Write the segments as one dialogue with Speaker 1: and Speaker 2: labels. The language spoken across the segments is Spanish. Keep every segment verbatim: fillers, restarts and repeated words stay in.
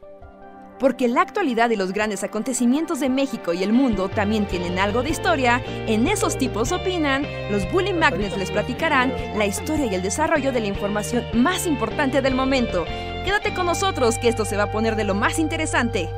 Speaker 1: Porque la actualidad y los grandes acontecimientos de México y el mundo también tienen algo de historia, en Esos Tipos Opinan, los Bully Magnets les platicarán la historia y el desarrollo de la información más importante del momento. Quédate con nosotros, que esto se va a poner de lo más interesante.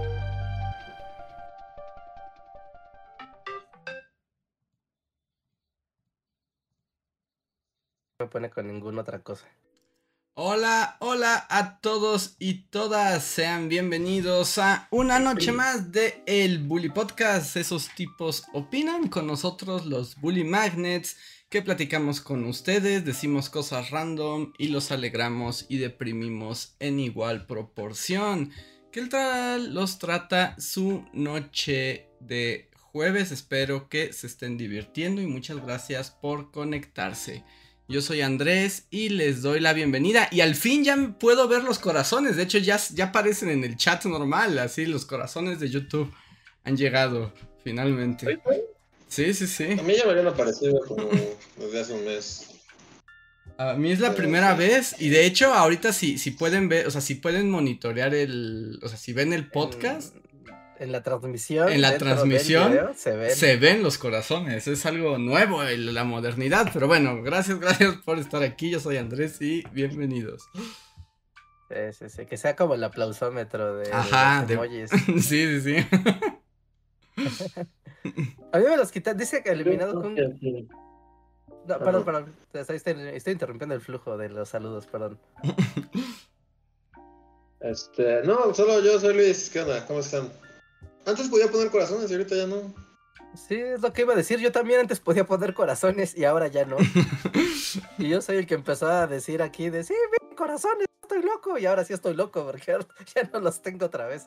Speaker 2: No me pone con ninguna otra cosa.
Speaker 3: Hola, hola a todos y todas, sean bienvenidos a una noche más de el Bully Podcast. Esos tipos opinan, con nosotros los Bully Magnets, que platicamos con ustedes, decimos cosas random y los alegramos y deprimimos en igual proporción. ¿Qué tal los trata su noche de jueves? Espero que se estén divirtiendo y muchas gracias por conectarse. Yo soy Andrés y les doy la bienvenida. Y al fin ya puedo ver los corazones. De hecho ya, ya aparecen en el chat normal. Así los corazones de YouTube han llegado finalmente. Sí, sí, sí.
Speaker 4: A mí ya me habían aparecido como desde hace un mes.
Speaker 3: A mí es la primera vez. Y de hecho ahorita si, si pueden ver, o sea, si pueden monitorear el... O sea, si ven el podcast...
Speaker 2: En la transmisión,
Speaker 3: en la transmisión
Speaker 2: video, se, ven.
Speaker 3: se ven los corazones. Es algo nuevo en la modernidad. Pero bueno, gracias, gracias por estar aquí. Yo soy Andrés y bienvenidos.
Speaker 2: Sí, sí, sí. Que sea como el aplausómetro de,
Speaker 3: Ajá,
Speaker 2: de los emojis.
Speaker 3: De... sí, sí, sí.
Speaker 2: A mí me los quitan. Dice que eliminado con... No, perdón, perdón. Estoy, estoy interrumpiendo el flujo de los saludos, perdón.
Speaker 4: Este, no, solo yo soy Luis. ¿Qué onda? ¿Cómo están? Antes podía poner corazones y ahorita ya no.
Speaker 2: Sí, es lo que iba a decir. Yo también antes podía poner corazones y ahora ya no. Y yo soy el que empezó a decir aquí de sí, bien, corazones, estoy loco. Y ahora sí estoy loco porque ya no los tengo otra vez.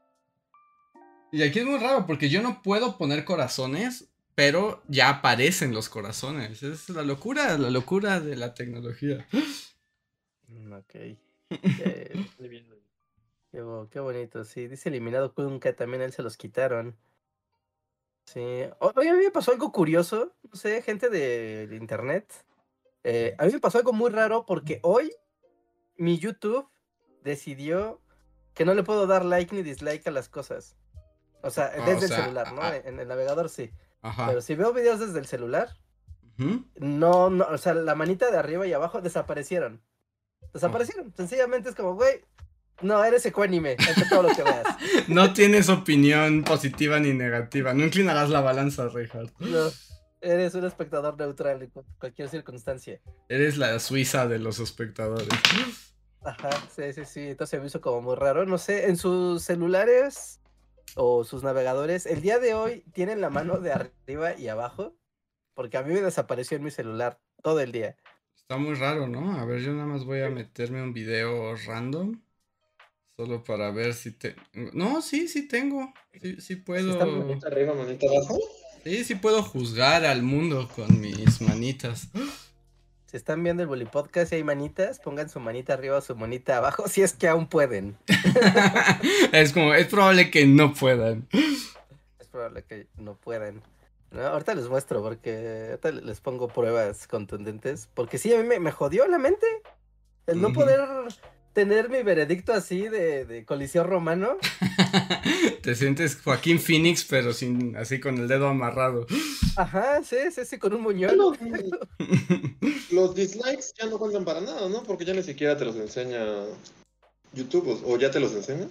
Speaker 3: Y aquí es muy raro porque yo no puedo poner corazones, pero ya aparecen los corazones. Es la locura, la locura de la tecnología.
Speaker 2: Ok. Eh, Qué, qué bonito, sí. Dice eliminado Kun que también a él se los quitaron. Sí. Oye, a mí me pasó algo curioso. No sé, gente de, de internet. Eh, a mí me pasó algo muy raro porque hoy mi YouTube decidió que no le puedo dar like ni dislike a las cosas. O sea,
Speaker 3: Ah,
Speaker 2: desde
Speaker 3: o sea,
Speaker 2: el celular, ¿no?
Speaker 3: a...
Speaker 2: En el navegador sí.
Speaker 3: Ajá.
Speaker 2: Pero si veo videos desde el celular,
Speaker 3: uh-huh.
Speaker 2: no, no, o sea, la manita de arriba y abajo desaparecieron. Desaparecieron. Oh. Sencillamente es como, güey. No, eres ecuánime ante todo lo que veas.
Speaker 3: No tienes opinión positiva ni negativa. No inclinarás la balanza, Reinhardt.
Speaker 2: No, eres un espectador neutral en cualquier circunstancia.
Speaker 3: Eres la Suiza de los espectadores.
Speaker 2: Ajá, sí, sí, sí. Entonces me hizo como muy raro. No sé, en sus celulares o sus navegadores, el día de hoy tienen la mano de arriba y abajo. Porque a mí me desapareció en mi celular todo el día.
Speaker 3: Está muy raro, ¿no? A ver, yo nada más voy a meterme un video random. Solo para ver si te... No, sí, sí tengo. Sí, sí puedo...
Speaker 4: ¿Sí está manita arriba, manita abajo?
Speaker 3: Sí, sí puedo juzgar al mundo con mis manitas.
Speaker 2: Si están viendo el Bully Podcast y hay manitas, pongan su manita arriba o su manita abajo, si es que aún pueden.
Speaker 3: Es como, es probable que no puedan.
Speaker 2: Es probable que no puedan. No, ahorita les muestro porque ahorita les pongo pruebas contundentes. Porque sí, a mí me, me jodió la mente. El no uh-huh. poder... tener mi veredicto así de, de Coliseo Romano.
Speaker 3: Te sientes Joaquín Phoenix, pero sin así con el dedo amarrado.
Speaker 2: Ajá, sí, sí, sí, con un muñón.
Speaker 4: Bueno, los dislikes ya no cuentan para nada, ¿no? Porque ya ni siquiera te los enseña YouTube, o ya te los enseña.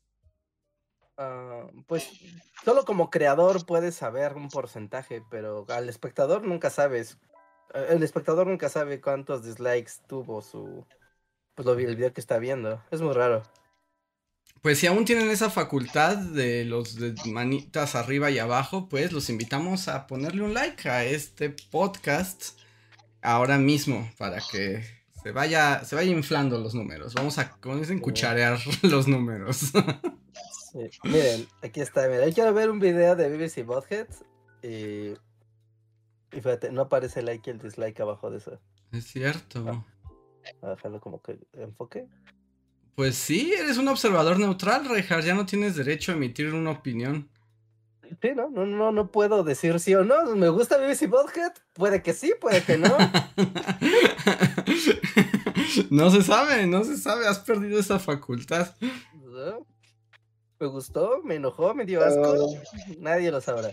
Speaker 2: Uh, pues solo como creador puedes saber un porcentaje, pero al espectador nunca sabes. El espectador nunca sabe cuántos dislikes tuvo su... Pues lo, el video que está viendo. Es muy raro.
Speaker 3: Pues si aún tienen esa facultad de los de manitas arriba y abajo, pues los invitamos a ponerle un like a este podcast ahora mismo para que se vaya, se vaya inflando los números. Vamos a, como dicen, cucharear los números.
Speaker 2: Sí. Miren, aquí está. Miren, quiero ver un video de B B C Bothead y... y fíjate, no aparece like y el dislike abajo de eso.
Speaker 3: Es cierto.
Speaker 2: Ah. A dejarlo como que enfoque.
Speaker 3: Pues sí, eres un observador neutral, Reinhardt, ya no tienes derecho a emitir una opinión.
Speaker 2: Sí, no, no, no, no puedo decir sí o no. ¿Me gusta B B C Bothead? Puede que sí, puede que no.
Speaker 3: No se sabe, no se sabe, has perdido esa facultad.
Speaker 2: ¿No? Me gustó, me enojó, me dio asco.
Speaker 4: Uh,
Speaker 2: Nadie lo sabrá.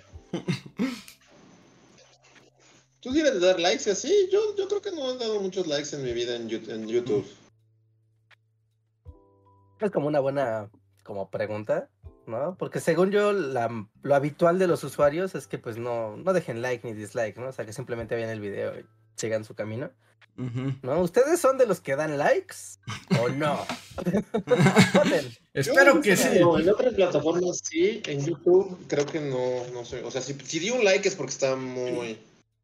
Speaker 4: ¿Tú quieres dar likes y así? Yo, yo creo que no he dado muchos likes en mi vida en, Yu- en YouTube.
Speaker 2: Es como una buena como pregunta, ¿no? Porque según yo, la, lo habitual de los usuarios es que pues no, no dejen like ni dislike, ¿no? O sea, que simplemente vean el video y sigan su camino.
Speaker 3: Ujú.
Speaker 2: ¿No? ¿Ustedes son de los que dan likes o no? Voten.
Speaker 3: Espero
Speaker 4: Yo
Speaker 3: que
Speaker 4: creo
Speaker 3: sí.
Speaker 4: no, en otras plataformas sí, en YouTube creo que no, no sé. O sea, si, si di un like es porque está muy...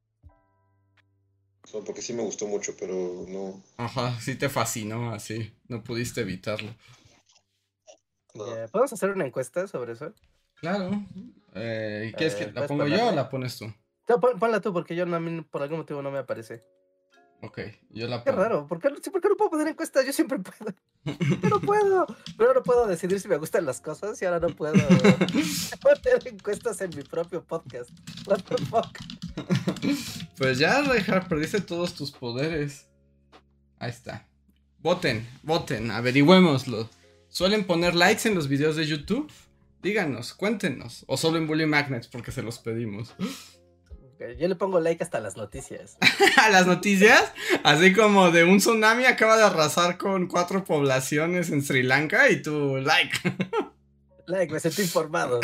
Speaker 4: O sea, porque sí me gustó mucho, pero no.
Speaker 3: Ajá, sí te fascinó así. No pudiste evitarlo.
Speaker 4: no.
Speaker 2: Ya, ¿podemos hacer una encuesta sobre eso?
Speaker 3: Claro. Eh,
Speaker 2: A
Speaker 3: ¿quieres que
Speaker 2: ver,
Speaker 3: la
Speaker 2: ¿puedes
Speaker 3: pongo yo o
Speaker 2: ponerle?
Speaker 3: la pones tú?
Speaker 2: No, pon- ponla tú, porque yo no, a mí por algún motivo no me aparece.
Speaker 3: Ok, yo la
Speaker 2: Qué
Speaker 3: pongo.
Speaker 2: raro, ¿por qué, no- sí, ¿por qué no puedo poner encuestas? Yo siempre puedo. Yo no puedo. Pero no puedo decidir si me gustan las cosas y ahora no puedo poner encuestas en mi propio podcast. What the fuck?
Speaker 3: Pues ya, Reinhardt, perdiste todos tus poderes. Ahí está. Voten, voten, averigüémoslo. ¿Suelen poner likes en los videos de YouTube? Díganos, cuéntenos. O solo en Bully Magnets porque se los pedimos.
Speaker 2: Ok, yo le pongo like hasta las noticias.
Speaker 3: A las noticias, así como de un tsunami acaba de arrasar con cuatro poblaciones en Sri Lanka y tu like.
Speaker 2: Like, me siento informado.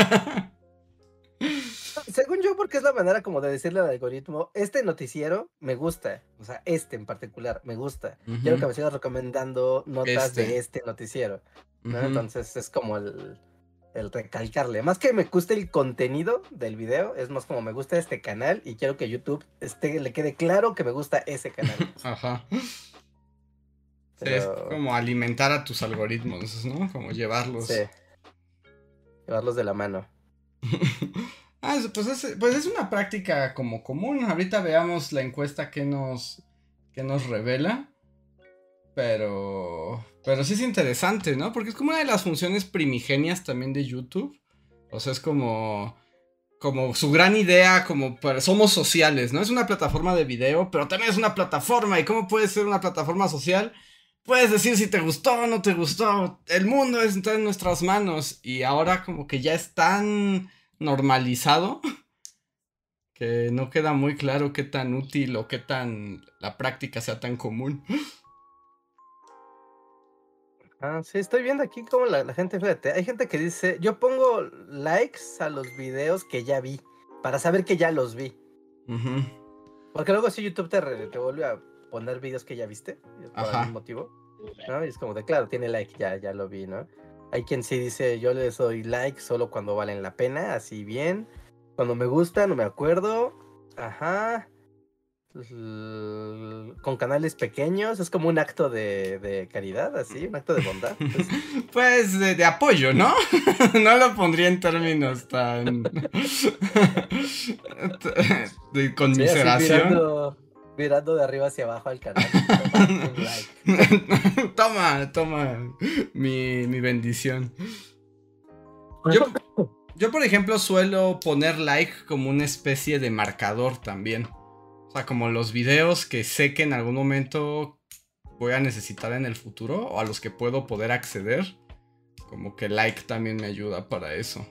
Speaker 2: Según yo, porque es la manera como de decirle al algoritmo, este noticiero me gusta, o sea, este en particular me gusta.
Speaker 3: Ujú.
Speaker 2: Quiero que me sigas recomendando notas
Speaker 3: Este.
Speaker 2: de este noticiero, ¿no?
Speaker 3: Ujú.
Speaker 2: Entonces es como el, el recalcarle. Más que me guste el contenido del video, es más como me gusta este canal y quiero que YouTube esté, le quede claro que me gusta ese canal.
Speaker 3: Ajá. Sí,
Speaker 2: Pero,
Speaker 3: es como alimentar a tus algoritmos, ¿no? Como llevarlos.
Speaker 2: sí, llevarlos de la mano.
Speaker 3: Ah, eso, pues, es, pues es una práctica como común. Ahorita veamos la encuesta que nos, que nos revela. Pero, pero sí es interesante, ¿no? Porque es como una de las funciones primigenias también de YouTube. O sea, es como, como su gran idea, como para- somos sociales, ¿no? Es una plataforma de video, pero también es una plataforma. ¿Y cómo puede ser una plataforma social? Puedes decir si te gustó o no te gustó. El mundo está en nuestras manos. Y ahora como que ya es tan normalizado que no queda muy claro qué tan útil o qué tan la práctica sea tan común.
Speaker 2: Ah, sí, estoy viendo aquí como la, la gente, fíjate, hay gente que dice, yo pongo likes a los videos que ya vi, para saber que ya los vi.
Speaker 3: Ujú.
Speaker 2: Porque luego si YouTube te, re- te vuelve a poner videos que ya viste, por
Speaker 3: Ajá.
Speaker 2: algún motivo, ¿no? Y es como de, claro, tiene like, ya, ya lo vi, ¿no? Hay quien sí dice, yo les doy like solo cuando valen la pena, así bien. Cuando me gusta, no me acuerdo. Ajá. L- Con canales pequeños, es como un acto de, de caridad, así, un acto de bondad. Pues,
Speaker 3: Pues de, de apoyo, ¿no? No lo pondría en términos tan... de
Speaker 2: sí,
Speaker 3: conmiseración.
Speaker 2: así mirando, mirando de arriba hacia abajo al canal. Toma, un like.
Speaker 3: Toma, toma mi, mi bendición. Yo, yo, por ejemplo, suelo poner like como una especie de marcador también. O sea, como los videos que sé que en algún momento voy a necesitar en el futuro o a los que puedo poder acceder. Como que like también me ayuda para eso.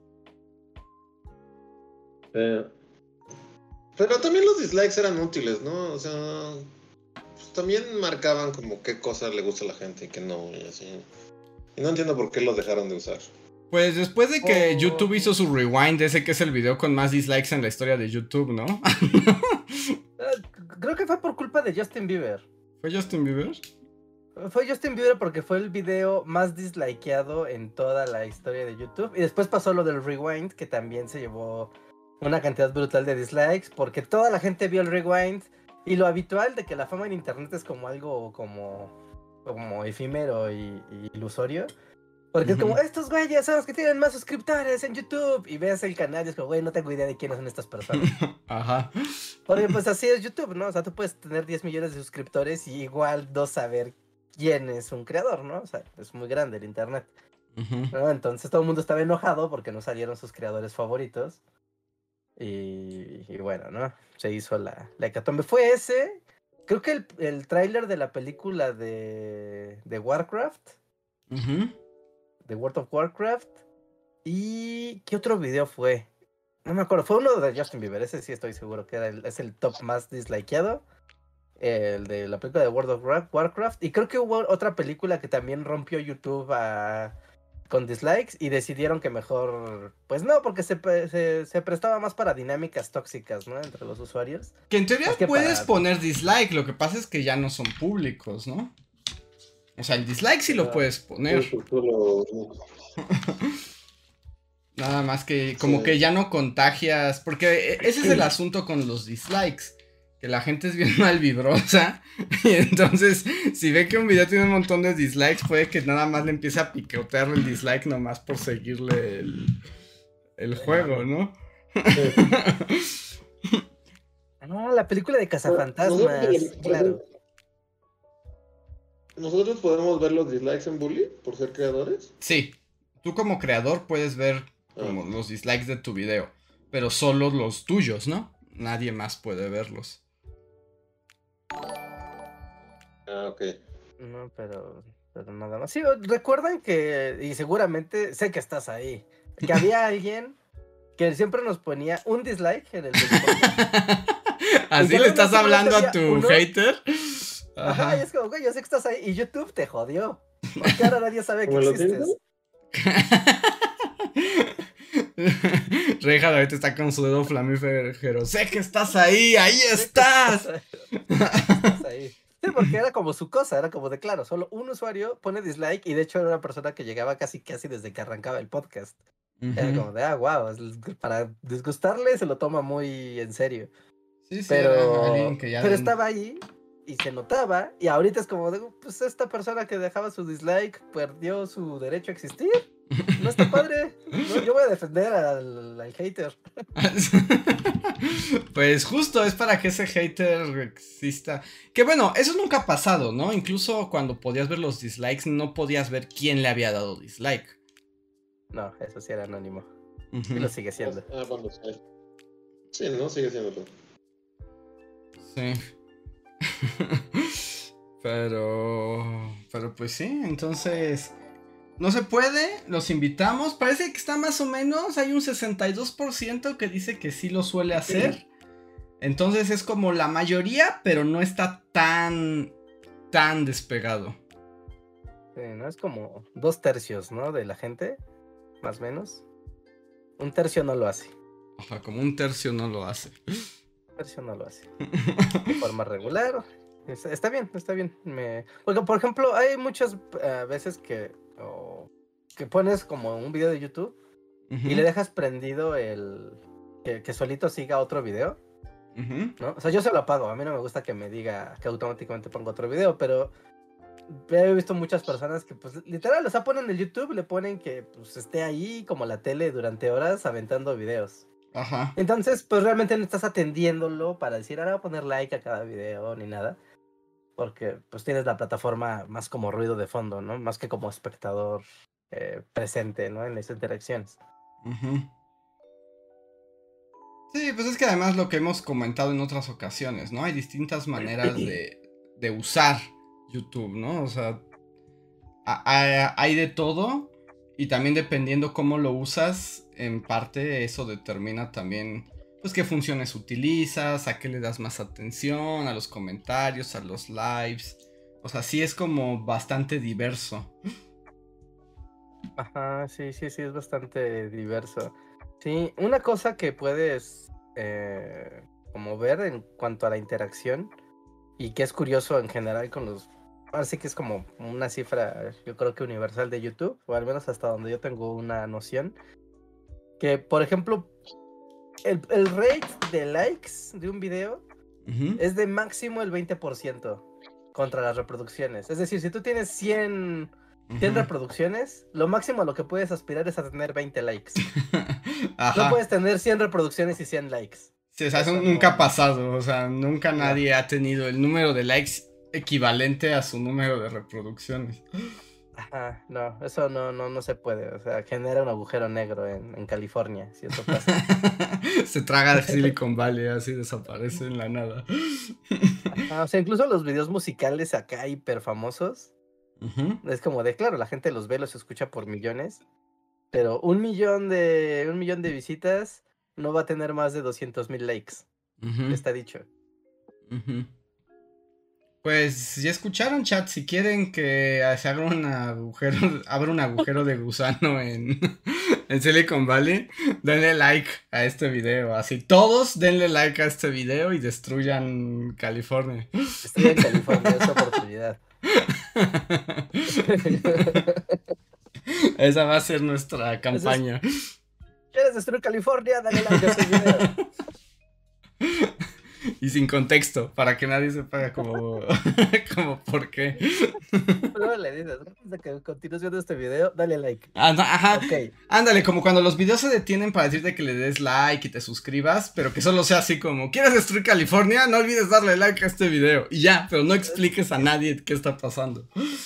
Speaker 4: Eh, pero también los dislikes eran útiles, ¿no? O sea, pues, también marcaban como qué cosa le gusta a la gente y qué no, y así. Y no entiendo por qué los dejaron de usar.
Speaker 3: Pues después de que
Speaker 2: Oh.
Speaker 3: YouTube hizo su rewind, ese que es el video con más dislikes en la historia de YouTube, ¿no?
Speaker 2: Eh, Creo que fue por culpa de Justin Bieber.
Speaker 3: ¿Fue Justin Bieber?
Speaker 2: Fue Justin Bieber porque fue el video más dislikeado en toda la historia de YouTube. Y después pasó lo del rewind, que también se llevó una cantidad brutal de dislikes, porque toda la gente vio el rewind. Y lo habitual de que la fama en internet es como algo como, como efímero y, y ilusorio. Porque es como,
Speaker 3: Ujú.
Speaker 2: estos güeyes son los que tienen más suscriptores en YouTube. Y ves el canal y es como, güey, no tengo idea de quiénes son estas personas.
Speaker 3: Ajá.
Speaker 2: Porque pues así es YouTube, ¿no? O sea, tú puedes tener diez millones de suscriptores y igual no saber quién es un creador, ¿no? O sea, es muy grande el internet,
Speaker 3: Ujú.
Speaker 2: ¿no? Entonces todo el mundo estaba enojado porque no salieron sus creadores favoritos. Y, y bueno, ¿no? Se hizo la, la hecatombe. Fue ese, creo que el, el tráiler de la película de, de Warcraft,
Speaker 3: Ujú.
Speaker 2: de World of Warcraft. ¿Y qué otro video fue? No me acuerdo, fue uno de Justin Bieber, ese sí estoy seguro que era el, es el top más dislikeado. El de la película de World of Warcraft. Y creo que hubo otra película que también rompió YouTube a, con dislikes y decidieron que mejor, pues no, porque se, se, se prestaba más para dinámicas tóxicas, ¿no? Entre los usuarios.
Speaker 3: Que en teoría
Speaker 2: Es que
Speaker 3: puedes
Speaker 2: para-
Speaker 3: poner dislike, lo que pasa es que ya no son públicos, ¿no? O sea, el dislike sí lo
Speaker 2: Ah,
Speaker 3: puedes poner.
Speaker 4: Tú- tú lo-
Speaker 3: Nada más que como
Speaker 4: Sí.
Speaker 3: que ya no contagias, porque ese es el asunto con los dislikes, que la gente es bien mal vibrosa, y entonces si ve que un video tiene un montón de dislikes, puede que nada más le empiece a picotear el dislike nomás por seguirle el, el juego, ¿no?
Speaker 2: Ah, la película de Cazafantasmas,
Speaker 4: Nosotros-
Speaker 2: claro.
Speaker 4: ¿Nosotros podemos ver los dislikes en Bully por ser creadores?
Speaker 3: Sí, tú como creador puedes ver como
Speaker 4: Ah.
Speaker 3: los dislikes de tu video, pero solo los tuyos, ¿no? Nadie más puede verlos.
Speaker 4: Ah, ok.
Speaker 2: No, pero, pero nada más. Sí, recuerdan que, y seguramente sé que estás ahí, que había alguien que siempre nos ponía un dislike en el video.
Speaker 3: ¿Así
Speaker 2: ya
Speaker 3: le
Speaker 2: no
Speaker 3: estás
Speaker 2: solo
Speaker 3: hablando a
Speaker 2: tenía
Speaker 3: tu
Speaker 2: uno.
Speaker 3: hater?
Speaker 2: Ajá, y es como, güey, yo sé que estás ahí y YouTube te jodió. Porque ahora nadie sabe que
Speaker 4: ¿Cómo lo
Speaker 2: existes.
Speaker 4: siento?
Speaker 3: Reinhardt ahorita está con su dedo flamífero. Sé que estás ahí, ahí estás.
Speaker 2: Estás ahí. Sí, porque era como su cosa, era como de claro, solo un usuario pone dislike y de hecho era una persona que llegaba casi casi desde que arrancaba el podcast. Era
Speaker 3: Ujú.
Speaker 2: como de, ah, wow, para disgustarle se lo toma muy en serio.
Speaker 3: Sí, sí,
Speaker 2: Pero,
Speaker 3: era alguien que ya
Speaker 2: pero
Speaker 3: de-
Speaker 2: estaba ahí y se notaba y ahorita es como de, pues esta persona que dejaba su dislike perdió su derecho a existir. No está padre. No, yo voy a defender al, al hater.
Speaker 3: Pues justo es para que ese hater exista. Que bueno, eso nunca ha pasado, ¿no? Incluso cuando podías ver los dislikes, no podías ver quién le había dado dislike.
Speaker 2: No, eso sí era anónimo.
Speaker 3: Ujú.
Speaker 2: Y lo sigue siendo.
Speaker 4: Ah, bueno, sí. Sí, ¿no? Sigue siendo todo.
Speaker 3: Sí. Pero. Pero pues sí, entonces. No se puede, los invitamos. Parece que está más o menos. Hay un sesenta y dos por ciento que dice que sí lo suele hacer. Entonces es como la mayoría, pero no está tan. tan despegado.
Speaker 2: Sí, ¿no? Es como dos tercios, ¿no? De la gente, más o menos. Un tercio no lo hace.
Speaker 3: O sea, como un tercio no lo hace.
Speaker 2: Un tercio no lo hace. De forma regular. Es- Está bien, está bien. Me... Porque, por ejemplo, hay muchas eh, veces que, o, que pones como un video de YouTube
Speaker 3: Ujú,
Speaker 2: y le dejas prendido el que, que solito siga otro video,
Speaker 3: ujú.
Speaker 2: ¿no? O sea, yo se lo apago. A mí no me gusta que me diga que automáticamente ponga otro video, pero he visto muchas personas que, pues, literal, o sea, ponen el YouTube y le ponen que, pues, esté ahí como la tele durante horas aventando videos.
Speaker 3: Ajá.
Speaker 2: Entonces, pues realmente no estás atendiéndolo para decir, ahora voy a poner like a cada video ni nada. Porque pues tienes la plataforma más como ruido de fondo, ¿no? Más que como espectador eh, presente, ¿no? En las interacciones.
Speaker 3: Ujú. Sí, pues es que además lo que hemos comentado en otras ocasiones, ¿no? Hay distintas maneras de, de usar YouTube, ¿no? O sea, a- a- hay de todo y también dependiendo cómo lo usas, en parte eso determina también, pues, qué funciones utilizas, a qué le das más atención, a los comentarios, a los lives. O sea, sí es como bastante diverso.
Speaker 2: Ajá, sí, sí, sí, es bastante diverso. Sí, una cosa que puedes eh, como ver en cuanto a la interacción y que es curioso en general con los... Ahora sí que es como una cifra, yo creo que universal de YouTube, o al menos hasta donde yo tengo una noción, que por ejemplo, el, el rate de likes de un video
Speaker 3: Ujú.
Speaker 2: es de máximo el veinte por ciento contra las reproducciones. Es decir, si tú tienes cien, cien
Speaker 3: Ujú.
Speaker 2: reproducciones, lo máximo a lo que puedes aspirar es a tener veinte likes.
Speaker 3: Ajá.
Speaker 2: No puedes tener cien reproducciones y cien likes.
Speaker 3: Sí, o sea, eso
Speaker 2: Eso
Speaker 3: nunca
Speaker 2: no.
Speaker 3: ha pasado, o sea, nunca
Speaker 2: No.
Speaker 3: nadie ha tenido el número de likes equivalente a su número de reproducciones.
Speaker 2: Ajá, no, eso no, no, no se puede. O sea, genera un agujero negro en, en California, si eso pasa.
Speaker 3: Se traga de Silicon Valley, así desaparece en la nada.
Speaker 2: Ajá, o sea, incluso los videos musicales acá hiper famosos,
Speaker 3: Ujú.
Speaker 2: Es como de, claro, la gente los ve, los escucha por millones, pero un millón de, un millón de visitas no va a tener más de doscientos mil likes,
Speaker 3: Ujú.
Speaker 2: está dicho.
Speaker 3: Ujú. Pues ya escucharon, chat, si quieren que se haga un agujero, abra un agujero de gusano en, en Silicon Valley, denle like a este video, así todos denle like a este video y destruyan California.
Speaker 2: Estoy en California, es oportunidad.
Speaker 3: Esa va a ser nuestra campaña.
Speaker 2: ¿Quieres destruir California? Dale like a este video.
Speaker 3: Y sin contexto, para que nadie sepa como, como por qué.
Speaker 2: Luego le dices, antes de que continúes viendo este video, dale like.
Speaker 3: Anda, ajá.
Speaker 2: Ok.
Speaker 3: Ándale, como cuando los videos se detienen para decirte que le des like y te suscribas, pero que solo sea así como, ¿quieres destruir California? No olvides darle like a este video. Y ya, pero no expliques a nadie qué está pasando.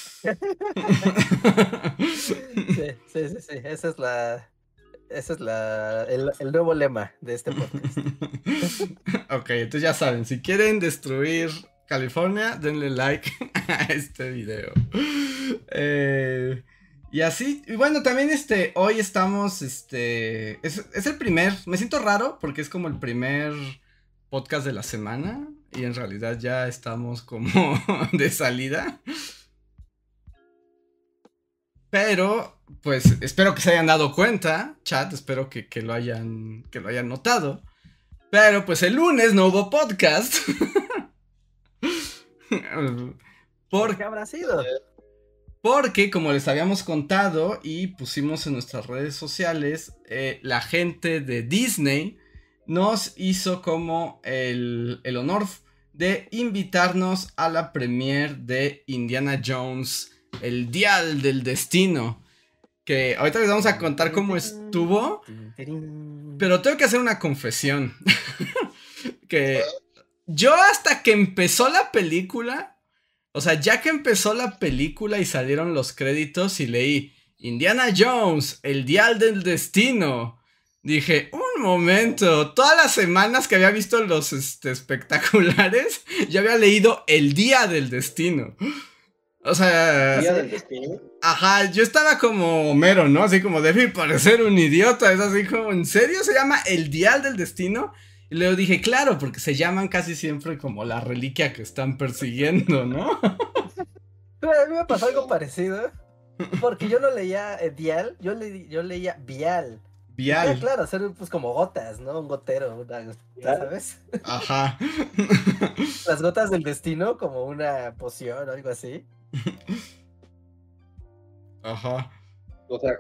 Speaker 2: Sí, sí, sí, sí. Esa es la. Ese es la, el, el nuevo lema de este podcast.
Speaker 3: Ok, entonces ya saben, si quieren destruir California, denle like a este video. Eh, y así, y bueno, también este, hoy estamos, este, es, es el primer, me siento raro porque es como el primer podcast de la semana y en realidad ya estamos como de salida. Pero, pues, espero que se hayan dado cuenta, chat, espero que, que lo hayan, que lo hayan notado. Pero, pues, el lunes no hubo podcast.
Speaker 2: ¿Por qué habrá sido?
Speaker 3: Porque, como les habíamos contado y pusimos en nuestras redes sociales, eh, la gente de Disney nos hizo como el, el honor de invitarnos a la premiere de Indiana Jones, el Dial del Destino, que ahorita les vamos a contar cómo estuvo, pero tengo que hacer una confesión, que yo hasta que empezó la película, o sea, ya que empezó la película y salieron los créditos y leí Indiana Jones, el Dial del Destino, dije, un momento, todas las semanas que había visto los este, espectaculares, ya había leído el Día del Destino. O sea,
Speaker 4: ¿Día del Destino?
Speaker 3: Ajá, yo estaba como Homero, ¿no? Así como debe parecer un idiota. Es así como, ¿en serio se llama el Dial del Destino? Y luego dije, claro, porque se llaman casi siempre como la reliquia que están persiguiendo, ¿no?
Speaker 2: Pero a mí me pasó algo parecido. Porque yo no leía eh, Dial, yo, le, yo leía Vial.
Speaker 3: Vial.
Speaker 2: Sí, claro, hacer pues como gotas, ¿no? Un gotero, una, ¿sabes?
Speaker 3: Ajá.
Speaker 2: Las gotas del destino, como una poción o algo así.
Speaker 3: Ajá.
Speaker 4: O sea,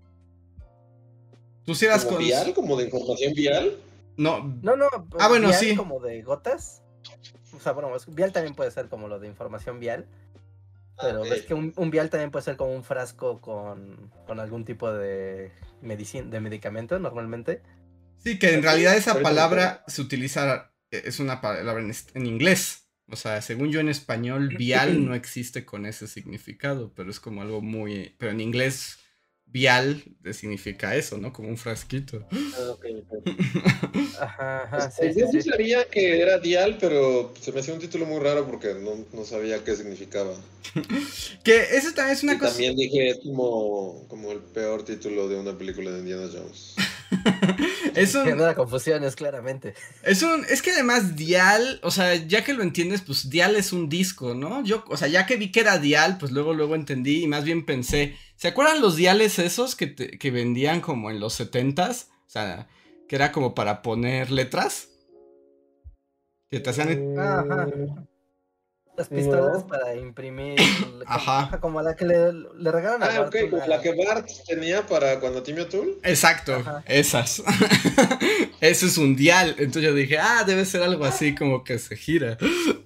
Speaker 3: ¿Tú sí eras
Speaker 4: ¿como
Speaker 3: con...
Speaker 4: vial? ¿Como de información vial?
Speaker 3: No.
Speaker 2: No, no.
Speaker 3: Ah, bueno,
Speaker 2: Vial
Speaker 3: sí.
Speaker 2: como de gotas. O sea, bueno, Vial también puede ser como lo de información vial. Pero
Speaker 4: Okay.
Speaker 2: ves que un, un vial también puede ser como un frasco con, con algún tipo de medicina, de medicamento normalmente.
Speaker 3: Sí, que en realidad esa
Speaker 4: Ahorita
Speaker 3: palabra se utiliza, es una palabra en, en inglés. O sea, según yo en español, vial no existe con ese significado, pero es como algo muy... Pero en inglés, vial significa eso, ¿no? Como un frasquito.
Speaker 4: Ah, ok, ok.
Speaker 2: Ajá, ajá, sí,
Speaker 4: Yo
Speaker 2: sí,
Speaker 4: sí
Speaker 2: sí.
Speaker 4: sabía que era dial, pero se me hacía un título muy raro porque no, no sabía qué significaba.
Speaker 3: Que eso también es una
Speaker 4: y
Speaker 3: cosa...
Speaker 4: también dije, es como, como el peor título de una película de Indiana Jones.
Speaker 3: es un...
Speaker 2: Genera confusiones, claramente.
Speaker 3: Es un, es que además Dial, o sea, ya que lo entiendes, pues Dial es un disco, ¿no? Yo, o sea, ya que vi que era Dial, pues luego, luego entendí y más bien pensé, ¿se acuerdan los diales esos que, te, que vendían como en los setentas? O sea, que era como para poner letras. Que te hacían...
Speaker 2: Ajá. Las pistolas
Speaker 4: No.
Speaker 2: para imprimir.
Speaker 3: Ajá.
Speaker 2: Como, como la que le, le regalaron a
Speaker 4: Ah,
Speaker 2: Bart.
Speaker 4: ok, como
Speaker 2: una-
Speaker 4: la que Bart tenía para cuando Timmy O'Toole.
Speaker 3: Exacto,
Speaker 2: Ajá.
Speaker 3: esas. Eso es un dial. Entonces yo dije, ah, debe ser algo así como que se gira.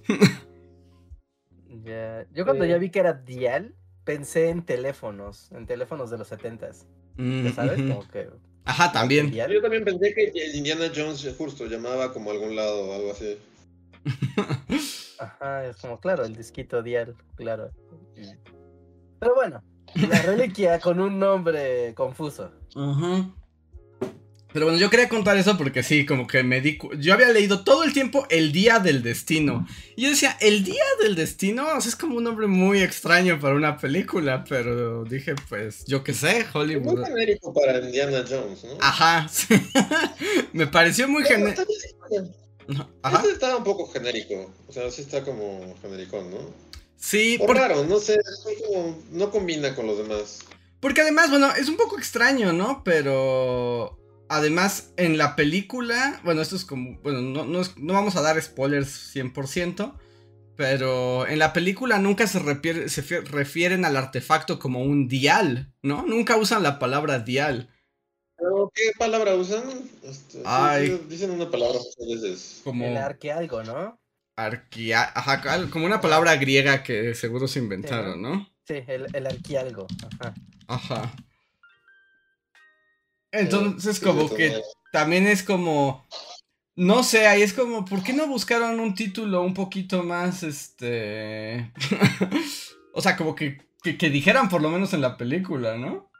Speaker 2: Ya. Yo cuando
Speaker 4: Sí.
Speaker 2: ya vi que era dial, pensé en teléfonos, en teléfonos de los setentas.
Speaker 3: Mm,
Speaker 2: ¿Ya sabes?
Speaker 3: ujú.
Speaker 2: Como que
Speaker 3: Ajá, también.
Speaker 2: dial.
Speaker 4: Yo también pensé que Indiana Jones justo llamaba como a algún lado o algo así.
Speaker 2: Ajá, es como, claro, el disquito dial, claro. Pero bueno, la reliquia con un nombre confuso.
Speaker 3: Ajá. Pero bueno, yo quería contar eso porque sí, como que me di... cu- Yo había leído todo el tiempo El Día del Destino. Y yo decía, ¿El Día del Destino? O sea, es como un nombre muy extraño para una película. Pero dije, pues, yo qué sé,
Speaker 4: Muy
Speaker 3: Hollywood.
Speaker 4: genérico para Indiana Jones, ¿no?
Speaker 3: Ajá, sí. Me pareció muy
Speaker 4: No,
Speaker 3: genial.
Speaker 4: está bien.
Speaker 3: Ajá.
Speaker 4: Este está un poco genérico. O sea, sí está como genericón, ¿no?
Speaker 3: Sí,
Speaker 4: O
Speaker 3: por-
Speaker 4: raro, no sé. Es como, no combina con los demás.
Speaker 3: porque además, bueno, es un poco extraño, ¿no? Pero... Además, en la película, bueno, esto es como, bueno, no, no, es- no vamos a dar spoilers cien por ciento, pero en la película nunca se, refiere- se fie- refieren al artefacto como un dial, ¿no? Nunca usan la palabra dial.
Speaker 4: ¿Pero qué palabra usan? Este, sí,
Speaker 3: Ay,
Speaker 4: sí, dicen una palabra muchas veces.
Speaker 2: El
Speaker 3: como
Speaker 2: arquealgo, ¿no?
Speaker 3: arquea, ajá, cal- como una palabra griega que seguro se inventaron, ¿no?
Speaker 2: Sí, el, el arquialgo. Ajá.
Speaker 3: Ajá.
Speaker 4: Sí,
Speaker 3: Entonces,
Speaker 4: sí,
Speaker 3: como
Speaker 4: se
Speaker 3: que
Speaker 4: toma-
Speaker 3: también es como... No sé, ahí es como, ¿por qué no buscaron un título un poquito más, este... o sea, como que, que, que dijeran por lo menos en la película, ¿no?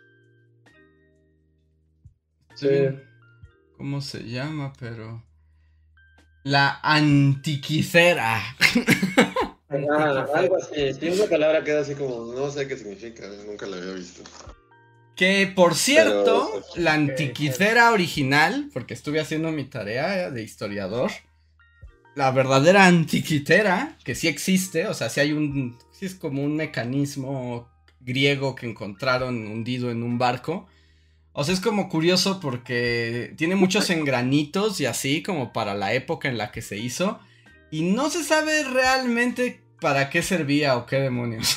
Speaker 3: Estoy
Speaker 4: Sí.
Speaker 3: bien- ¿Cómo se llama? Pero... La antiquicera.
Speaker 4: Ah, algo así. Sí, una palabra queda así como, no sé qué significa, nunca la había visto.
Speaker 3: Que, por cierto,
Speaker 4: Pero-
Speaker 3: la antiquicera original, porque estuve haciendo mi tarea de historiador, la verdadera antiquitera, que sí existe, o sea, sí hay un, sí es como un mecanismo griego que encontraron hundido en un barco. O sea, es como curioso porque tiene muchos engranitos y así, como para la época en la que se hizo, y no se sabe realmente para qué servía o qué demonios.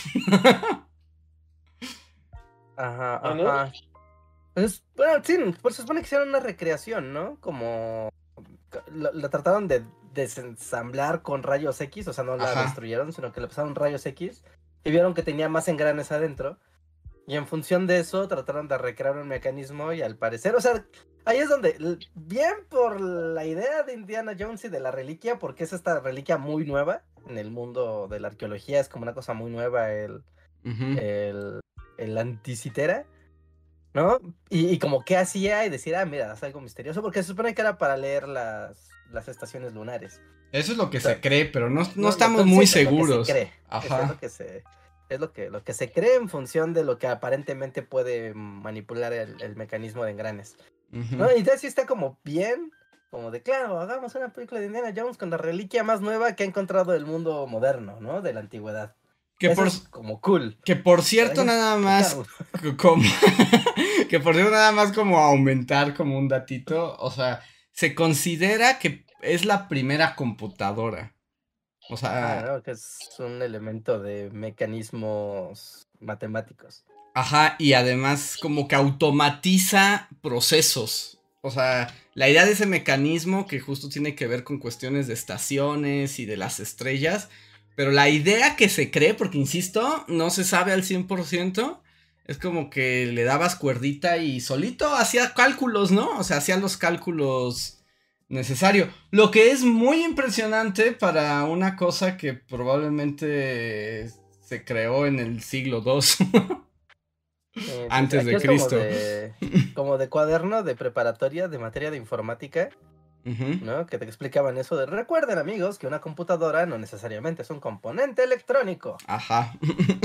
Speaker 2: Ajá,
Speaker 4: Ah, ¿no?
Speaker 2: ajá. Pues, bueno, sí, pues se supone que hicieron una recreación, ¿no? Como la, la trataron de desensamblar con rayos X, o sea, no la
Speaker 3: Ajá.
Speaker 2: destruyeron, sino que le pasaron rayos X y vieron que tenía más engranes adentro. Y en función de eso trataron de recrear un mecanismo y al parecer, o sea, ahí es donde, l- bien por la idea de Indiana Jones y de la reliquia, porque es esta reliquia muy nueva en el mundo de la arqueología, es como una cosa muy nueva el,
Speaker 3: Ujú.
Speaker 2: el, el anticitera, ¿no? Y, y como qué hacía y decir, ah, mira, es algo misterioso, porque se supone que era para leer las, las estaciones lunares.
Speaker 3: Eso es lo que
Speaker 2: O sea,
Speaker 3: se cree, pero no, no
Speaker 2: No,
Speaker 3: estamos
Speaker 2: no,
Speaker 3: muy
Speaker 2: sí, es lo que se
Speaker 3: seguros.
Speaker 2: cree. Es, es
Speaker 3: Ajá.
Speaker 2: lo que se, es lo que, lo que se cree en función de lo que aparentemente puede manipular el, el mecanismo de engranes.
Speaker 3: Ujú.
Speaker 2: ¿No? Y entonces sí está como bien, como de claro, hagamos una película de Indiana Jones con la reliquia más nueva que ha encontrado el mundo moderno, ¿no? De la antigüedad.
Speaker 3: Que
Speaker 2: Eso
Speaker 3: por,
Speaker 2: es como cool.
Speaker 3: que por cierto,
Speaker 2: Pero ahí
Speaker 3: nada
Speaker 2: es
Speaker 3: más.
Speaker 2: complicado.
Speaker 3: c- Como, que por cierto, nada más como aumentar como un datito. O sea, se considera que es la primera computadora. O
Speaker 2: Ah,
Speaker 3: sea,
Speaker 2: no, que es un elemento de mecanismos matemáticos.
Speaker 3: ajá, y además como que automatiza procesos. O sea, la idea de ese mecanismo que justo tiene que ver con cuestiones de estaciones y de las estrellas. Pero la idea que se cree, porque insisto, no se sabe al cien por ciento. Es como que le dabas cuerdita y solito hacía cálculos, ¿no? O sea, hacía los cálculos necesarios. Lo que es muy impresionante para una cosa que probablemente se creó en el siglo segundo.
Speaker 2: Eh,
Speaker 3: Antes
Speaker 2: aquí
Speaker 3: de
Speaker 2: es
Speaker 3: Cristo.
Speaker 2: Como de, como de cuaderno de preparatoria de materia de informática,
Speaker 3: Ujú.
Speaker 2: ¿no? Que te explicaban eso de, recuerden amigos, que una computadora no necesariamente es un componente electrónico,
Speaker 3: Ajá.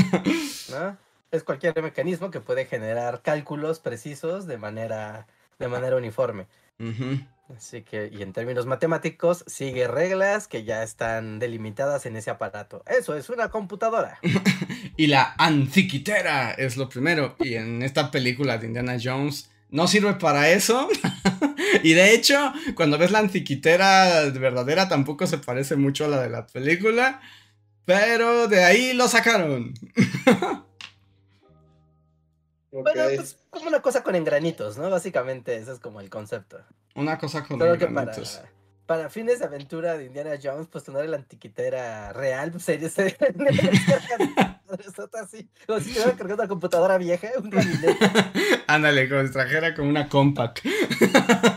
Speaker 2: ¿no? Es cualquier mecanismo que puede generar cálculos precisos de manera, de manera uniforme.
Speaker 3: Ujú.
Speaker 2: Así que, y en términos matemáticos, sigue reglas que ya están delimitadas en ese aparato. Eso es una computadora.
Speaker 3: Y la antiquitera es lo primero. Y en esta película de Indiana Jones no sirve para eso. Y de hecho, cuando ves la antiquitera verdadera, tampoco se parece mucho a la de la película. Pero de ahí lo sacaron.
Speaker 4: Ok.
Speaker 2: Bueno, pues como una cosa con engranitos, ¿no? Básicamente ese es como el concepto.
Speaker 3: Una cosa con
Speaker 2: Solo que para,
Speaker 3: engranitos.
Speaker 2: para fines de aventura de Indiana Jones, pues tener la antiquitera real, pues sería ser así, como si estuviera cargando una computadora vieja, un gabinete.
Speaker 3: Ándale, como extranjera con una compact.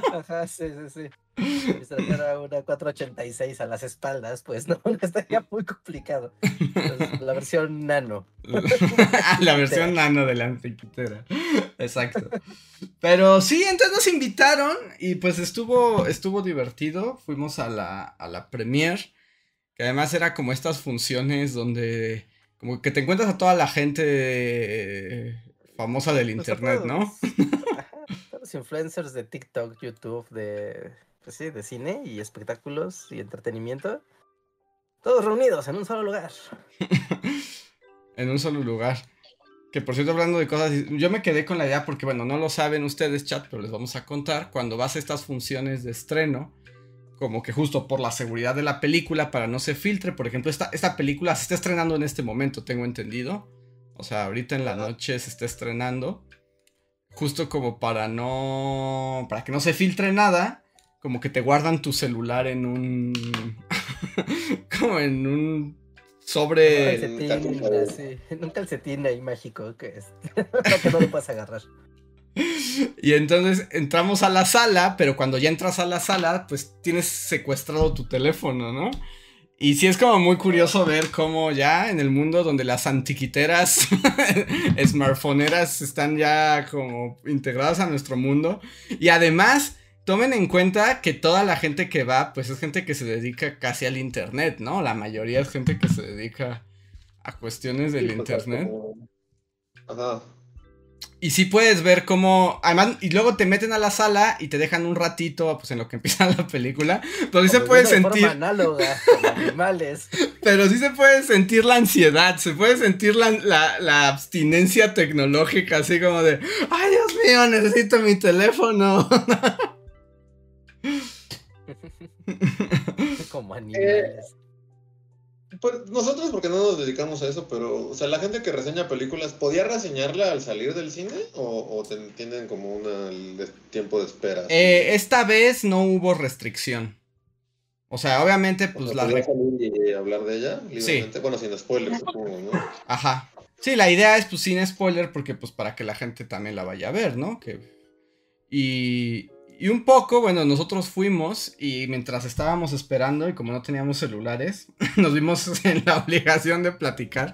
Speaker 2: Ajá, sí, sí, sí. Si trajera una cuatrocientos ochenta y seis a las espaldas, pues no, estaría muy complicado. Entonces, la versión nano.
Speaker 3: La versión nano de la antiquitera. Exacto. Pero sí, entonces nos invitaron y pues estuvo, estuvo divertido. Fuimos a la, a la premiere, que además era como estas funciones donde como que te encuentras a toda la gente eh, famosa del
Speaker 2: Pues a
Speaker 3: internet, ¿no?
Speaker 2: todos, ajá, todos los influencers de TikTok, YouTube, de, pues sí, de cine y espectáculos y entretenimiento. Todos reunidos en un solo lugar.
Speaker 3: En un solo lugar. Que por cierto, hablando de cosas, yo me quedé con la idea porque, bueno, no lo saben ustedes, chat, pero les vamos a contar. Cuando vas a estas funciones de estreno, como que justo por la seguridad de la película, para no se filtre, por ejemplo, esta, esta película se está estrenando en este momento, tengo entendido. O sea, ahorita en la noche se está estrenando. Justo como para no... para que no se filtre nada, como que te guardan tu celular en un... como en un... sobre...
Speaker 2: Un calcetín, así, en un calcetín ahí mágico que es para que no lo puedas agarrar.
Speaker 3: Y entonces entramos a la sala, pero cuando ya entras a la sala, pues tienes secuestrado tu teléfono, ¿no? Y sí es como muy curioso ver cómo ya en el mundo donde las antiquiteras smartphoneras están ya como integradas a nuestro mundo. Y además, tomen en cuenta que toda la gente que va, pues es gente que se dedica casi al internet, ¿no? La mayoría es gente que se dedica a cuestiones del
Speaker 4: Sí, pues,
Speaker 3: internet.
Speaker 4: como... Ajá.
Speaker 3: Y sí puedes ver cómo, además, y luego te meten a la sala y te dejan un ratito, pues en lo que empieza la película, pero sí se puede
Speaker 2: De forma
Speaker 3: sentir,
Speaker 2: análoga, como animales.
Speaker 3: pero sí se puede sentir la ansiedad, se puede sentir la, la, la abstinencia tecnológica, así como de, ay Dios mío, necesito mi teléfono.
Speaker 2: Como animales.
Speaker 4: Pues nosotros porque no nos dedicamos a eso, pero, o sea, la gente que reseña películas, ¿podía reseñarla al salir del cine? ¿O, o te, tienen como un tiempo de espera?
Speaker 3: Eh, esta vez no hubo restricción. O sea, obviamente, pues
Speaker 4: o sea,
Speaker 3: la...
Speaker 4: ¿podía
Speaker 3: Re...
Speaker 4: salir y hablar de ella libremente?
Speaker 3: Sí.
Speaker 4: Bueno, sin spoilers, supongo, ¿no?
Speaker 3: Ajá. Sí, la idea es, pues, sin spoiler, porque, pues, para que la gente también la vaya a ver, ¿no? Que... Y... Y un poco, bueno, nosotros fuimos y mientras estábamos esperando y como no teníamos celulares, nos vimos en la obligación de platicar.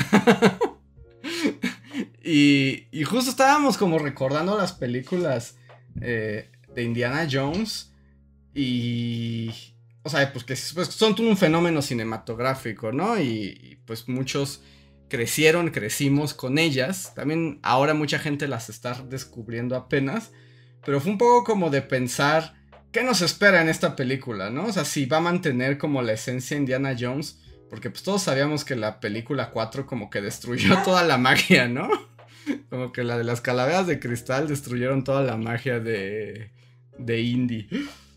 Speaker 3: y, y justo estábamos como recordando las películas eh, de Indiana Jones y... O sea, pues que pues, son un fenómeno cinematográfico, ¿no? Y, y pues muchos crecieron, crecimos con ellas. También ahora mucha gente las está descubriendo apenas. Pero fue un poco como de pensar qué nos espera en esta película, ¿no? O sea, si va a mantener como la esencia Indiana Jones. Porque pues todos sabíamos que la película cuatro como que destruyó toda la magia, ¿no? Como que la de las calaveras de cristal destruyeron toda la magia de, de Indy.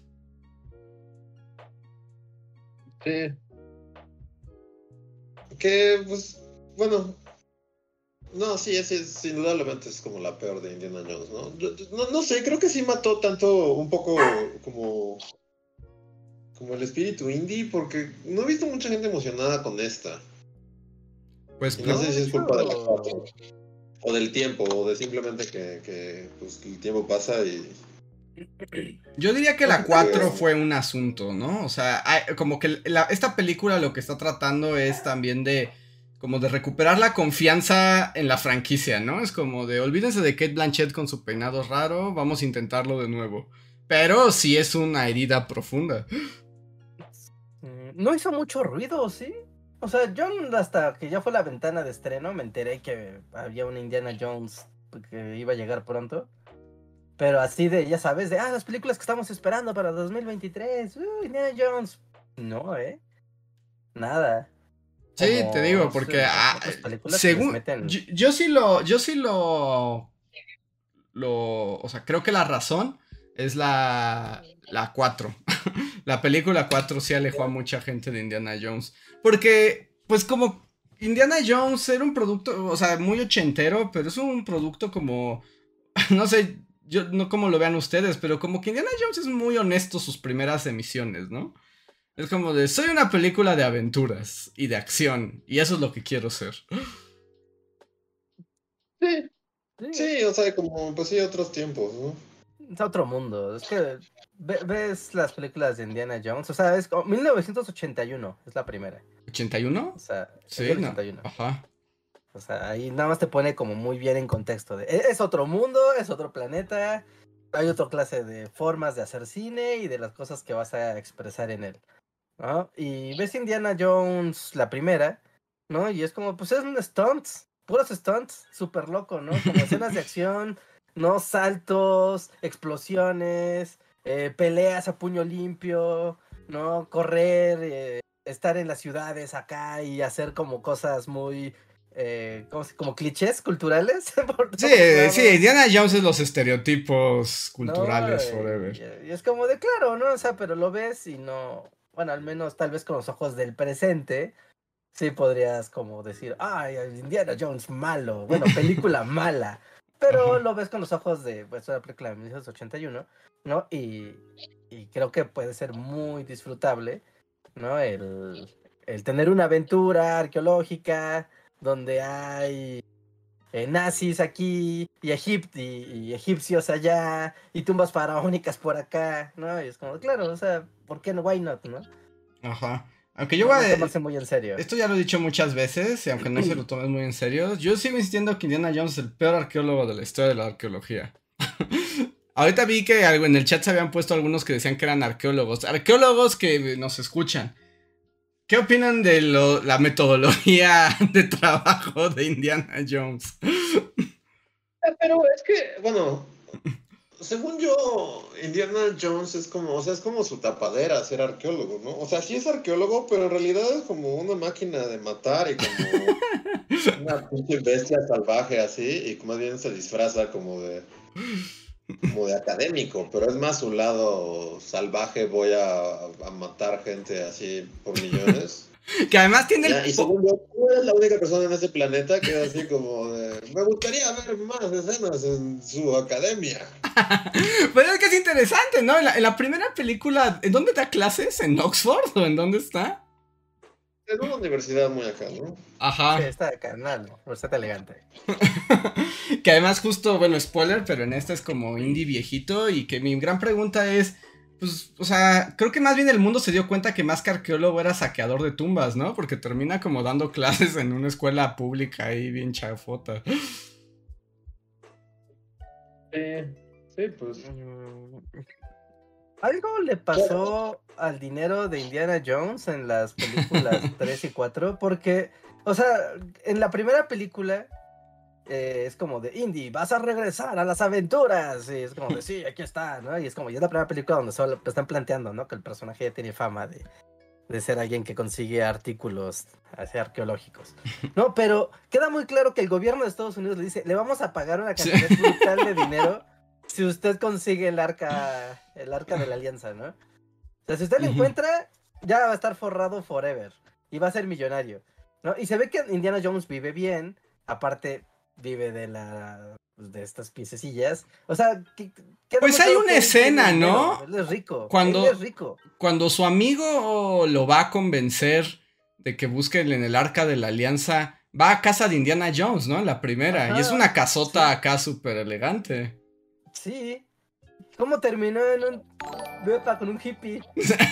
Speaker 4: Sí. Que, pues, bueno... No, sí, es, es, indudablemente es como la peor de Indiana Jones, ¿no? Yo, no, no sé, creo que sí mató tanto, un poco como, como el espíritu indie, porque no he visto mucha gente emocionada con esta.
Speaker 3: Pues
Speaker 4: y no
Speaker 3: no,
Speaker 4: sé si es culpa de la cuatro, o del tiempo, o de simplemente que, que pues, el tiempo pasa y...
Speaker 3: Yo diría que la cuatro fue un asunto, ¿no? O sea, hay, como que la, esta película lo que está tratando es también de... como de recuperar la confianza en la franquicia, ¿no? Es como de, olvídense de Cate Blanchett con su peinado raro, vamos a intentarlo de nuevo. Pero sí es una herida profunda.
Speaker 2: No hizo mucho ruido, ¿sí? O sea, yo hasta que ya fue la ventana de estreno me enteré que había una Indiana Jones que iba a llegar pronto. Pero así de, ya sabes, de, ah, las películas que estamos esperando para dos mil veintitrés, uh, Indiana Jones. No, ¿eh? Nada.
Speaker 3: Sí, te digo, porque ah, según yo, yo sí lo, yo sí lo, lo, o sea, creo que la razón es la, la cuatro. La película cuatro sí alejó a mucha gente de Indiana Jones, porque, pues como Indiana Jones era un producto, o sea, muy ochentero, pero es un producto como, no sé, yo no como lo vean ustedes, pero como que Indiana Jones es muy honesto sus primeras emisiones, ¿no? Es como de, soy una película de aventuras y de acción, y eso es lo que quiero ser.
Speaker 4: Sí, sí, o sea, como, pues sí, otros tiempos, ¿no?
Speaker 2: es otro mundo. Es que ve- ves las películas de Indiana Jones, o sea, es como mil novecientos ochenta y uno, es la primera.
Speaker 3: ¿ochenta y uno?
Speaker 2: O sea, es
Speaker 3: Sí,
Speaker 2: del
Speaker 3: no.
Speaker 2: ochenta y uno.
Speaker 3: Ajá.
Speaker 2: O sea, ahí nada más te pone como muy bien en contexto de, e- es otro mundo, es otro planeta, hay otra clase de formas de hacer cine y de las cosas que vas a expresar en él, ¿no? Y ves Indiana Jones, la primera, ¿no? Y es como, pues es un stunts, puros stunts, súper loco, ¿no? Como escenas de acción, ¿no? Saltos, explosiones, eh, peleas a puño limpio, ¿no? Correr, eh, estar en las ciudades acá y hacer como cosas muy, eh, ¿cómo se- como clichés culturales por
Speaker 3: Sí,
Speaker 2: todos
Speaker 3: sí,
Speaker 2: lados.
Speaker 3: Indiana Jones es los estereotipos
Speaker 2: No,
Speaker 3: culturales
Speaker 2: y,
Speaker 3: forever.
Speaker 2: y es como de claro, ¿no? O sea, pero lo ves y no, bueno, al menos tal vez con los ojos del presente, sí podrías como decir, ay, Indiana Jones malo, bueno, película mala, pero
Speaker 3: Ajá.
Speaker 2: lo ves con los ojos de, pues, una película de mil novecientos ochenta y uno, ¿no? Y, y creo que puede ser muy disfrutable, ¿no? El, el tener una aventura arqueológica donde hay eh, nazis aquí y, egip- y, y egipcios allá y tumbas faraónicas por acá, ¿no? Y es como, claro, o sea, ¿por qué no? Why not, ¿no?
Speaker 3: Ajá. Aunque yo
Speaker 2: No,
Speaker 3: voy
Speaker 2: no
Speaker 3: a...
Speaker 2: tomarse muy en serio.
Speaker 3: Esto ya lo he dicho muchas veces, y aunque no se lo tomes muy en serio, yo sigo insistiendo que Indiana Jones es el peor arqueólogo de la historia de la arqueología. Ahorita vi que algo en el chat se habían puesto algunos que decían que eran arqueólogos. Arqueólogos que nos escuchan. ¿Qué opinan de lo- la metodología de trabajo de Indiana Jones?
Speaker 4: Eh, Pero es que, bueno, según yo, Indiana Jones es como, o sea, es como su tapadera ser arqueólogo, ¿no? O sea, sí es arqueólogo, pero en realidad es como una máquina de matar y como una pinche bestia salvaje así, y más bien se disfraza como de, como de académico, pero es más su lado salvaje, voy a, a matar gente así por millones.
Speaker 3: Que además tiene el...
Speaker 4: Ya, y
Speaker 3: po-
Speaker 4: según yo, tú eres la única persona en ese planeta que es así como de, me gustaría ver más escenas en su academia.
Speaker 3: Pero es que es interesante, ¿no? En la, en la primera película, ¿en dónde da clases? ¿En Oxford o en dónde está?
Speaker 4: En una universidad muy acá, ¿no?
Speaker 2: Sí,
Speaker 3: Ajá.
Speaker 2: está de canal, ¿no? Está elegante.
Speaker 3: Que además justo, bueno, spoiler, pero en esta es como indie viejito y que mi gran pregunta es, pues, o sea, creo que más bien el mundo se dio cuenta que más que arqueólogo era saqueador de tumbas, ¿no? Porque termina como dando clases en una escuela pública ahí bien chafota.
Speaker 4: Sí, sí, pues.
Speaker 2: Mm, Algo le pasó al dinero de Indiana Jones en las películas tres y cuatro, porque, o sea, en la primera película eh, es como de, Indy, vas a regresar a las aventuras, y es como de, sí, aquí está, ¿no? Y es como, ya es la primera película donde solo te están planteando, ¿no? Que el personaje ya tiene fama de, de ser alguien que consigue artículos así arqueológicos, ¿no? Pero queda muy claro que el gobierno de Estados Unidos le dice, le vamos a pagar una
Speaker 3: Sí.
Speaker 2: cantidad brutal de dinero si usted consigue el arca, el arca de la alianza, ¿no? O sea, si usted lo
Speaker 3: Ujú.
Speaker 2: encuentra, ya va a estar forrado forever y va a ser millonario, ¿no? Y se ve que Indiana Jones vive bien, aparte vive de la de estas piececillas, o sea, que, queda
Speaker 3: Pues
Speaker 2: muy
Speaker 3: hay
Speaker 2: claro
Speaker 3: una
Speaker 2: que él tiene
Speaker 3: escena,
Speaker 2: dinero,
Speaker 3: ¿no?
Speaker 2: Él es rico,
Speaker 3: Cuando-
Speaker 2: él es rico.
Speaker 3: Cuando su amigo lo va a convencer de que busquen en el arca de la alianza, va a casa de Indiana Jones, ¿no? En la primera.
Speaker 2: Ajá,
Speaker 3: y es una casota
Speaker 2: sí.
Speaker 3: acá súper elegante.
Speaker 2: Sí. ¿Cómo terminó en un depa con un hippie?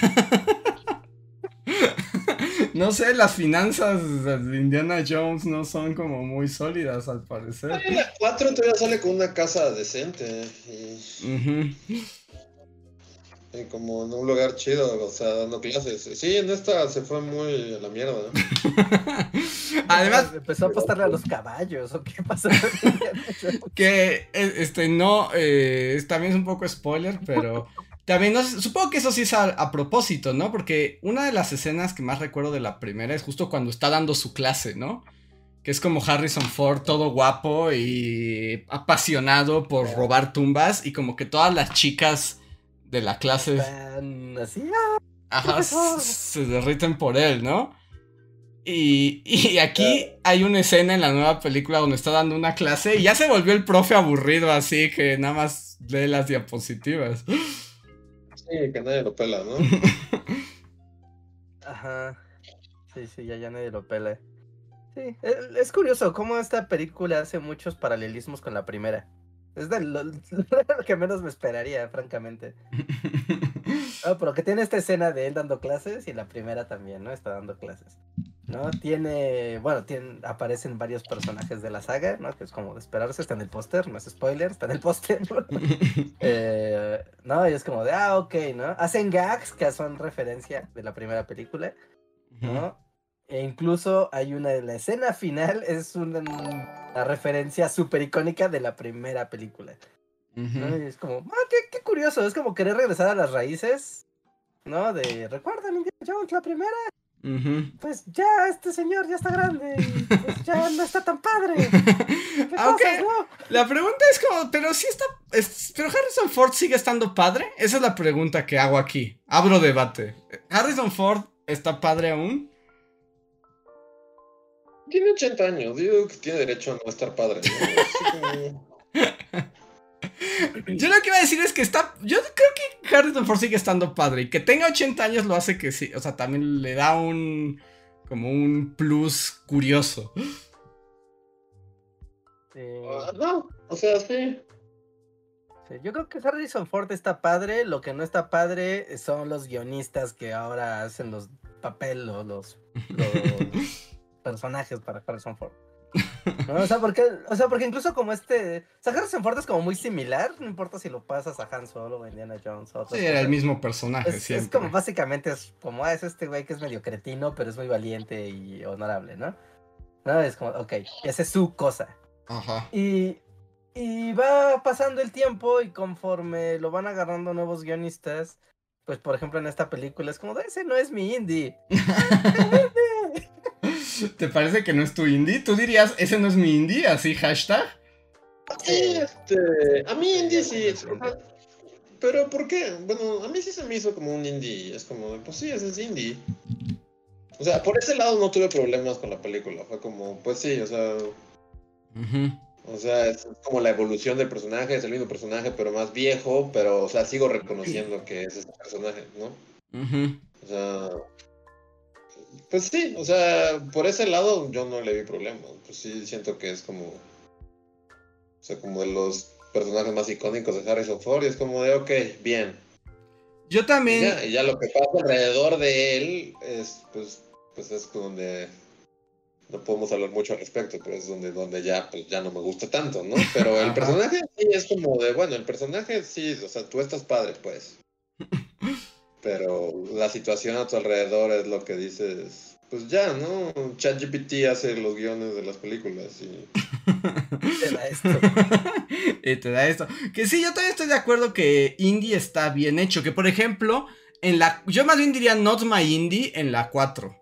Speaker 3: No sé, las finanzas de Indiana Jones no son como muy sólidas al parecer.
Speaker 4: En la cuatro todavía sale con una casa decente y,
Speaker 3: Ujú.
Speaker 4: y como en un lugar chido, o sea, dando clases. Sí, en esta se fue muy a la mierda, ¿no?
Speaker 3: Además,
Speaker 2: Empezó a apostarle a los caballos, ¿o qué pasó con Indiana Jones?
Speaker 3: que eh, este no, eh, es- también es un poco spoiler, pero también no sé, supongo que eso sí es a, a propósito, ¿no? Porque una de las escenas que más recuerdo de la primera es justo cuando está dando su clase, ¿no? Que es como Harrison Ford, todo guapo y apasionado por robar tumbas y como que todas las chicas de la clase,
Speaker 2: Están así, ¡ah!
Speaker 3: ajá,
Speaker 2: profesor.
Speaker 3: se, se derriten por él, ¿no? Y, y aquí hay una escena en la nueva película donde está dando una clase y ya se volvió el profe aburrido así que nada más lee las diapositivas.
Speaker 4: Sí, que nadie lo pela, ¿no?
Speaker 2: Ajá. Sí, sí, ya, ya nadie lo pela. Sí, es, es curioso cómo esta película hace muchos paralelismos con la primera. Es de lo, lo que menos me esperaría, francamente. No, pero que tiene esta escena de él dando clases y la primera también, ¿no? Está dando clases. ¿No? Tiene, bueno, tiene, aparecen varios personajes de la saga, ¿no? Que es como de esperarse, está en el póster, no es spoiler, está en el póster, ¿no? eh, no, y es como de, ah, ok, ¿no? Hacen gags que son referencia de la primera película, ¿no? Uh-huh. E incluso hay una, la escena final es una, una referencia súper icónica de la primera película, uh-huh. ¿no? Y es como, ah, qué, qué curioso, es como querer regresar a las raíces, ¿no? De, ¿recuerdan Indiana Jones la primera? Uh-huh. Pues ya este señor ya está grande y pues ya no está tan padre. ¿Qué
Speaker 3: Aunque
Speaker 2: cosas, no?
Speaker 3: La pregunta es como, pero sí está, es, pero Harrison Ford sigue estando padre. Esa es la pregunta que hago aquí. Abro debate. ¿Harrison Ford está padre aún?
Speaker 4: Tiene ochenta años, digo que tiene derecho a no estar padre, ¿no?
Speaker 3: Yo lo que iba a decir es que está. Yo creo que Harrison Ford sigue estando padre. Y que tenga ochenta años lo hace que sí. O sea, también le da un. Como un plus curioso.
Speaker 2: Sí.
Speaker 4: Uh, no, o sea, sí.
Speaker 2: sí. Yo creo que Harrison Ford está padre. Lo que no está padre son los guionistas que ahora hacen los papeles, los, los personajes para Harrison Ford. ¿No? O sea, porque, o sea, porque incluso como este... O sea, Harrison Ford es como muy similar, no importa si lo pasas a Han Solo o a Indiana Jones o
Speaker 3: sí, era el mismo personaje
Speaker 2: es,
Speaker 3: siempre.
Speaker 2: Es como básicamente es como, ah, es este güey que es medio cretino, pero es muy valiente y honorable, ¿no? No, es como, ok, esa es su cosa.
Speaker 3: Ajá.
Speaker 2: Y, y va pasando el tiempo y conforme lo van agarrando nuevos guionistas, pues por ejemplo en esta película es como, ese no es mi indie.
Speaker 3: ¿Te parece que no es tu indie? ¿Tú dirías, ese no es mi indie? Así, hashtag.
Speaker 4: Sí, este, a mí indie sí, pero ¿por qué? Bueno, a mí sí se me hizo como un indie, es como, pues sí, ese es indie. O sea, por ese lado no tuve problemas con la película, fue como, pues sí, o sea... Uh-huh. O sea, es como la evolución del personaje, es el mismo personaje, pero más viejo, pero, o sea, sigo reconociendo que es este personaje, ¿no?
Speaker 3: Uh-huh.
Speaker 4: O sea... Pues sí, o sea, por ese lado yo no le vi problema. Pues sí, siento que es como... O sea, como de los personajes más icónicos de Harrison Ford. Y es como de, ok, bien.
Speaker 3: Yo también...
Speaker 4: Y ya, y ya lo que pasa alrededor de él es, pues, pues es donde... No podemos hablar mucho al respecto, pero es donde, donde ya, pues, ya no me gusta tanto, ¿no? Pero el personaje sí es como de, bueno, el personaje sí, o sea, tú estás padre, pues. Pero la situación a tu alrededor es lo que dices, pues ya, ¿no? ChatGPT hace los guiones de las películas y...
Speaker 2: te da esto.
Speaker 3: y te da esto. Que sí, yo también estoy de acuerdo que indie está bien hecho. Que por ejemplo, en la... Yo más bien diría not my indie en la cuatro.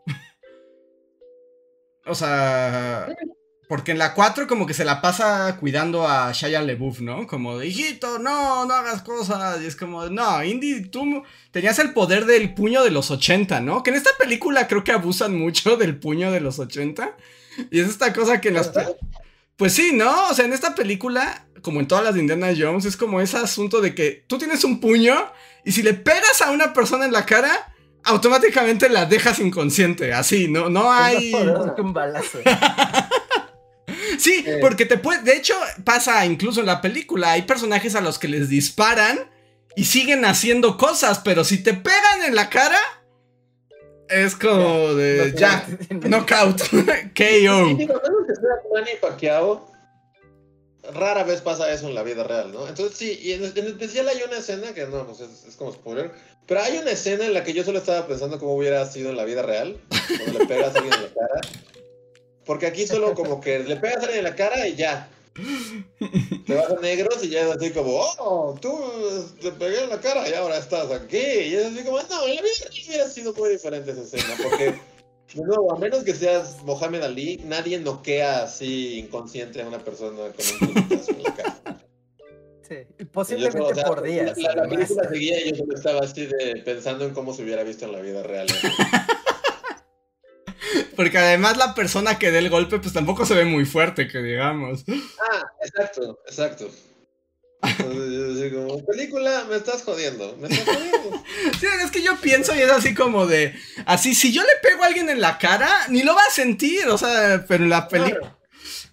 Speaker 3: O sea... Porque en la cuatro como que se la pasa cuidando a Shia LaBeouf, ¿no? Como de, hijito, no, no hagas cosas. Y es como, no, Indy, tú tenías el poder del puño de los ochenta, ¿no? Que en esta película creo que abusan mucho del puño de los ochenta. Y es esta cosa que en las... Pe- pues sí, ¿no? O sea, en esta película, como en todas las de Indiana Jones, es como ese asunto de que tú tienes un puño y si le pegas a una persona en la cara... automáticamente la dejas inconsciente, así, no, no hay...
Speaker 2: un balazo.
Speaker 3: Sí, eh. porque te puede... De hecho, pasa incluso en la película, hay personajes a los que les disparan y siguen haciendo cosas, pero si te pegan en la cara, es como de... ya, knockout, K O.
Speaker 4: Sí, digo, menos que sea Manny Pacquiao, rara vez pasa eso en la vida real, ¿no? Entonces sí, y en especial hay una escena que no, pues es, es como spoiler, pero hay una escena en la que yo solo estaba pensando cómo hubiera sido en la vida real, cuando le pegas a alguien en la cara, porque aquí solo como que le pegas a alguien en la cara y ya, te vas a negros y ya es así como, oh, tú te pegué en la cara y ahora estás aquí, y es así como, no, en la vida real hubiera sido muy diferente esa escena, porque... De nuevo, a menos que seas Mohamed Ali, nadie noquea así inconsciente a una persona con un puñetazo en la cara.
Speaker 2: Sí, posiblemente
Speaker 4: yo, o sea,
Speaker 2: por días.
Speaker 4: La, la película seguía y yo solo estaba así de pensando en cómo se hubiera visto en la vida real.
Speaker 3: Porque además la persona que dé el golpe pues tampoco se ve muy fuerte, que digamos.
Speaker 4: Ah, exacto, exacto. Entonces yo así como, película, me estás jodiendo, me estás jodiendo.
Speaker 3: Sí, es que yo pienso y es así como de, así, si yo le pego a alguien en la cara, ni lo va a sentir, o sea, pero en la película, claro.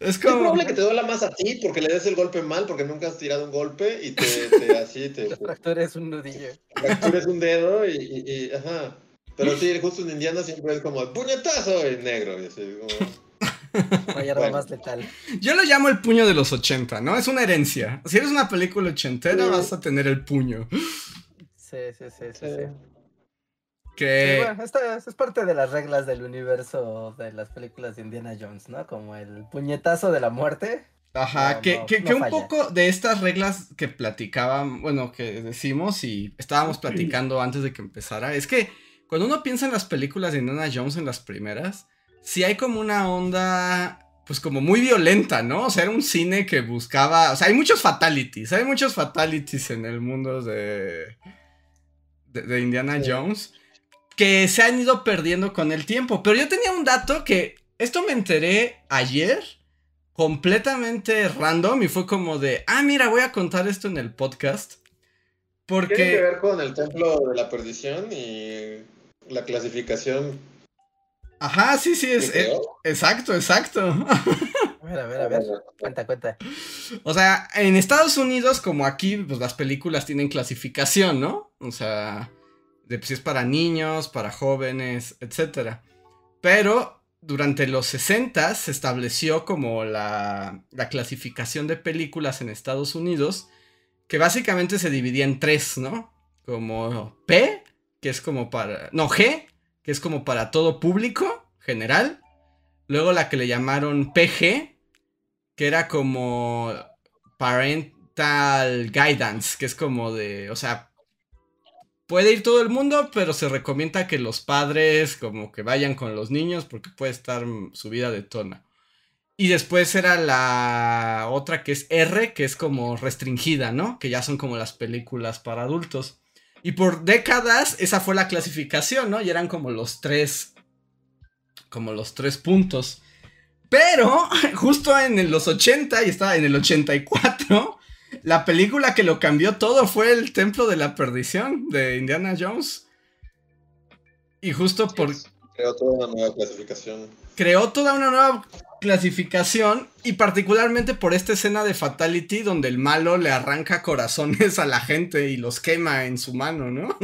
Speaker 3: Es
Speaker 4: Es
Speaker 3: como...
Speaker 4: probable que te duela más a ti porque le des el golpe mal, porque nunca has tirado un golpe y te, te así te,
Speaker 2: Te fracturas un nudillo.
Speaker 4: fractures un dedo y, y, y- ajá. Pero sí, justo en Indiana siempre es como puñetazo y negro y así como...
Speaker 2: Una hierba
Speaker 4: Bueno.
Speaker 2: más letal.
Speaker 3: Yo lo llamo el puño de los ochenta, ¿no? Es una herencia. Si eres una película ochentera,
Speaker 4: Sí.
Speaker 3: vas a tener el puño.
Speaker 2: Sí, sí, sí, sí.
Speaker 4: Sí.
Speaker 2: sí.
Speaker 3: Que...
Speaker 2: Sí, bueno, esto es, es parte de las reglas del universo de las películas de Indiana Jones, ¿no? Como el puñetazo de la muerte.
Speaker 3: Ajá,
Speaker 2: No,
Speaker 3: que,
Speaker 2: no,
Speaker 3: que,
Speaker 2: no
Speaker 3: que un
Speaker 2: falla.
Speaker 3: poco de estas reglas que platicaban, bueno, que decimos y estábamos platicando antes de que empezara, es que cuando uno piensa en las películas de Indiana Jones en las primeras, sí hay como una onda, pues como muy violenta, ¿no? O sea, era un cine que buscaba, o sea, hay muchos fatalities, hay muchos fatalities en el mundo de, de, de Indiana
Speaker 4: Sí.
Speaker 3: Jones, que se han ido perdiendo con el tiempo, pero yo tenía un dato que, esto me enteré ayer, completamente random y fue como de, ah, mira, voy a contar esto en el podcast.
Speaker 4: Tiene que
Speaker 3: Porque,
Speaker 4: ver con el templo de la perdición y la clasificación
Speaker 3: ajá, sí, sí,
Speaker 4: que
Speaker 3: es, es-
Speaker 4: creó.
Speaker 3: exacto, exacto.
Speaker 2: A ver, a ver, a ver.
Speaker 4: Bueno,
Speaker 2: Cuenta, cuenta.
Speaker 3: O sea, en Estados Unidos, como aquí, pues las películas tienen clasificación, ¿no? O sea, de pues, si es para niños, para jóvenes, etcétera. Pero durante los sesenta se estableció como la, la clasificación de películas en Estados Unidos, que básicamente se dividía en tres, ¿no? Como P, que es como para... No, G, que es como para todo público, general. Luego la que le llamaron P G, que era como Parental Guidance, que es como de... O sea, puede ir todo el mundo, pero se recomienda que los padres como que vayan con los niños porque puede estar subida de tono. Y después era la otra que es R, que es como restringida, ¿no? Que ya son como las películas para adultos. Y por décadas esa fue la clasificación, ¿no? Y eran como los tres, como los tres puntos. Pero justo en los ochenta, y estaba en el ochenta y cuatro, la película que lo cambió todo fue El Templo de la Perdición de Indiana Jones. Y justo por...
Speaker 4: Creó toda una nueva clasificación.
Speaker 3: creó toda una nueva clasificación y particularmente por esta escena de Fatality donde el malo le arranca corazones a la gente y los quema en su mano, ¿no?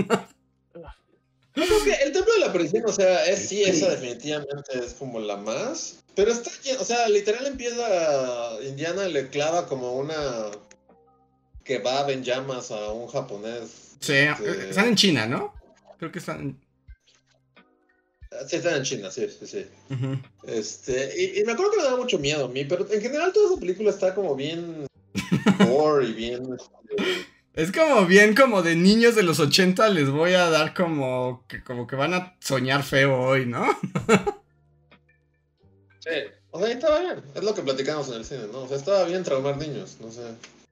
Speaker 4: Yo creo que el templo de la perdición, o sea, es sí, esa definitivamente es como la más. Pero está lleno, o sea, literal empieza Indiana y le clava como una kebab en llamas a un japonés.
Speaker 3: Sí,
Speaker 4: Este,
Speaker 3: están en China, ¿no? Creo que están...
Speaker 4: Sí, están en China, sí, sí, sí.
Speaker 3: Ujú.
Speaker 4: Este, y, y me acuerdo que me daba mucho miedo a mí, pero en general toda esa película está como bien gore y bien... este,
Speaker 3: Es como bien como de niños de los ochenta les voy a dar como que, como que van a soñar feo hoy, ¿no?
Speaker 4: sí, o sea, estaba bien, es lo que platicamos en el cine, ¿no? O sea, estaba bien traumar niños, no sé.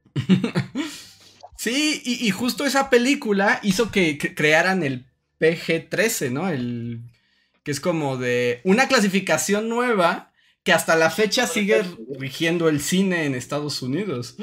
Speaker 3: Sí, y, y justo esa película hizo que, que crearan el P G trece, ¿no? El que es como de una clasificación nueva que hasta la fecha sigue rigiendo el cine en Estados Unidos.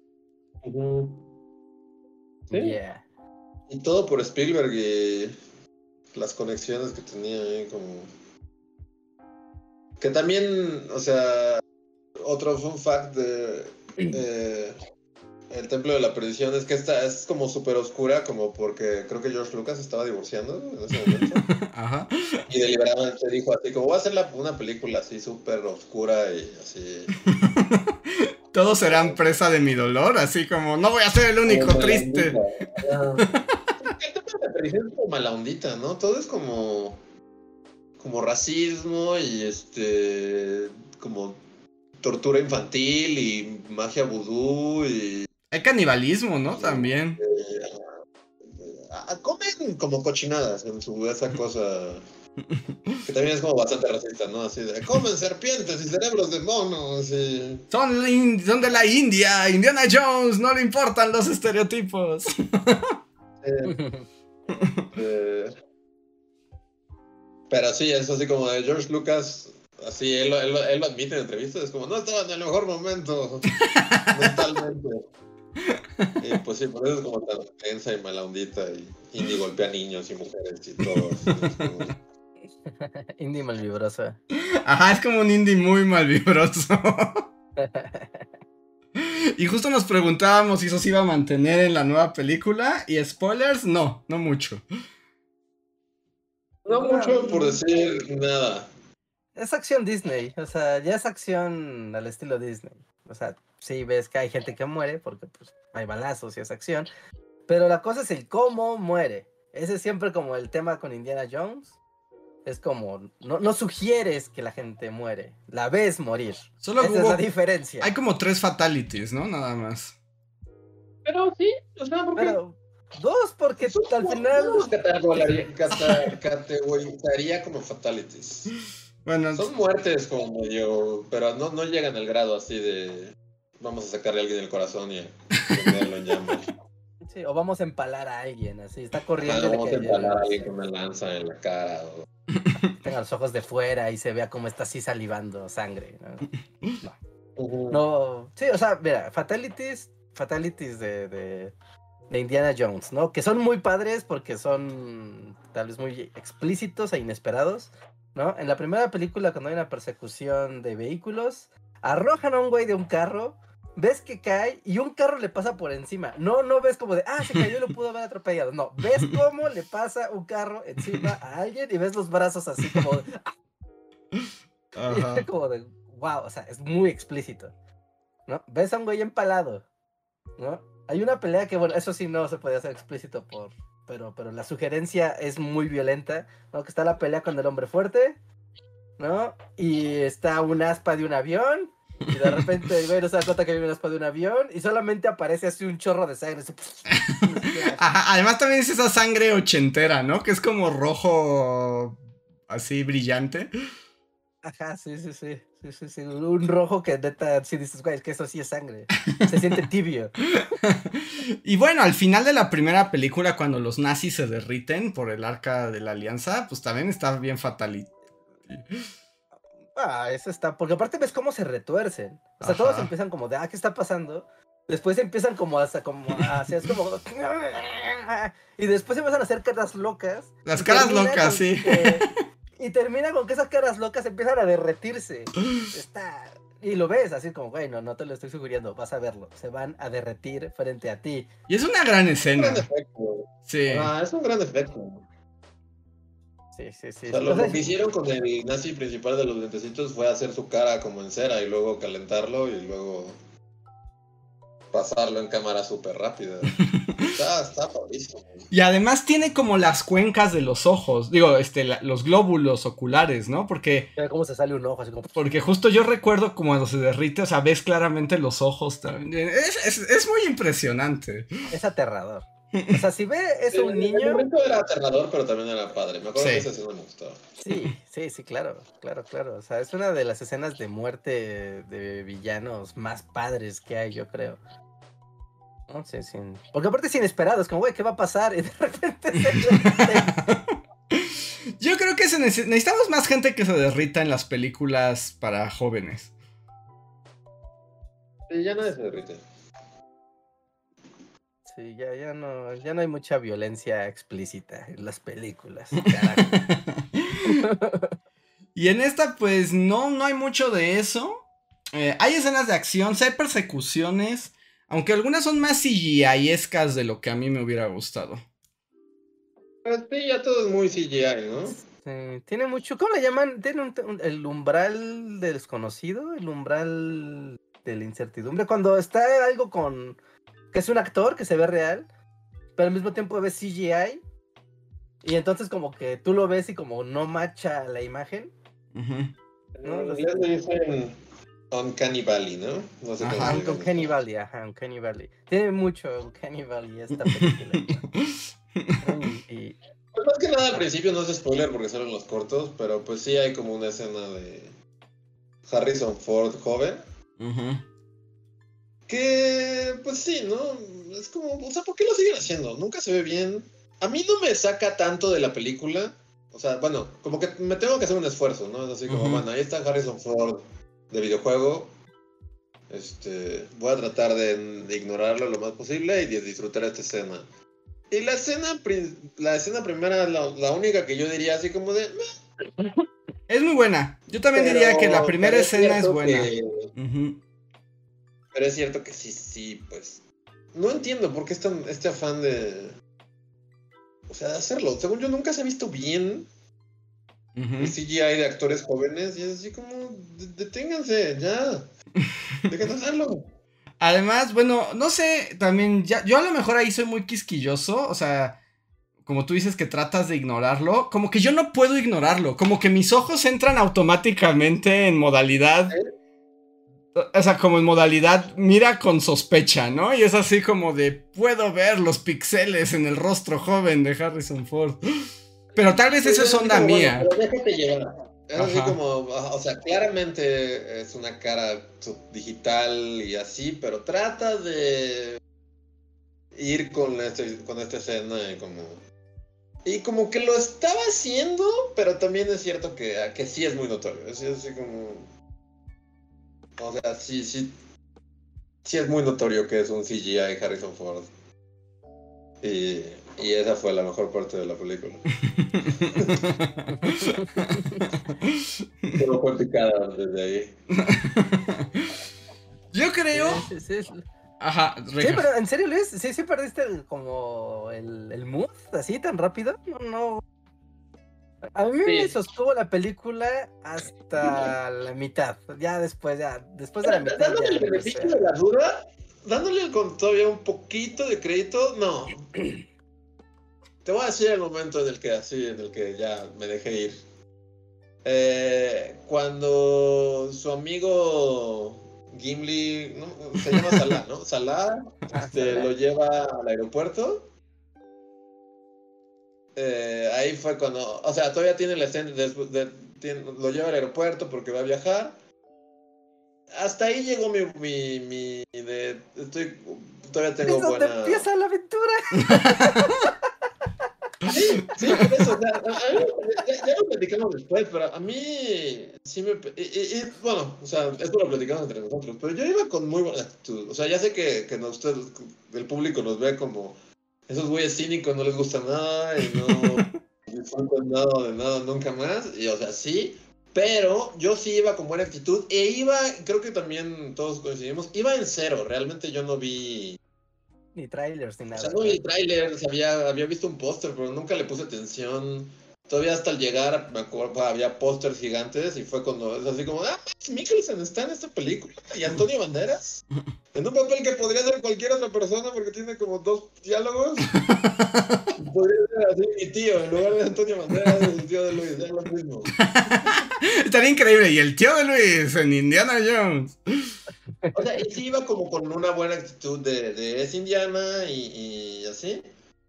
Speaker 4: Sí.
Speaker 2: Yeah.
Speaker 4: Y todo por Spielberg y las conexiones que tenía ahí como... Que también, o sea, otro fun fact de eh, El Templo de la Perdición es que esta es como súper oscura, como porque creo que George Lucas estaba divorciando en ese momento.
Speaker 3: Ajá.
Speaker 4: Y deliberadamente dijo así, como voy a hacer la- una película así súper oscura y así...
Speaker 3: Todos serán presa de mi dolor, así como no voy a ser el único
Speaker 4: como
Speaker 3: triste.
Speaker 4: malandita. El Templo de la Perdición es como mala ondita, ¿no? Todo es como... como racismo y este... como tortura infantil y magia vudú y...
Speaker 3: Hay canibalismo, ¿no? También.
Speaker 4: eh, ah, comen como cochinadas en su esa cosa que también es como bastante racista, ¿no? Así de comen serpientes y cerebros de monos y...
Speaker 3: Son, in- son de la India, Indiana Jones, no le importan los estereotipos.
Speaker 4: eh, eh, pero sí, es así como de George Lucas, así él, lo- él, lo- él lo admite en entrevistas, es como no estaba en el mejor momento mentalmente. Y pues sí, por eso es como tan tensa y mala ondita y, y ni golpea niños y mujeres y todo. Es como...
Speaker 2: Indie malvibrosa.
Speaker 3: Ajá, es como un indie muy malvibroso. Y justo nos preguntábamos si eso se iba a mantener en la nueva película. Y spoilers, no, no mucho.
Speaker 4: No mucho por decir nada.
Speaker 2: Es acción Disney, o sea, ya es acción al estilo Disney. O sea, sí ves que hay gente que muere porque pues hay balazos y es acción. Pero la cosa es el cómo muere. Ese es siempre como el tema con Indiana Jones. Es como, no, no sugieres que la gente muere, la ves morir.
Speaker 3: Solo
Speaker 2: Esa
Speaker 3: hubo,
Speaker 2: es la diferencia.
Speaker 3: hay como tres fatalities, ¿no? Nada más.
Speaker 4: Pero sí, o sea, porque...
Speaker 2: Pero dos, porque
Speaker 4: Eso
Speaker 2: al
Speaker 4: no-
Speaker 2: final...
Speaker 4: no los categorizaría, cata- categorizaría como fatalities.
Speaker 3: Bueno,
Speaker 4: Son muertes como medio, pero no, no llegan al grado así de vamos a sacarle a alguien el corazón y a ponerlo en llamas.
Speaker 2: Sí, o vamos a empalar a alguien, así, está
Speaker 4: Ah,
Speaker 2: corriendo. y le
Speaker 4: vamos a
Speaker 2: cae-
Speaker 4: empalar a alguien con una lanza en la cara. O...
Speaker 2: tenga los ojos de fuera y se vea cómo está así salivando sangre, ¿no? No.
Speaker 4: Ujú.
Speaker 2: No, sí, o sea, mira, fatalities, fatalities de, de, de Indiana Jones, ¿no? Que son muy padres porque son tal vez muy explícitos e inesperados, ¿no? En la primera película, cuando hay una persecución de vehículos, arrojan a un güey de un carro, ves que cae y un carro le pasa por encima. No, no ves como de, ah, se cayó y lo pudo haber atropellado. No, ves cómo le pasa un carro encima a alguien y ves los brazos así como de,
Speaker 3: ajá.
Speaker 2: como de, wow, o sea, es muy explícito, ¿no? Ves a un güey empalado, ¿no? Hay una pelea que, bueno, eso sí no se puede hacer explícito por, pero, pero la sugerencia es muy violenta, ¿no? Que está la pelea con el hombre fuerte, ¿no? Y está un aspa de un avión, y de repente el güey no se da cuenta que hay un aspa de un avión, y solamente aparece así un chorro de sangre, así,
Speaker 3: Ajá, además también es esa sangre ochentera, ¿no? Que es como rojo así brillante.
Speaker 2: ajá, sí, sí, sí, sí, sí, sí, un rojo que neta, si dices, güey, es que eso sí es sangre, se siente tibio.
Speaker 3: Y bueno, al final de la primera película, cuando los nazis se derriten por el arca de la alianza, pues también está bien fatal.
Speaker 2: Ah, eso está, porque aparte ves cómo se retuercen. O sea,
Speaker 3: Ajá.
Speaker 2: todos empiezan como de, ah, ¿qué está pasando? Después empiezan como hasta como así, es como... Y después empiezan a hacer caras locas.
Speaker 3: Las
Speaker 2: y
Speaker 3: caras
Speaker 2: termina
Speaker 3: locas,
Speaker 2: con
Speaker 3: sí.
Speaker 2: que- y termina con que esas caras locas empiezan a derretirse. Está... Y lo ves así como, güey, no, no te lo estoy sugiriendo, vas a verlo. Se van a derretir frente a ti.
Speaker 3: Y es una gran
Speaker 4: Es un
Speaker 3: escena.
Speaker 4: gran efecto.
Speaker 3: Sí.
Speaker 4: Ah, es un gran efecto.
Speaker 2: Sí, sí, sí.
Speaker 4: O sea,
Speaker 2: sí.
Speaker 4: lo,
Speaker 2: O sea,
Speaker 4: lo que hicieron con el nazi principal de los lentecitos fue hacer su cara como en cera y luego calentarlo y luego pasarlo en cámara súper rápida. Está, está padrísimo.
Speaker 3: Y además tiene como las cuencas de los ojos. Digo, este, la- los glóbulos oculares, ¿no? Porque,
Speaker 2: Mira cómo se sale un ojo, así como...
Speaker 3: porque justo yo recuerdo como cuando se derrite, o sea, ves claramente los ojos también. Es, es, es muy impresionante.
Speaker 2: Es aterrador. O sea, si ve es un
Speaker 4: En el
Speaker 2: niño...
Speaker 4: momento era aterrador, pero también era padre. Me acuerdo
Speaker 3: Sí.
Speaker 4: que esa escena me gustaba.
Speaker 2: Sí, sí, sí, claro, claro, claro. O sea, es una de las escenas de muerte de villanos más padres que hay, yo creo. No sé, sí. Porque aparte es inesperado, es como, güey, ¿qué va a pasar? Y de repente se derrite.
Speaker 3: Yo creo que se neces- necesitamos más gente que se derrita en las películas para jóvenes.
Speaker 4: Sí, ya nadie se derrite.
Speaker 2: Sí, ya, ya no, ya no hay mucha violencia explícita en las películas. Carajo.
Speaker 3: Y en esta, pues, no, no hay mucho de eso. Eh, hay escenas de acción, sí hay persecuciones. Aunque algunas son más C G I-escas de lo que a mí me hubiera gustado.
Speaker 4: Pero sí, ya todo es muy C G I, ¿no?
Speaker 2: Sí, tiene mucho, ¿cómo le llaman? Tiene un, un- el umbral del desconocido, el umbral de la incertidumbre. Cuando está algo con, que es un actor que se ve real, pero al mismo tiempo ves C G I. Y entonces como que tú lo ves y como no macha la imagen.
Speaker 3: Ujú.
Speaker 2: No,
Speaker 4: En
Speaker 2: los-
Speaker 4: inglés le dicen Uncanny Valley, ¿no? No sé
Speaker 3: Ajá.
Speaker 4: cómo se dice.
Speaker 2: Uncanny Valley, ajá, Uncanny Valley. Tiene mucho Uncanny Valley esta película. Y, y-
Speaker 4: Pues más que nada al principio no es spoiler porque salen los cortos, pero pues sí hay como una escena de Harrison Ford joven.
Speaker 3: Ujú.
Speaker 4: Que, pues sí, ¿no? Es como, o sea, ¿por qué lo siguen haciendo? Nunca se ve bien. A mí no me saca tanto de la película. O sea, bueno, como que me tengo que hacer un esfuerzo, ¿no? Es así como,
Speaker 3: Ujú.
Speaker 4: bueno, ahí está Harrison Ford de videojuego. Este, voy a tratar de, de ignorarlo lo más posible y de disfrutar esta escena. Y la escena, pri- la escena primera, la, la única que yo diría así como de... "Meh",
Speaker 3: Es muy buena. Yo también
Speaker 4: pero
Speaker 3: diría que la primera
Speaker 4: también
Speaker 3: escena es
Speaker 4: cierto
Speaker 3: buena.
Speaker 4: que-
Speaker 3: Ujú.
Speaker 4: pero es cierto que sí, sí, pues... No entiendo por qué es tan, este afán de... O sea, de hacerlo. Según yo, nunca se ha visto bien
Speaker 3: Uh-huh.
Speaker 4: el C G I de actores jóvenes. Y es así como, deténganse, ya. Dejen de hacerlo.
Speaker 3: Además, bueno, no sé, también, ya, yo a lo mejor ahí soy muy quisquilloso, o sea, como tú dices que tratas de ignorarlo, como que yo no puedo ignorarlo, como que mis ojos entran automáticamente en modalidad...
Speaker 4: ¿Eh?
Speaker 3: O sea, como en modalidad mira con sospecha, ¿no? Y es así como de, puedo ver los pixeles en el rostro joven de Harrison Ford. Pero tal vez eso es onda
Speaker 4: como,
Speaker 3: mía.
Speaker 4: Bueno, pero déjate llevar. Es así
Speaker 3: Ajá.
Speaker 4: como, o sea, claramente es una cara digital y así, pero trata de ir con, este, con esta escena y como... Y como que lo estaba haciendo, pero también es cierto que, que sí es muy notorio. Es así como... O sea, sí, sí, sí es muy notorio que es un C G I Harrison Ford. Y, y esa fue la mejor parte de la película. Solo fue picada desde ahí.
Speaker 3: Yo creo...
Speaker 2: Sí, sí, sí.
Speaker 3: Ajá,
Speaker 2: Sí, pero en serio, Luis, sí, sí perdiste el, como el, el mood así tan rápido. No, no. A mí
Speaker 4: Sí.
Speaker 2: me sostuvo la película hasta la mitad. Ya después, ya, después de la mitad
Speaker 4: Dándole
Speaker 2: ya
Speaker 4: el
Speaker 2: empecé
Speaker 4: beneficio de la duda, dándole con todavía un poquito de crédito, no. Te voy a decir el momento en el que así, en el que ya me dejé ir. Eh, cuando su amigo Gimli, ¿no? Se llama Salah, ¿no? Salah
Speaker 2: Ah,
Speaker 4: este,
Speaker 2: Salah.
Speaker 4: lo lleva al aeropuerto. Eh, ahí fue cuando, o sea, todavía tiene la escena, de, de, tiene, lo lleva al aeropuerto porque va a viajar. Hasta ahí llegó mi, mi, mi de, estoy, todavía tengo
Speaker 2: Es donde
Speaker 4: buena...
Speaker 2: empieza la aventura.
Speaker 4: Sí, sí, por eso, o sea, a mí, ya, ya lo platicamos después, pero a mí sí me... Y, y, y, bueno, o sea, esto lo platicamos entre nosotros, pero yo iba con muy buena actitud. O sea, ya sé que, que no, usted, el público nos ve como esos güeyes cínicos, no les gusta nada y no disfrutan nada de nada nunca más. Y, o sea, sí, pero yo sí iba con buena actitud e iba, creo que también todos coincidimos, iba en cero. Realmente yo no vi...
Speaker 2: Ni trailers ni
Speaker 4: O
Speaker 2: nada.
Speaker 4: sea, no vi el tráiler, había, había visto un póster, pero nunca le puse atención. Todavía hasta al llegar, me acuerdo, había pósters gigantes y fue cuando es así como, ah, Mikkelsen está en esta película y Antonio Banderas. En un papel que podría ser cualquier otra persona porque tiene como dos diálogos. Podría ser así mi tío, en lugar de Antonio Banderas, el tío de Luis, es lo mismo.
Speaker 3: Estaría increíble. Y el tío de Luis en Indiana Jones.
Speaker 4: O sea, y sí iba como con una buena actitud de, de es Indiana y, y así.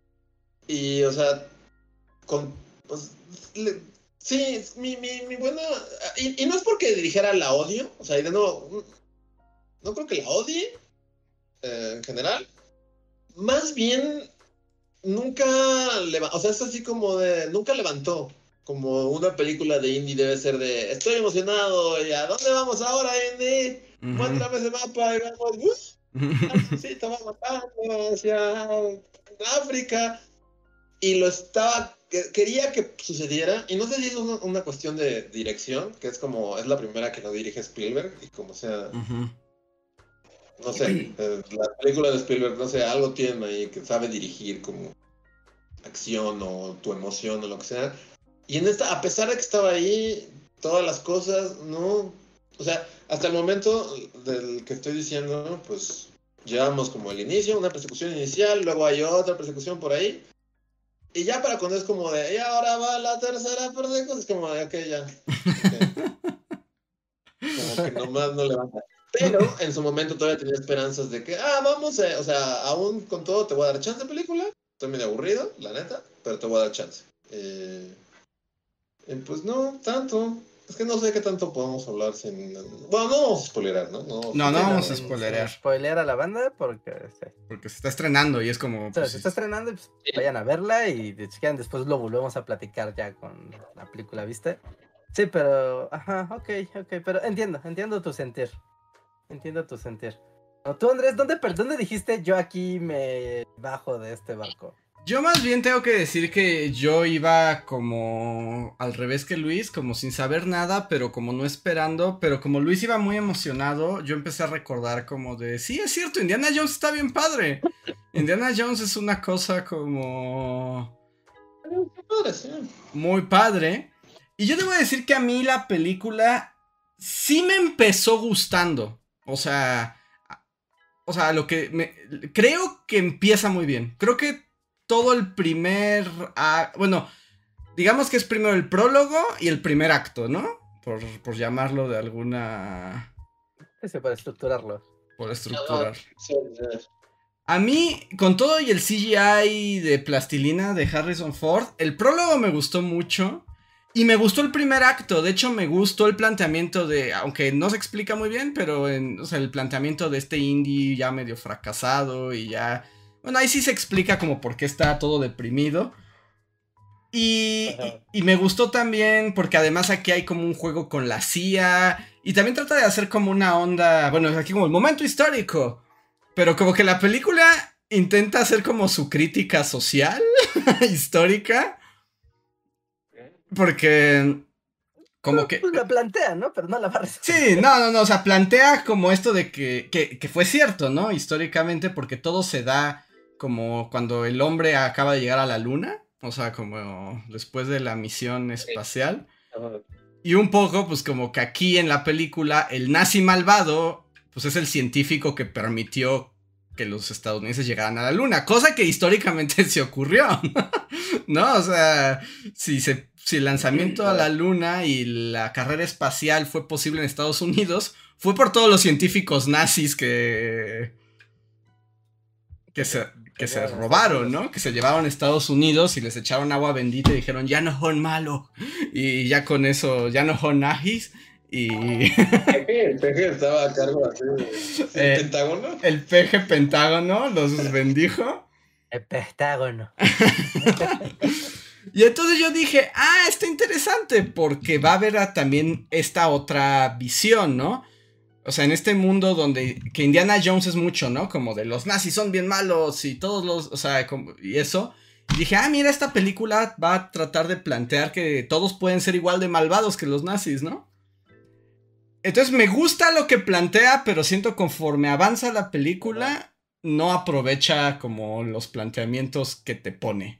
Speaker 4: Y, o sea, con, pues, le, sí, mi, mi, mi buena... Y, y no es porque dirigiera la odio, o sea, y de nuevo, no creo que la odie eh, en general. Más bien, nunca... Leva, o sea, es así como de... Nunca levantó. Como una película de indie debe ser de... Estoy emocionado, y ¿a dónde vamos ahora, indie? Uh-huh. Muéstrame ese mapa y vamos... Uh, sí, estaba matando hacia África. Y lo estaba... Quería que sucediera. Y no sé si es una, una cuestión de dirección, que es como... Es la primera que no dirige Spielberg. Y como sea... Uh-huh. No sé. Eh, la película de Spielberg, no sé, algo tiene ahí que sabe dirigir como acción o tu emoción o lo que sea. Y en esta, a pesar de que estaba ahí, todas las cosas, no... O sea, hasta el momento del que estoy diciendo, pues... Llevamos como el inicio, una persecución inicial, luego hay otra persecución por ahí. Y ya para cuando es como de, y ahora va la tercera persecución, es como de, ok, ya. Okay. Como que nomás no levanta. Pero en su momento todavía tenía esperanzas de que, ah, vamos, a, o sea, aún con todo te voy a dar chance de película. Estoy medio aburrido, la neta, pero te voy a dar chance. Eh, eh, pues no, tanto. Es que no sé qué tanto podemos hablar sin... Bueno, no vamos a spoilerar, ¿no? No,
Speaker 3: no, no vamos a spoilerear.
Speaker 2: Spoilear a la banda porque... Sí.
Speaker 3: Porque se está estrenando y es como...
Speaker 2: O sea, pues, se está estrenando y pues sí. Vayan a verla y si quieren después lo volvemos a platicar ya con la película, ¿viste? Sí, pero... Ajá, ok, ok, pero entiendo, entiendo tu sentir. Entiendo tu sentir. Tú, Andrés, ¿dónde, ¿dónde dijiste yo aquí me bajo de este barco?
Speaker 3: Yo más bien tengo que decir que yo iba como al revés que Luis, como sin saber nada, pero como no esperando, pero como Luis iba muy emocionado, yo empecé a recordar como de, sí, es cierto, Indiana Jones está bien padre. Indiana Jones es una cosa como muy padre. Y yo debo decir que a mí la película sí me empezó gustando. O sea, o sea, lo que me, creo que empieza muy bien. Creo que todo el primer... Ah, bueno, digamos que es primero el prólogo y el primer acto, ¿no? Por, por llamarlo de alguna...
Speaker 2: Ese para estructurarlo.
Speaker 3: Por estructurar.
Speaker 4: Sí, sí.
Speaker 3: A mí, con todo y el C G I de plastilina de Harrison Ford, el prólogo me gustó mucho. Y me gustó el primer acto. De hecho, me gustó el planteamiento de... Aunque no se explica muy bien, pero en, o sea, el planteamiento de este indie ya medio fracasado y ya... Bueno, ahí sí se explica como por qué está todo deprimido. Y, y, y me gustó también porque además aquí hay como un juego con la C I A. Y también trata de hacer como una onda... Bueno, es aquí como el momento histórico. Pero como que la película intenta hacer como su crítica social histórica. Porque... Como que...
Speaker 2: Pues la plantea, ¿no? Pero no la va a resolver.
Speaker 3: Sí, no, no, no, o sea, plantea como esto de que, que, que fue cierto, ¿no? Históricamente, porque todo se da como cuando el hombre acaba de llegar a la luna, o sea, como después de la misión espacial. Y un poco, pues como que aquí en la película, el nazi malvado, pues es el científico que permitió que los estadounidenses llegaran a la luna, cosa que históricamente se ocurrió, ¿no? O sea, si, se, si el lanzamiento a la luna y la carrera espacial fue posible en Estados Unidos, fue por todos los científicos nazis que... que se, que se robaron, ¿no? Que se llevaron a Estados Unidos y les echaron agua bendita y dijeron, ya no son malos. Y ya con eso, ya no son nazis. Y...
Speaker 4: El peje estaba a cargo así del
Speaker 3: Eh,
Speaker 4: Pentágono.
Speaker 3: El peje Pentágono los bendijo.
Speaker 2: El Pentágono.
Speaker 3: Y entonces yo dije, ah, está interesante porque va a haber a también esta otra visión, ¿no? O sea, en este mundo donde, que Indiana Jones es mucho, ¿no? Como de los nazis son bien malos y todos los, o sea, como, y eso. Y dije, ah, mira, esta película va a tratar de plantear que todos pueden ser igual de malvados que los nazis, ¿no? Entonces me gusta lo que plantea, pero siento conforme avanza la película, no aprovecha como los planteamientos que te pone.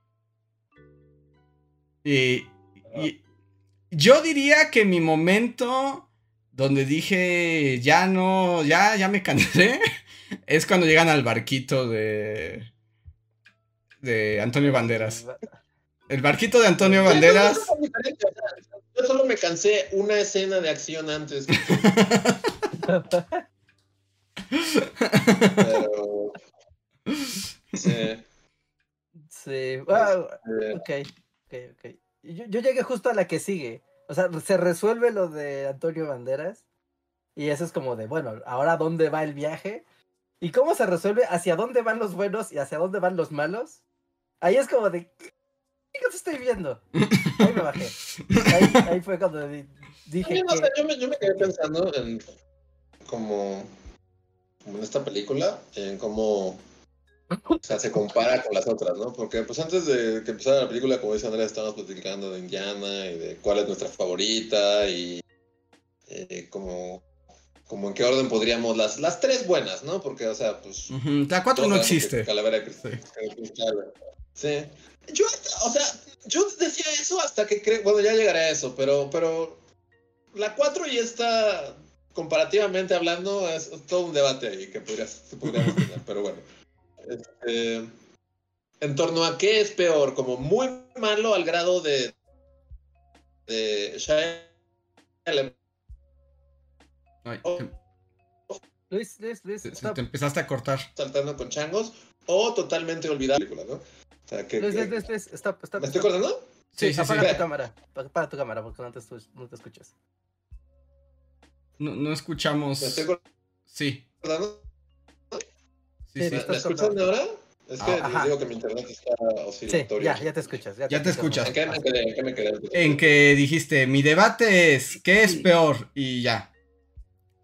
Speaker 3: Y, y yo diría que mi momento donde dije, ya no, ya, ya me cansé, es cuando llegan al barquito de, de Antonio Banderas. El barquito de Antonio Banderas...
Speaker 4: Yo solo me cansé una escena de acción antes. Pero... Sí.
Speaker 2: Sí. Wow. Ok, ok, ok. Yo, yo llegué justo a la que sigue. O sea, se resuelve lo de Antonio Banderas. Y eso es como de, bueno, ¿ahora dónde va el viaje? ¿Y cómo se resuelve hacia dónde van los buenos y hacia dónde van los malos? Ahí es como de... ¿Qué cosa estoy viendo? Ahí me bajé. Ahí, ahí fue cuando di- dije
Speaker 4: Sí, no, o
Speaker 2: que...
Speaker 4: sea, yo, me, yo me quedé pensando en como, como en esta película, en cómo o sea, se compara con las otras, ¿no? Porque pues antes de que empezara la película, como dice Andrea, estábamos platicando de Indiana y de cuál es nuestra favorita y eh, como, como en qué orden podríamos, las, las tres buenas, ¿no? Porque, o sea, pues...
Speaker 3: Uh-huh. La cuatro no existe.
Speaker 4: Calavera de cristal. Sí. Yo, o sea, yo decía eso hasta que creo, bueno, ya llegaré a eso, pero, pero la cuatro y esta, comparativamente hablando, es todo un debate ahí que podrías, podríamos tener, pero bueno. Este, en torno a qué es peor, como muy malo al grado de, de Shia LaBeouf.
Speaker 3: Ay,
Speaker 4: Oh.
Speaker 3: te,
Speaker 2: Luis, Luis, Luis,
Speaker 3: te-
Speaker 2: stop.
Speaker 3: te empezaste a cortar.
Speaker 4: Saltando con changos, o totalmente olvidar la película, ¿no? O sea, que,
Speaker 2: Luis,
Speaker 4: que-
Speaker 2: Luis, Luis, Luis, stop, stop,
Speaker 4: ¿Me estoy
Speaker 2: stop.
Speaker 4: acordando?
Speaker 3: Sí,
Speaker 2: Sí,
Speaker 3: sí, sí.
Speaker 2: apaga tu cámara. Apaga tu cámara porque no te, estu- no te escuchas.
Speaker 3: No, no escuchamos.
Speaker 4: ¿Me estoy
Speaker 3: Sí,
Speaker 4: acordando?
Speaker 3: sí,
Speaker 2: Sí,
Speaker 3: sí.
Speaker 2: te
Speaker 4: ¿Me
Speaker 2: estás
Speaker 4: escuchan
Speaker 2: cortando.
Speaker 4: ahora? Es que
Speaker 2: Ah,
Speaker 4: les
Speaker 2: ajá.
Speaker 4: digo que mi internet está
Speaker 2: Sí,
Speaker 4: oscilatorio.
Speaker 2: ya, ya te escuchas. Ya,
Speaker 3: Ya te escuchas.
Speaker 4: ¿En qué me quedé? ¿En qué me quedé?
Speaker 3: En que dijiste, mi debate es, ¿qué es peor? Y ya.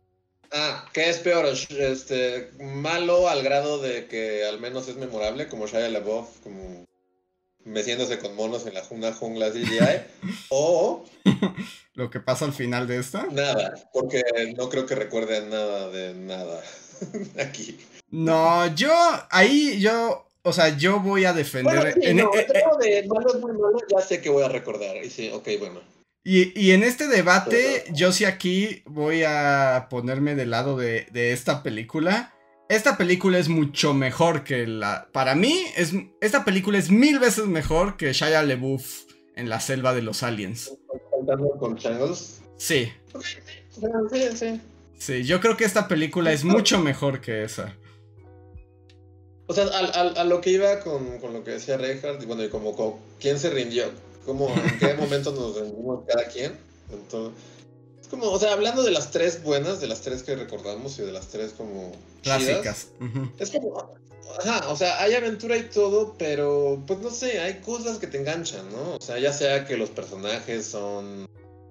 Speaker 4: Ah, ¿qué es peor? Este, malo al grado de que al menos es memorable, como Shia LaBeouf, como meciéndose con monos en la una jungla C G I, o
Speaker 3: Lo que pasa al final de esta.
Speaker 4: nada, porque no creo que recuerde nada de nada aquí.
Speaker 3: No, yo, ahí yo, o sea, yo voy a defender.
Speaker 4: Bueno, sí,
Speaker 3: en,
Speaker 4: no,
Speaker 3: eh,
Speaker 4: el
Speaker 3: eh,
Speaker 4: grado de malo es muy malo, ya sé que voy a recordar. Y sí, ok, bueno.
Speaker 3: y, y en este debate, yo sí aquí voy a ponerme del lado de, de esta película. Esta película es mucho mejor que la. Para mí, es, esta película es mil veces mejor que Shia LaBeouf en la selva de los aliens.
Speaker 4: Contando con changos.
Speaker 3: Sí,
Speaker 4: Sí, sí.
Speaker 3: sí, yo creo que esta película es mucho mejor que esa.
Speaker 4: O sea, a, a, a lo que iba con, con lo que decía Reinhardt, y bueno, y como, como quién se rindió, como en qué momento nos rendimos cada quien. Entonces, es como, o sea, hablando de las tres buenas, de las tres que recordamos y de las tres como
Speaker 3: Clásicas.
Speaker 4: chidas,
Speaker 3: Uh-huh.
Speaker 4: es como, ajá, o sea, hay aventura y todo, pero pues no sé, hay cosas que te enganchan, ¿no? O sea, ya sea que los personajes son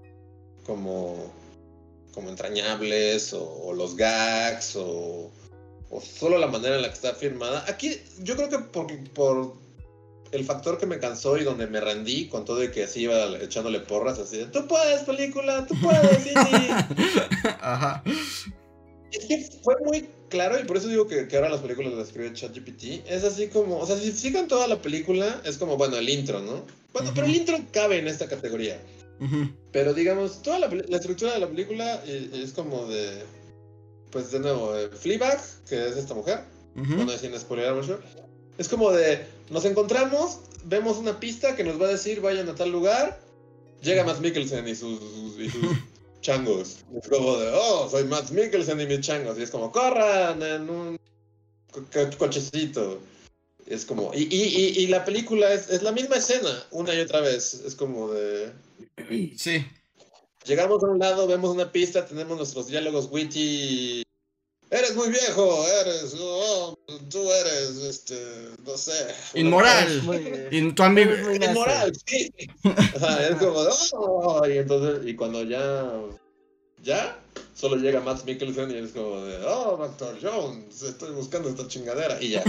Speaker 4: como, como entrañables, o, o los gags, o, o solo la manera en la que está filmada. Aquí yo creo que por, por el factor que me cansó y donde me rendí con todo y que así iba echándole porras, así de, tú puedes, película, tú puedes, sí, sí.
Speaker 3: Ajá.
Speaker 4: Es que fue muy claro, y por eso digo que, que ahora las películas las escribe ChatGPT. Es así como, o sea, si sigan toda la película, es como, bueno, el intro, ¿no? Bueno, uh-huh. Pero el intro cabe en esta categoría.
Speaker 3: Uh-huh.
Speaker 4: Pero digamos, toda la, la estructura de la película es, es como de, pues de nuevo, eh, Fleabag, que es esta mujer, uh-huh. Bueno, sin spoiler mucho, es como de, nos encontramos, vemos una pista que nos va a decir, vayan a tal lugar, llega Matt Mikkelsen y sus, sus, y sus changos. Es como de, oh, soy Matt Mikkelsen y mis changos. Y es como, corran en un co- cochecito. Es como, y, y, y, y la película es, es la misma escena, una y otra vez. Es como de...
Speaker 3: Sí.
Speaker 4: Llegamos a un lado, vemos una pista, tenemos nuestros diálogos witty. Eres muy viejo, eres, oh, tú eres, este, no sé.
Speaker 3: Inmoral. In, tu amigo.
Speaker 4: Inmoral, sí. O sea, es como, oh, y entonces, y cuando ya, ya, solo llega Matt Mikkelsen y es como de, oh, doctor Jones, estoy buscando esta chingadera, y ya.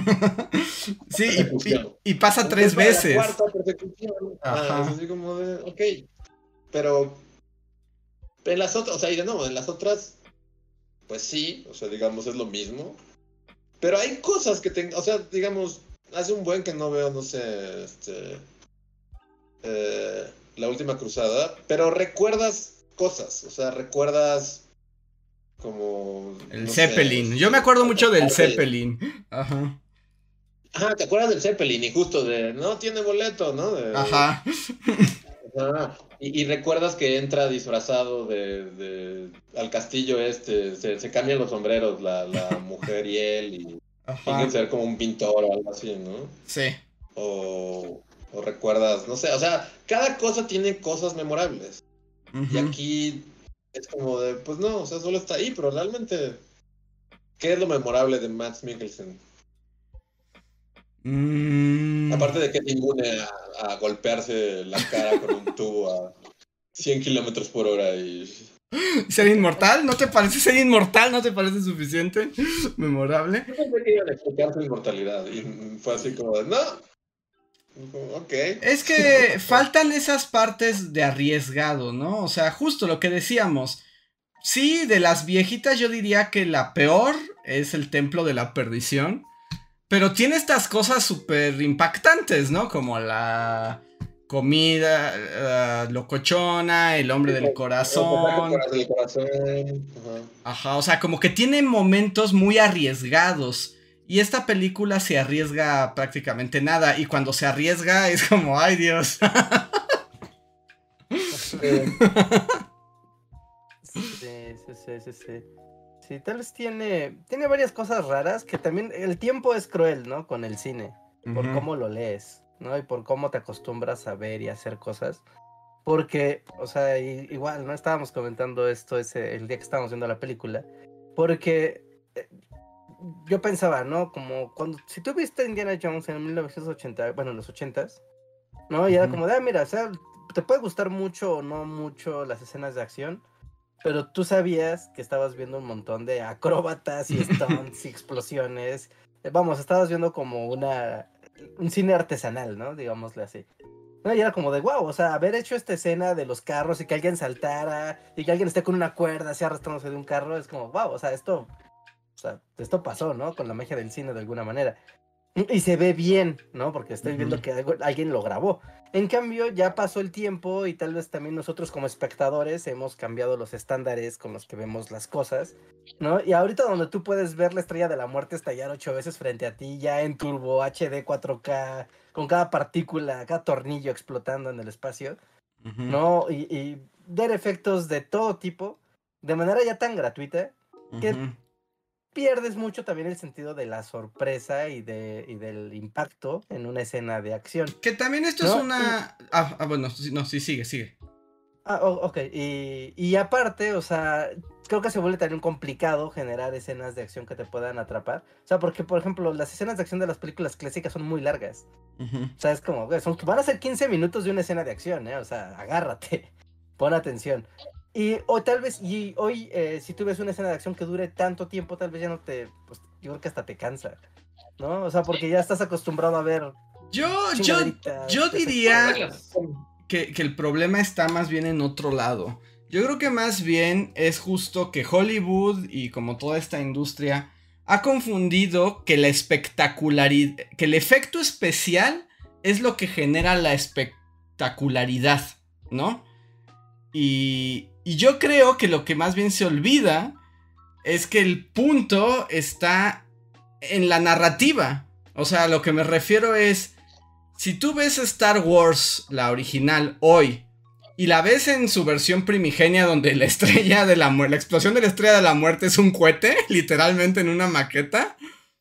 Speaker 3: Sí, y, y, y pasa entonces, tres veces.
Speaker 4: La cuarta persecución. Ajá. Ah, es así como de, ok, pero en las otras, o sea, y de nuevo, en las otras, pues sí, o sea, digamos, es lo mismo. Pero hay cosas que tengo, o sea, digamos, hace un buen que no veo, no sé, este... Eh, La Última Cruzada, pero recuerdas cosas, o sea, recuerdas como...
Speaker 3: El
Speaker 4: no
Speaker 3: Zeppelin,
Speaker 4: sé,
Speaker 3: yo me acuerdo mucho del
Speaker 4: Zeppelin.
Speaker 3: Zeppelin. Ajá.
Speaker 4: Ajá, ¿te acuerdas del Zeppelin? Y justo de, no tiene boleto, ¿no? De,
Speaker 3: Ajá.
Speaker 4: Ajá. Y, y recuerdas que entra disfrazado de, de al castillo este, se, se cambian los sombreros la, la mujer y él y finge ser como un pintor o algo así, ¿no?
Speaker 3: Sí.
Speaker 4: O, o recuerdas, no sé, o sea, cada cosa tiene cosas memorables. Uh-huh. Y aquí es como de, pues no, o sea, solo está ahí, pero realmente, ¿qué es lo memorable de Matt Mikkelsen?
Speaker 3: Mm.
Speaker 4: Aparte de que es inmune a, a golpearse la cara con un tubo a cien kilómetros por hora y...
Speaker 3: ¿Ser inmortal? ¿No te parece ser inmortal? ¿No te parece suficiente? ¿Memorable?
Speaker 4: Yo pensé que iban a explicar su inmortalidad y fue así como de, no. Ok.
Speaker 3: Es que faltan esas partes de arriesgado, ¿no? O sea, justo lo que decíamos. Sí, de las viejitas yo diría que la peor es el Templo de la Perdición. Pero tiene estas cosas súper impactantes, ¿no? Como la comida uh, locochona, el hombre del corazón.
Speaker 4: El corazón. Ajá.
Speaker 3: Ajá, o sea, como que tiene momentos muy arriesgados. Y esta película se arriesga prácticamente nada. Y cuando se arriesga es como, ¡ay, Dios!
Speaker 2: Sí, sí, sí, sí, sí. Sí, tal vez tiene, tiene varias cosas raras que también el tiempo es cruel, ¿no? Con el cine, por uh-huh. cómo lo lees, ¿no? Y por cómo te acostumbras a ver y hacer cosas. Porque, o sea, igual, ¿no? Estábamos comentando esto ese, el día que estábamos viendo la película. Porque eh, yo pensaba, ¿no? Como cuando, si tú viste Indiana Jones en mil novecientos ochenta, bueno, en los ochentas, ¿no? Y era uh-huh. como de, ah, mira, o sea, te puede gustar mucho o no mucho las escenas de acción. pero tú sabías que estabas viendo un montón de acróbatas y stunts y explosiones. Vamos, estabas viendo como una un cine artesanal, ¿no? Digámosle así. No, y era como de wow, o sea, haber hecho esta escena de los carros y que alguien saltara y que alguien esté con una cuerda así arrastrándose de un carro, es como wow, o sea, esto, o sea, esto pasó, ¿no? Con la magia del cine de alguna manera. Y se ve bien, ¿no? Porque estoy viendo que algo, alguien lo grabó. En cambio, ya pasó el tiempo y tal vez también nosotros como espectadores hemos cambiado los estándares con los que vemos las cosas, ¿no? Y ahorita donde tú puedes ver la Estrella de la Muerte estallar ocho veces frente a ti, ya en turbo, H D, cuatro K, con cada partícula, cada tornillo explotando en el espacio, uh-huh. ¿no? Y, y ver efectos de todo tipo, de manera ya tan gratuita, que... Uh-huh. pierdes mucho también el sentido de la sorpresa y, de, y del impacto en una escena de acción.
Speaker 3: Que también esto ¿no? es una... Ah, ah, bueno, no, sí, sigue, sigue.
Speaker 2: Ah, oh, ok, y, y aparte, o sea, creo que se vuelve también complicado generar escenas de acción que te puedan atrapar. O sea, porque, por ejemplo, las escenas de acción de las películas clásicas son muy largas. Uh-huh. O sea, es como, son, van a ser quince minutos de una escena de acción, ¿eh? O sea, agárrate, pon atención. Y o tal vez, y hoy, eh, si tú ves una escena de acción que dure tanto tiempo, tal vez ya no te, pues yo creo que hasta te cansa, ¿no? O sea, porque ya estás acostumbrado a ver...
Speaker 3: Yo, yo, yo diría que, que el problema está más bien en otro lado. Yo creo que más bien es justo que Hollywood y como toda esta industria ha confundido que la espectacularidad, que el efecto especial es lo que genera la espectacularidad, ¿no? Y... Y yo creo que lo que más bien se olvida es que el punto está en la narrativa. O sea, lo que me refiero es, si tú ves Star Wars, la original, hoy, y la ves en su versión primigenia donde la estrella de la muerte, la explosión de la estrella de la muerte es un cohete, literalmente en una maqueta.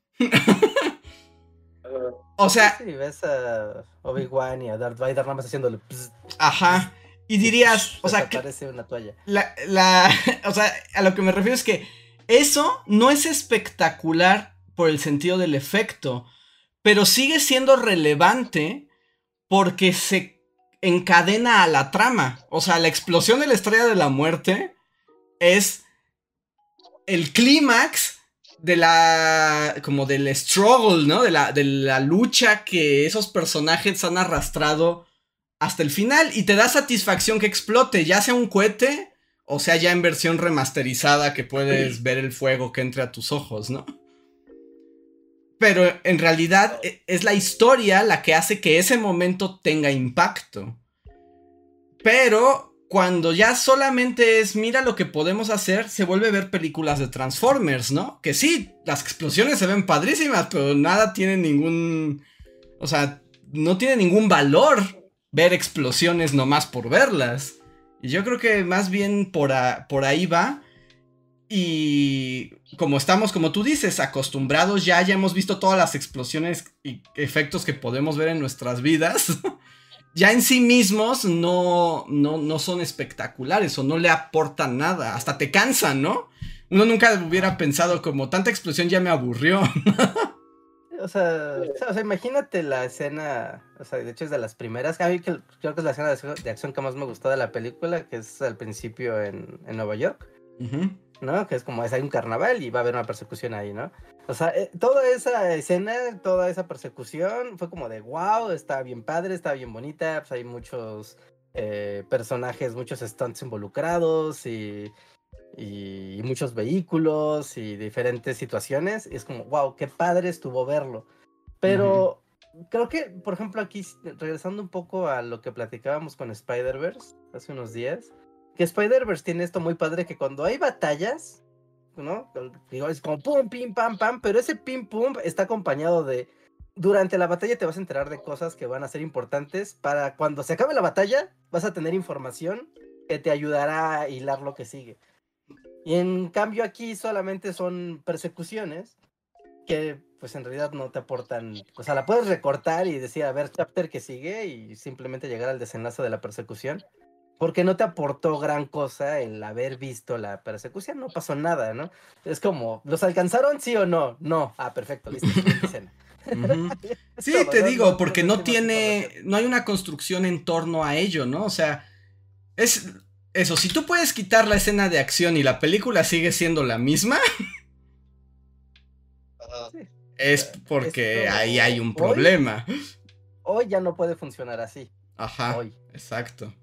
Speaker 3: O sea...
Speaker 2: Sí, ves a Obi-Wan y a Darth Vader nada más haciéndole... Pss,
Speaker 3: ajá. Y dirías, o sea,
Speaker 2: parece una toalla.
Speaker 3: La, la, o sea, a lo que me refiero es que eso no es espectacular por el sentido del efecto, pero sigue siendo relevante porque se encadena a la trama. O sea, la explosión de la Estrella de la Muerte es el clímax de la, como del struggle, ¿no? De la, de la lucha que esos personajes han arrastrado hasta el final, y te da satisfacción que explote, ya sea un cohete, o sea ya en versión remasterizada que puedes ver el fuego que entre a tus ojos, ¿no? Pero en realidad es la historia la que hace que ese momento tenga impacto. Pero cuando ya solamente es mira lo que podemos hacer, se vuelve a ver películas de Transformers, ¿no? Que sí, las explosiones se ven padrísimas, pero nada tiene ningún... O sea, no tiene ningún valor ver explosiones nomás por verlas. Y yo creo que más bien por, a, por ahí va. Y como estamos, como tú dices, acostumbrados ya, ya hemos visto todas las explosiones y efectos que podemos ver en nuestras vidas. Ya en sí mismos no, no, no son espectaculares o no le aportan nada. Hasta te cansan, ¿no? Uno nunca hubiera pensado como tanta explosión ya me aburrió.
Speaker 2: O sea, o sea, imagínate la escena, o sea, de hecho es de las primeras, a mí que, creo que es la escena de acción, de acción que más me gustó de la película, que es al principio en, en Nueva York, uh-huh. ¿no? Que es como, es, hay un carnaval y va a haber una persecución ahí, ¿no? O sea, eh, toda esa escena, toda esa persecución fue como de, wow, está bien padre, está bien bonita, pues hay muchos eh, personajes, muchos stunts involucrados y... y muchos vehículos y diferentes situaciones, y es como, wow, qué padre estuvo verlo. Pero uh-huh. creo que, por ejemplo, aquí, regresando un poco a lo que platicábamos con Spider-Verse hace unos días, que Spider-Verse tiene esto muy padre, que cuando hay batallas, ¿no? Digo, es como pum, pim, pam, pam, pero ese pim, pum está acompañado de... Durante la batalla te vas a enterar de cosas que van a ser importantes para cuando se acabe la batalla, vas a tener información que te ayudará a hilar lo que sigue. Y en cambio aquí solamente son persecuciones que pues en realidad no te aportan, o sea, la puedes recortar y decir, a ver, chapter que sigue y simplemente llegar al desenlace de la persecución, porque no te aportó gran cosa el haber visto la persecución, no pasó nada, ¿no? Es como, ¿los alcanzaron sí o no? No, ah, perfecto, listo, escena.
Speaker 3: Uh-huh. Sí, todo, te ¿no? digo, porque no tiene, no hay una construcción en torno a ello, ¿no? O sea, es... eso, si tú puedes quitar la escena de acción y la película sigue siendo la misma,
Speaker 4: Ajá.
Speaker 2: Sí.
Speaker 3: es porque
Speaker 2: Esto-
Speaker 3: ahí hay un
Speaker 2: hoy-
Speaker 3: problema.
Speaker 2: Hoy ya no puede funcionar así.
Speaker 3: Ajá,
Speaker 2: Hoy.
Speaker 3: exacto.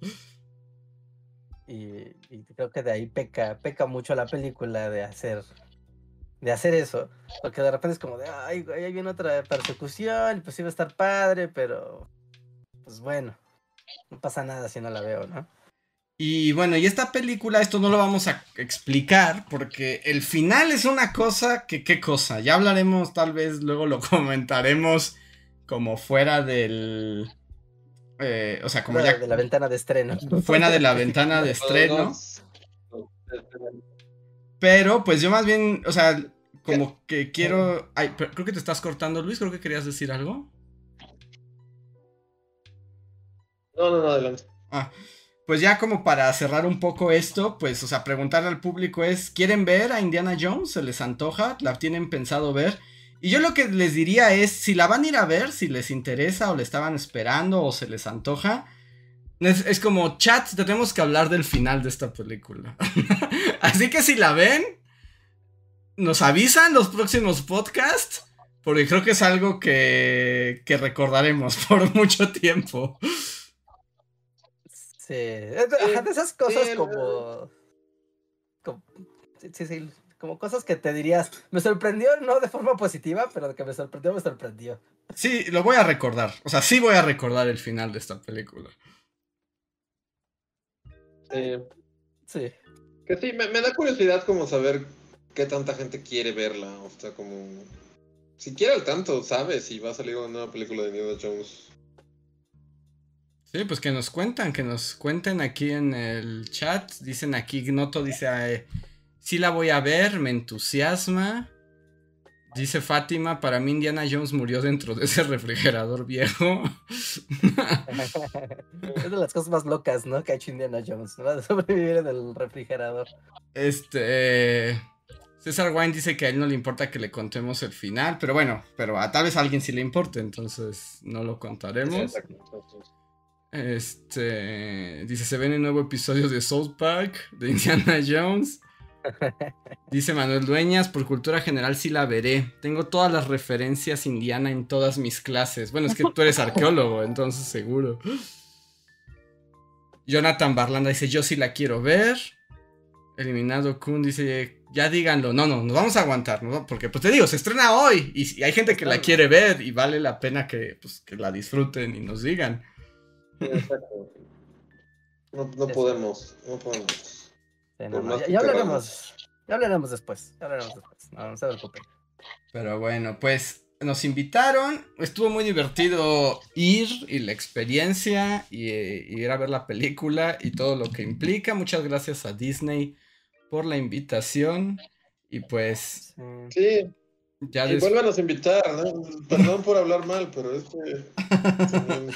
Speaker 2: Y, y creo que de ahí peca, peca mucho la película de hacer, de hacer eso. Porque de repente es como de, ay, güey, ahí viene otra persecución, y pues iba a estar padre, pero pues bueno, no pasa nada si no la veo, ¿no?
Speaker 3: Y bueno, y esta película, esto no lo vamos a explicar porque el final es una cosa que, ¿qué cosa? Ya hablaremos, tal vez luego lo comentaremos como fuera del... Eh, o sea, como
Speaker 2: Fuera
Speaker 3: ya
Speaker 2: de la ventana de estreno.
Speaker 3: fuera de la ventana de estreno. Pero pues yo más bien, o sea, como que quiero... Ay, pero creo que te estás cortando, Luis, creo que querías decir algo.
Speaker 4: No, no, no, adelante.
Speaker 3: Ah, pues ya como para cerrar un poco esto, pues, o sea, preguntarle al público es, ¿quieren ver a Indiana Jones? ¿Se les antoja? ¿La tienen pensado ver? Y yo lo que les diría es, si la van a ir a ver, si les interesa o le estaban esperando o se les antoja, es, es como, chat, tenemos que hablar del final de esta película. Así que si la ven, nos avisan los próximos podcasts, porque creo que es algo que, que recordaremos por mucho tiempo.
Speaker 2: Sí, es de, ajá, de esas cosas
Speaker 4: sí, el-
Speaker 2: como, como, sí, sí, sí, como cosas que te dirías, me sorprendió, no de forma positiva, pero de que me sorprendió, me sorprendió.
Speaker 3: Sí, lo voy a recordar. O sea, sí voy a recordar el final de esta película.
Speaker 4: Sí.
Speaker 2: Sí,
Speaker 4: Que sí, me, me da curiosidad como saber qué tanta gente quiere verla. O sea, como... Siquiera al tanto, ¿sabes? Si va a salir una nueva película de Indiana Jones.
Speaker 3: Sí, pues que nos cuentan, que nos cuenten aquí en el chat. Dicen aquí, Ignoto dice, eh, sí la voy a ver, me entusiasma. Dice Fátima, para mí Indiana Jones murió dentro de ese refrigerador viejo.
Speaker 2: es de las cosas más locas, ¿no? Que ha hecho Indiana Jones, ¿no? De sobrevivir en el refrigerador.
Speaker 3: Este... César Wine dice que a él no le importa que le contemos el final, pero bueno, pero a tal vez a alguien sí le importe, entonces no lo contaremos. Este... Dice, se ven el nuevo episodio de South Park, de Indiana Jones. Dice Manuel Dueñas, por cultura general sí la veré. Tengo todas las referencias Indiana en todas mis clases. Bueno, es que tú eres arqueólogo, entonces seguro. Jonathan Barlanda dice, yo sí la quiero ver. Eliminado Kun dice, ya díganlo. No, no, nos vamos a aguantar, ¿no? Porque, pues te digo, se estrena hoy. Y, y hay gente que la quiere ver y vale la pena que, pues, que la disfruten y nos digan.
Speaker 4: Sí, exacto. No, no podemos, no podemos.
Speaker 2: Sí, no,
Speaker 4: Por
Speaker 2: no,
Speaker 4: más
Speaker 2: ya,
Speaker 4: que
Speaker 2: ya
Speaker 4: queramos.
Speaker 2: hablaremos, ya hablaremos después, ya hablaremos después, no, no se preocupen.
Speaker 3: Pero bueno, pues nos invitaron, estuvo muy divertido ir y la experiencia y, y ir a ver la película y todo lo que implica. Muchas gracias a Disney por la invitación y pues
Speaker 2: Sí.
Speaker 4: Sí,
Speaker 3: ya
Speaker 4: y
Speaker 3: des-
Speaker 4: vuélvanos a invitar, ¿no? Perdón por hablar mal, pero es que... también-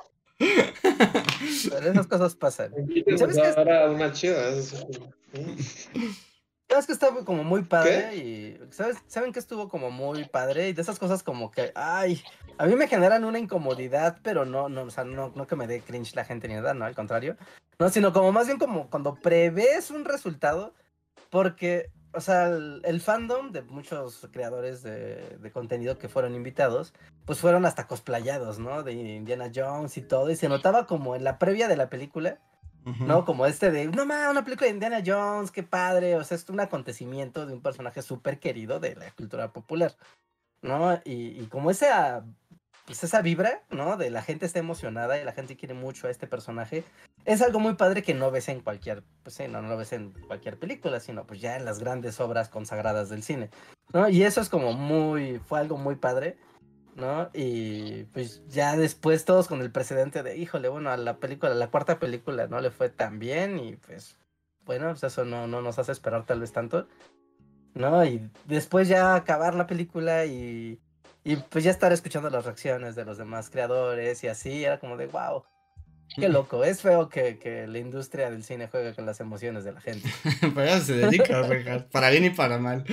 Speaker 2: Pero esas cosas pasan.
Speaker 4: Invítenos
Speaker 2: ¿Sabes qué?
Speaker 4: ahora a una chida. es-
Speaker 2: Sabes que está como muy padre y ¿sabes? ¿Saben que estuvo como muy padre? Y de esas cosas como que, ay, a mí me generan una incomodidad, pero no, no, o sea, no, no que me dé cringe la gente ni nada, no, al contrario. No, sino como más bien como cuando prevés un resultado, porque, o sea, el, el fandom de muchos creadores de, de contenido que fueron invitados, pues fueron hasta cosplayados, ¿no? De Indiana Jones y todo, y se notaba como en la previa de la película,
Speaker 3: Ujú.
Speaker 2: ¿no? Como este de, no mames, una película de Indiana Jones, qué padre, o sea, es un acontecimiento de un personaje súper querido de la cultura popular, ¿no? Y, y como esa, pues esa vibra, ¿no? De la gente está emocionada y la gente quiere mucho a este personaje, es algo muy padre que no ves en cualquier, pues sí, no, no lo ves en cualquier película, sino pues ya en las grandes obras consagradas del cine, ¿no? Y eso es como muy, fue algo muy padre, ¿no? Y pues ya después todos con el precedente de, híjole, bueno, a la película, a la cuarta película no le fue tan bien y pues, bueno, pues eso no, no nos hace esperar tal vez tanto, ¿no? Y después ya acabar la película y, y pues ya estar escuchando las reacciones de los demás creadores y así, era como de, wow, qué loco, es feo que, que la industria del cine juegue con las emociones de la gente.
Speaker 3: Para eso se dedica, Rejas, para bien y para mal.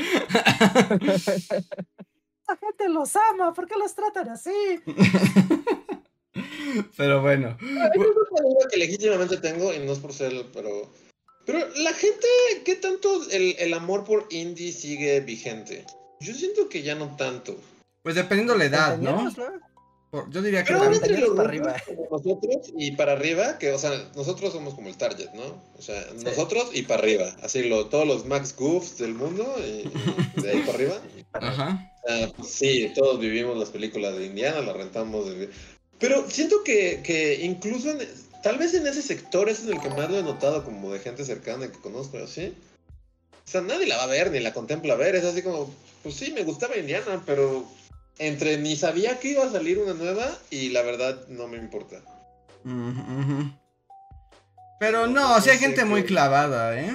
Speaker 2: La gente los ama, ¿por qué los tratan así?
Speaker 3: Pero bueno,
Speaker 4: Esa es una duda que legítimamente tengo, y no es por ser, pero Pero la gente, ¿qué tanto el, el amor por indie sigue vigente? Yo siento que ya no tanto.
Speaker 3: Pues dependiendo de la edad, ¿no?
Speaker 2: ¿no?
Speaker 3: Por- yo diría que
Speaker 4: Pero ahora
Speaker 3: también.
Speaker 4: entre los
Speaker 2: para
Speaker 4: rucos,
Speaker 2: arriba.
Speaker 4: como nosotros y para arriba, que, o sea, nosotros somos como el target, ¿no? O sea,
Speaker 2: Sí.
Speaker 4: nosotros y para arriba. Así, lo, todos los Max Goofs del mundo, y, y de ahí para arriba.
Speaker 3: Ajá.
Speaker 4: Ah, pues sí, todos vivimos las películas de Indiana, las rentamos. De... Pero siento que, que incluso, en, tal vez en ese sector es en el que más lo he notado, como de gente cercana que conozco, ¿sí? O sea, nadie la va a ver, ni la contempla ver, es así como, pues sí, me gustaba Indiana, pero entre ni sabía que iba a salir una nueva y la verdad no me importa.
Speaker 3: Uh-huh, uh-huh. Pero no, sí hay gente muy clavada, ¿eh?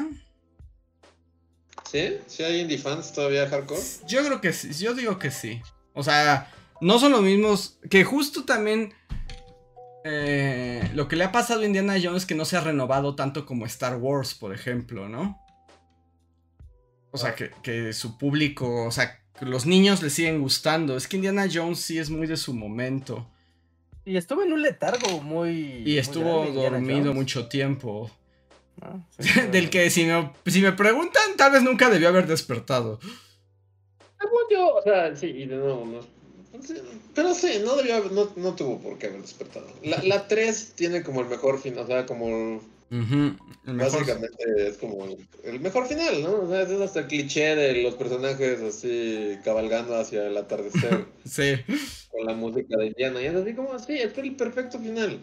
Speaker 4: ¿Sí? ¿Sí hay indie fans todavía hardcore?
Speaker 3: Yo creo que sí, yo digo que sí. O sea, no son los mismos. Que justo también eh, lo que le ha pasado a Indiana Jones es que no se ha renovado tanto como Star Wars, por ejemplo, ¿no? O sea, que, que su público, o sea, que los niños le siguen gustando. Es que Indiana Jones sí es muy de su momento.
Speaker 2: Y estuvo en un letargo muy...
Speaker 3: Y estuvo
Speaker 2: muy grande,
Speaker 3: dormido mucho tiempo.
Speaker 2: ¿no? Sí,
Speaker 3: Del que si me, si me preguntan, tal vez nunca debió haber despertado.
Speaker 4: Según yo, o sea, sí, y de nuevo, no, pero sí, no debió haber, no, no tuvo por qué haber despertado. La, la tres tiene como el mejor final, o sea, como el,
Speaker 3: Uh-huh. El mejor...
Speaker 4: básicamente es como el, el mejor final, ¿no? O sea, es hasta el cliché de los personajes así cabalgando hacia el atardecer.
Speaker 3: Sí.
Speaker 4: Con la música de Indiana, y es así como, sí, este es el perfecto final.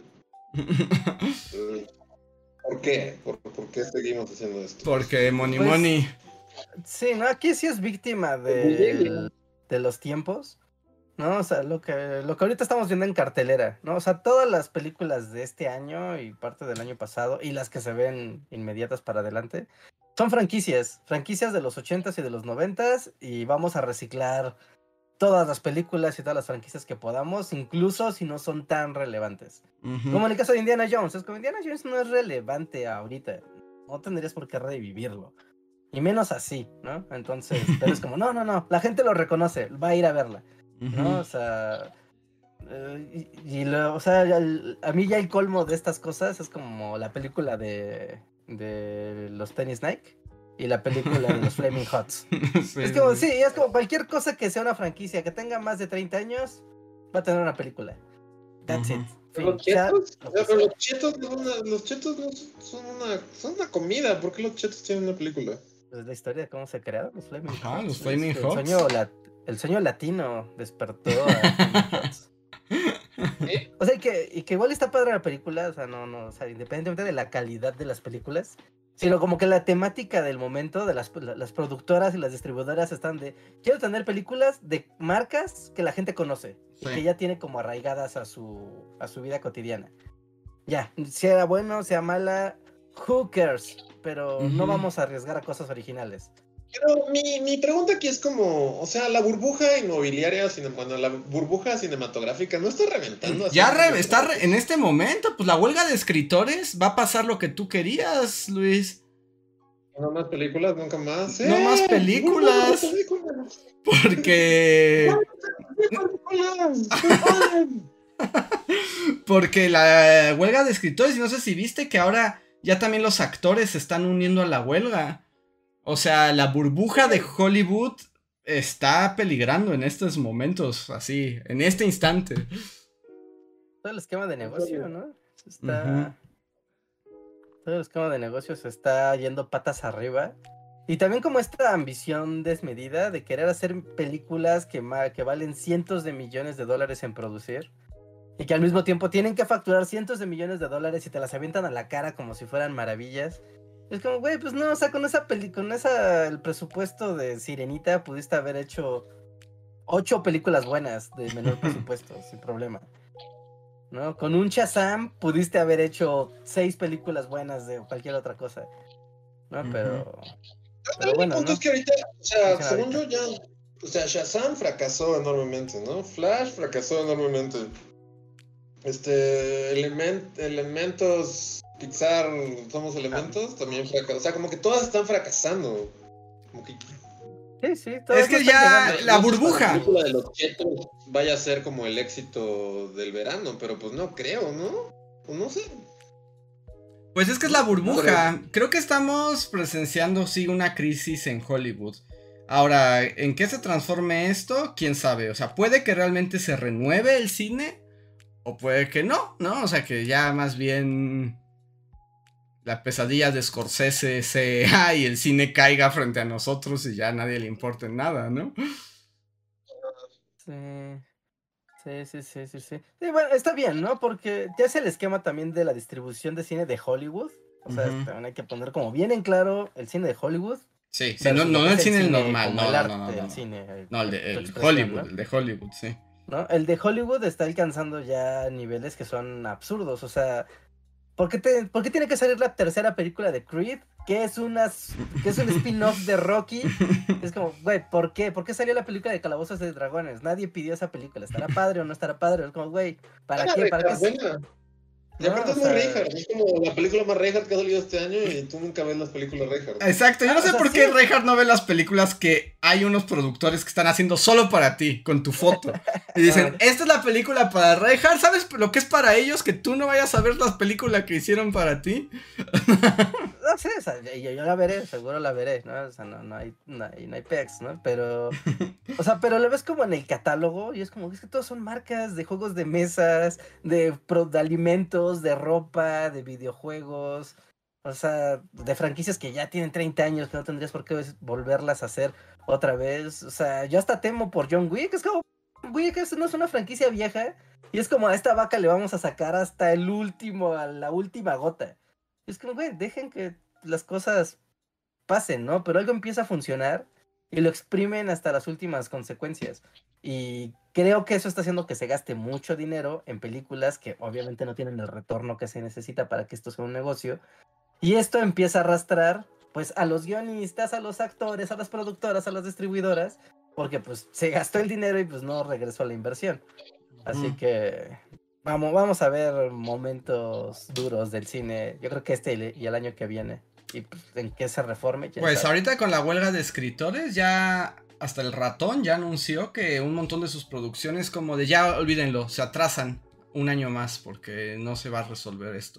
Speaker 4: ¿Por qué? ¿Por, ¿Por qué seguimos haciendo esto?
Speaker 3: Porque Money
Speaker 2: Pues,
Speaker 3: Money.
Speaker 2: Sí, no, aquí sí es víctima de, de los tiempos, ¿no? O sea, lo que, lo que ahorita estamos viendo en cartelera, ¿no? O sea, todas las películas de este año y parte del año pasado, y las que se ven inmediatas para adelante, son franquicias, franquicias de los ochentas y de los noventas, y vamos a reciclar todas las películas y todas las franquicias que podamos, incluso si no son tan relevantes.
Speaker 3: Uh-huh.
Speaker 2: Como en el caso de Indiana Jones, es como Indiana Jones no es relevante ahorita, no tendrías por qué revivirlo. Y menos así, ¿no? Entonces, pero es como, no, no, no, la gente lo reconoce, va a ir a verla, ¿no?
Speaker 3: Uh-huh.
Speaker 2: O sea, eh, y, y lo, o sea, el, a mí ya el colmo de estas cosas es como la película de, de los tenis Nike y la película de los Flaming Hots. Sí, es como, sí, es como cualquier cosa que sea una franquicia que tenga más de treinta años, va a tener una película. That's uh-huh. it.
Speaker 4: Fin, los chetos, o sea, pero los chetos, no una, los chetos no son una, son una comida. ¿Por qué los chetos tienen una película?
Speaker 2: Pues la historia de cómo se crearon los Flaming
Speaker 3: Ajá,
Speaker 2: Hots.
Speaker 3: los Flaming
Speaker 2: el,
Speaker 3: Hots.
Speaker 2: Sueño, la, el sueño latino despertó a ¿Eh? O sea, y que, y que igual está padre la película, o sea, no, no, o sea, independientemente de la calidad de las películas, sino como que la temática del momento de las, las productoras y las distribuidoras están de, quiero tener películas de marcas que la gente conoce, sí. Y que ya tiene como arraigadas a su, a su vida cotidiana. Ya, sea bueno, sea mala, who cares, pero uh-huh. no vamos a arriesgar a cosas originales.
Speaker 4: Pero mi, mi pregunta aquí es como, o sea, la burbuja inmobiliaria, bueno, la burbuja cinematográfica no está reventando.
Speaker 3: Ya re, está re, en este momento, pues la huelga de escritores va a pasar lo que tú querías, Luis.
Speaker 4: No más películas, nunca más.
Speaker 3: No ¡Eh! más películas. No, películas. Porque... Porque la huelga de escritores, y no sé si viste que ahora ya también los actores se están uniendo a la huelga. O sea, la burbuja de Hollywood está peligrando en estos momentos, así, en este instante.
Speaker 2: Todo el esquema de negocio, ¿no? Está... Uh-huh. Todo el esquema de negocio se está yendo patas arriba. Y también como esta ambición desmedida de querer hacer películas que, ma- que valen cientos de millones de dólares en producir. Y que al mismo tiempo tienen que facturar cientos de millones de dólares y te las avientan a la cara como si fueran maravillas. Es como, güey, pues no, o sea, con esa peli, con esa, el presupuesto de Sirenita pudiste haber hecho ocho películas buenas de menor presupuesto, sin problema. ¿No? Con un Shazam pudiste haber hecho seis películas buenas de cualquier otra cosa. ¿No? Pero...
Speaker 4: Uh-huh. Pero bueno, el punto ¿no? es que ahorita, o sea, según ahorita. yo ya, o sea, Shazam fracasó enormemente, ¿no? Flash fracasó enormemente. Este, element, elementos... Pixar, Somos Elementos, también fracasó. O sea, como que todas están fracasando. Como que...
Speaker 2: Sí, sí.
Speaker 3: Es que ya la burbuja.
Speaker 4: La película de los chetos vaya a ser como el éxito del verano, pero pues no creo, ¿no? Pues no sé.
Speaker 3: Pues es que es la burbuja. Creo que estamos presenciando, sí, una crisis en Hollywood. Ahora, ¿en qué se transforme esto? ¿Quién sabe? O sea, puede que realmente se renueve el cine o puede que no, ¿no? O sea, que ya más bien la pesadilla de Scorsese sea y el cine caiga frente a nosotros y ya a nadie le importe nada, ¿no?
Speaker 2: Sí. Sí, sí, sí, sí, sí. Sí, bueno, está bien, ¿no? Porque ya es el esquema también de la distribución de cine de Hollywood. O sea,
Speaker 3: Ujú.
Speaker 2: también hay que poner como bien en claro el cine de Hollywood.
Speaker 3: Sí, sí, no,
Speaker 2: versus
Speaker 3: no,
Speaker 2: lo
Speaker 3: no
Speaker 2: que
Speaker 3: el
Speaker 2: es
Speaker 3: cine normal,
Speaker 2: como
Speaker 3: no,
Speaker 2: el
Speaker 3: no,
Speaker 2: arte,
Speaker 3: no, no,
Speaker 2: el
Speaker 3: no.
Speaker 2: cine, el-
Speaker 3: No, el de
Speaker 2: tu
Speaker 3: el
Speaker 2: expresión,
Speaker 3: Hollywood,
Speaker 2: ¿no?
Speaker 3: el de Hollywood, sí.
Speaker 2: ¿No? El de Hollywood está alcanzando ya niveles que son absurdos. O sea, ¿por qué, te, ¿por qué tiene que salir la tercera película de Creed? Que es, unas, que es un spin-off de Rocky. Es como, güey, ¿por qué? ¿Por qué salió la película de Calabozos de Dragones? Nadie pidió esa película. ¿Estará padre o no estará padre? Es como, güey, ¿para
Speaker 4: Ah,
Speaker 2: qué? ¿Para qué?
Speaker 4: Reinhardt, buena. Y
Speaker 2: No,
Speaker 4: aparte
Speaker 2: o
Speaker 4: es muy
Speaker 2: sea,
Speaker 4: Reinhardt, es como la película más Reinhardt que ha salido este año y tú nunca ves las películas Reinhardt.
Speaker 3: Exacto, yo no
Speaker 2: Ah, o
Speaker 3: sé
Speaker 2: sea,
Speaker 3: por
Speaker 2: sí.
Speaker 3: qué Reinhardt no ve las películas que hay unos productores que están haciendo solo para ti, con tu foto. Y dicen,
Speaker 2: No.
Speaker 3: esta es la película para Reinhardt, ¿sabes lo que es para ellos? Que tú no vayas a ver las películas que hicieron para ti.
Speaker 2: No sé, o sea, yo, yo la veré, seguro la veré, ¿no? O sea, no, no hay, no hay, no hay pex, ¿no? Pero, o sea, pero lo ves como en el catálogo y es como, es que todos son marcas de juegos de mesas, de, pro- de alimentos, de ropa, de videojuegos, o sea, de franquicias que ya tienen treinta años, que no tendrías por qué ves- volverlas a hacer otra vez. O sea, yo hasta temo por John Wick, es como, John Wick es- no es una franquicia vieja y es como a esta vaca le vamos a sacar hasta el último, a la última gota. Es como, güey, dejen que las cosas pasen, ¿no? Pero algo empieza a funcionar y lo exprimen hasta las últimas consecuencias. Y creo que eso está haciendo que se gaste mucho dinero en películas que obviamente no tienen el retorno que se necesita para que esto sea un negocio. Y esto empieza a arrastrar, pues, a los guionistas, a los actores, a las productoras, a las distribuidoras, porque, pues, se gastó el dinero y, pues, no regresó a la inversión. Así
Speaker 3: Mm.
Speaker 2: que vamos, vamos a ver momentos duros del cine. Yo creo que este y le- y el año que viene. Y pues, en qué se reforme. quién
Speaker 3: Pues
Speaker 2: sabe.
Speaker 3: ahorita con la huelga de escritores ya hasta el ratón ya anunció que un montón de sus producciones como de ya olvídenlo, se atrasan un año más porque no se va a resolver esto.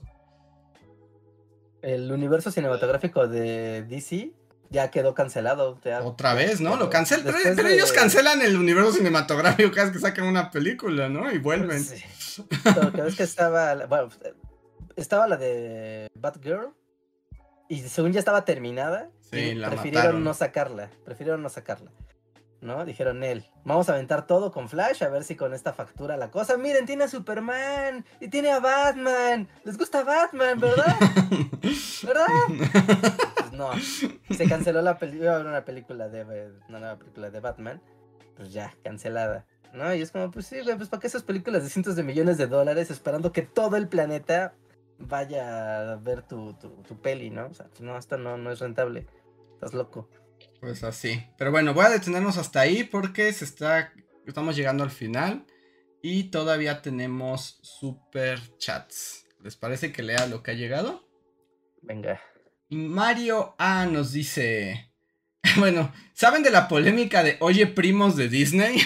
Speaker 2: El universo cinematográfico de D C ya quedó cancelado. ya-
Speaker 3: Otra vez, ¿no?
Speaker 2: pero
Speaker 3: Lo cancelan, pero,
Speaker 2: después
Speaker 3: pero
Speaker 2: de-
Speaker 3: ellos cancelan el universo cinematográfico cada vez que sacan una película, ¿no? Y vuelven.
Speaker 2: Sí. Pero que ves que estaba, la- bueno, estaba la de Batgirl y según ya estaba terminada,
Speaker 3: Sí,
Speaker 2: y
Speaker 3: la
Speaker 2: prefirieron
Speaker 3: mataron.
Speaker 2: no sacarla, prefirieron no sacarla, ¿no? Dijeron él, vamos a aventar todo con Flash a ver si con esta factura la cosa. Miren, tiene a Superman y tiene a Batman, les gusta Batman, ¿verdad? ¿Verdad? Pues no, se canceló la película, iba a haber una película de, una nueva película de Batman, pues ya, cancelada. ¿No? Y es como, pues sí, güey, pues ¿para qué esas películas de cientos de millones de dólares esperando que todo el planeta vaya a ver tu, tu, tu peli, ¿no? O sea, no, esto no, no es rentable. Estás loco.
Speaker 3: Pues así. Pero bueno, voy a detenernos hasta ahí porque se está. Estamos llegando al final. Y todavía tenemos super chats. ¿Les parece que lea lo que ha llegado?
Speaker 2: Venga.
Speaker 3: Mario A nos dice. Bueno, ¿saben de la polémica de Oye Primos de Disney?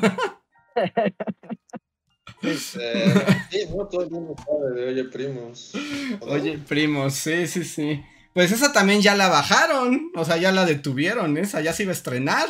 Speaker 4: Eh, sí, no todo el mundo sabe de Oye Primos. ¿O no?
Speaker 3: Oye Primos, sí, sí, sí. Pues esa también ya la bajaron. O sea, ya la detuvieron. Esa ya se iba a estrenar.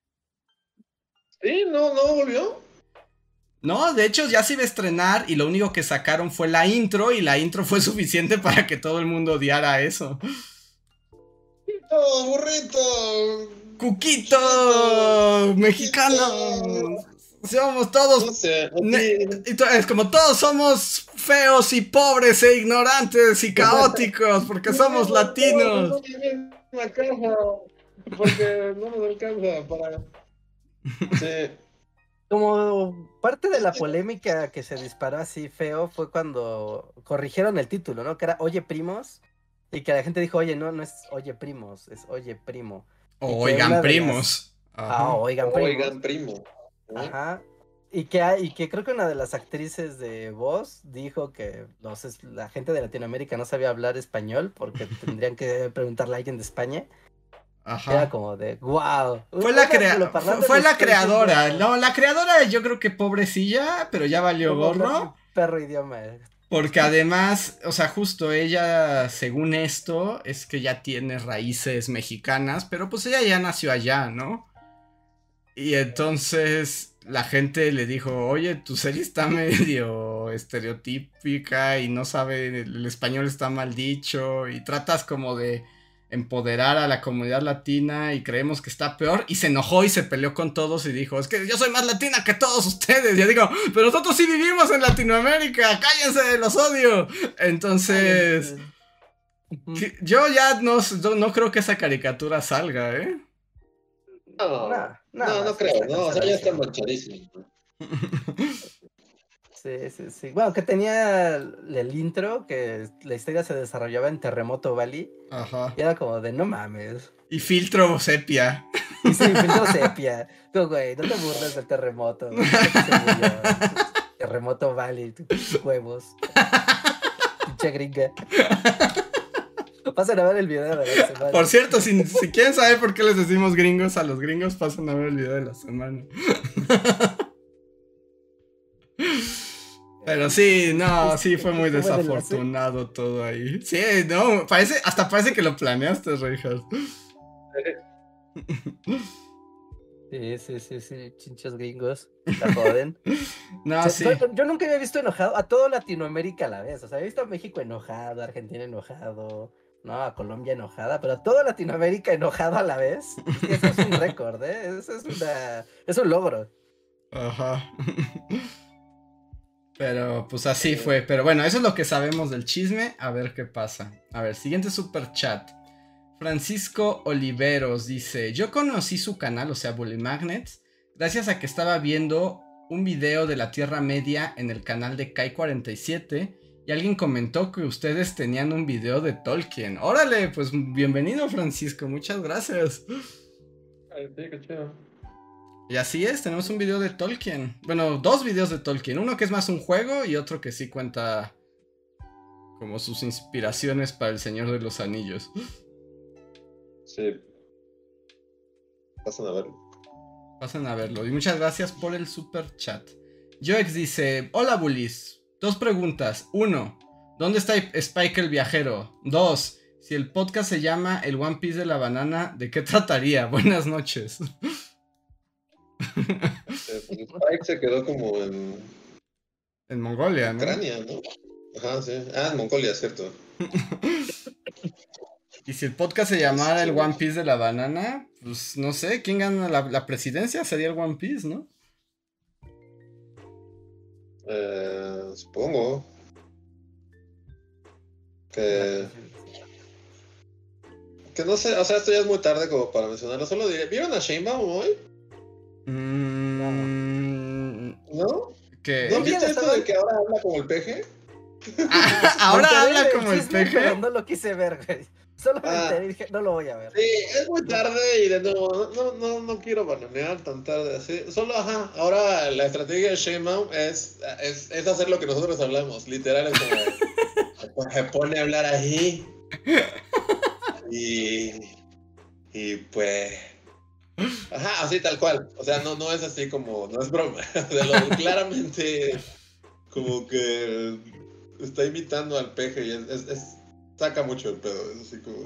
Speaker 4: Sí, no, no volvió.
Speaker 3: No, de hecho ya se iba a estrenar y lo único que sacaron fue la intro y la intro fue suficiente para que todo el mundo odiara eso.
Speaker 4: ¡Burrito, burrito!
Speaker 3: ¡Cuquito! ¡Mexicanos! Somos todos...
Speaker 4: No sé,
Speaker 3: ne-
Speaker 4: así-
Speaker 3: y to- es como todos somos feos y pobres e ignorantes y caóticos porque somos
Speaker 4: No,
Speaker 3: latinos.
Speaker 4: no, no, en la caja, porque no nos alcanza para... Sí.
Speaker 2: Como parte de la polémica que se disparó así feo fue cuando corrigieron el título, ¿no? Que era Oye Primos. Y que la gente dijo, oye, no, no es Oye Primos, es Oye Primo. Y que
Speaker 3: Oigan,
Speaker 2: una de
Speaker 3: primos.
Speaker 2: las-
Speaker 3: Ajá.
Speaker 2: Ah, oigan, primos.
Speaker 4: Oigan, primo. ¿no?
Speaker 2: Ajá. Y que, hay- y que creo que una de las actrices de voz dijo que los, es- la gente de Latinoamérica no sabía hablar español porque tendrían que preguntarle a alguien de España.
Speaker 3: Ajá.
Speaker 2: Era como de, wow.
Speaker 3: Fue la, crea fue, fue la creadora. No, la creadora yo creo que pobrecilla, pero ya valió gorro.
Speaker 2: Perro idioma.
Speaker 3: Porque además, o sea, justo ella, según esto, es que ya tiene raíces mexicanas, pero pues ella ya nació allá, ¿no? Y entonces la gente le dijo, oye, tu serie está medio estereotípica y no sabe, el español está mal dicho y tratas como de empoderar a la comunidad latina y creemos que está peor, y se enojó y se peleó con todos y dijo, es que yo soy más latina que todos ustedes. Y yo digo, pero nosotros sí vivimos en Latinoamérica, cállense, los odio. Entonces, que, yo ya no, no, no creo que esa caricatura salga, ¿eh?
Speaker 4: No, no, no, no, no creo, no, o sea, ya está manchadísimo.
Speaker 2: Sí, sí, sí. Bueno, que tenía el intro, que la historia se desarrollaba en Terremoto Valley.
Speaker 3: Ajá.
Speaker 2: Y era como de, no mames.
Speaker 3: Y filtro sepia.
Speaker 2: Y sí, filtro sepia. Tú, güey, no te burles del terremoto. No se murió. Terremoto Valley, tus huevos. Pinche gringa. Pasen a ver el video de la semana.
Speaker 3: Por cierto, si, si quieren saber por qué les decimos gringos a los gringos, pasen a ver el video de la semana. Pero sí, no, sí fue muy desafortunado todo ahí. Sí, no, parece, hasta parece que lo planeaste, Reinhardt.
Speaker 2: Sí, sí, sí, sí, chinchos gringos, la joden.
Speaker 3: No,
Speaker 2: o sea,
Speaker 3: sí.
Speaker 2: Yo, yo nunca había visto enojado a todo Latinoamérica a la vez. O sea, había visto a México enojado, a Argentina enojado, no, a Colombia enojada, pero a toda Latinoamérica enojado a la vez. Eso es un récord, ¿eh? Eso es una, es un logro.
Speaker 3: Ajá. Pero pues así fue. Pero bueno, eso es lo que sabemos del chisme. A ver qué pasa. A ver, siguiente super chat. Francisco Oliveros dice: yo conocí su canal, o sea, Bully Magnets, gracias a que estaba viendo un video de la Tierra Media en el canal de Kai cuarenta y siete y alguien comentó que ustedes tenían un video de Tolkien. Órale, pues bienvenido, Francisco, muchas gracias.
Speaker 4: Ay, sí, qué chido.
Speaker 3: Y así es, tenemos un video de Tolkien. Bueno, dos videos de Tolkien. Uno que es más un juego y otro que sí cuenta como sus inspiraciones para El Señor de los Anillos.
Speaker 4: Sí. Pasen a verlo.
Speaker 3: Pasen a verlo. Y muchas gracias por el super chat. Joex dice: hola, bullies. Dos preguntas. Uno, ¿dónde está Spike el viajero? Dos, si el podcast se llama El One Piece de la banana, ¿de qué trataría? Buenas noches.
Speaker 4: Spike se quedó como en...
Speaker 3: En Mongolia, ¿no?
Speaker 4: Ucrania, ¿no? Ajá, sí. Ah, en Mongolia, cierto.
Speaker 3: Y si el podcast se llamara El One Piece de la banana, pues no sé, ¿quién gana la, la presidencia? Sería el One Piece, ¿no?
Speaker 4: Eh, supongo. Que... Que no sé, o sea, esto ya es muy tarde como para mencionarlo. Solo diré, ¿vieron a Sheinbaum hoy?
Speaker 3: Mm,
Speaker 4: ¿No?
Speaker 3: ¿Qué?
Speaker 4: ¿No viste esto de que ahora habla como el peje?
Speaker 3: Ah, ahora habla como el
Speaker 2: chisme,
Speaker 3: peje.
Speaker 2: pero no lo quise ver, güey. Solo me
Speaker 4: Ah.
Speaker 2: enteré y dije, no lo voy a ver.
Speaker 4: Sí, es muy tarde y de nuevo, no, no, no quiero bananear tan tarde así. Solo, ajá, ahora la estrategia de Sheinbaum es, es, es hacer lo que nosotros hablamos. Literal, es como se pone a hablar ahí. Y, y pues... Ajá, así tal cual. O sea, no, no es así como, no es broma. O sea, lo, claramente como que está imitando al peje y es, es, es saca mucho el pedo. Es así como...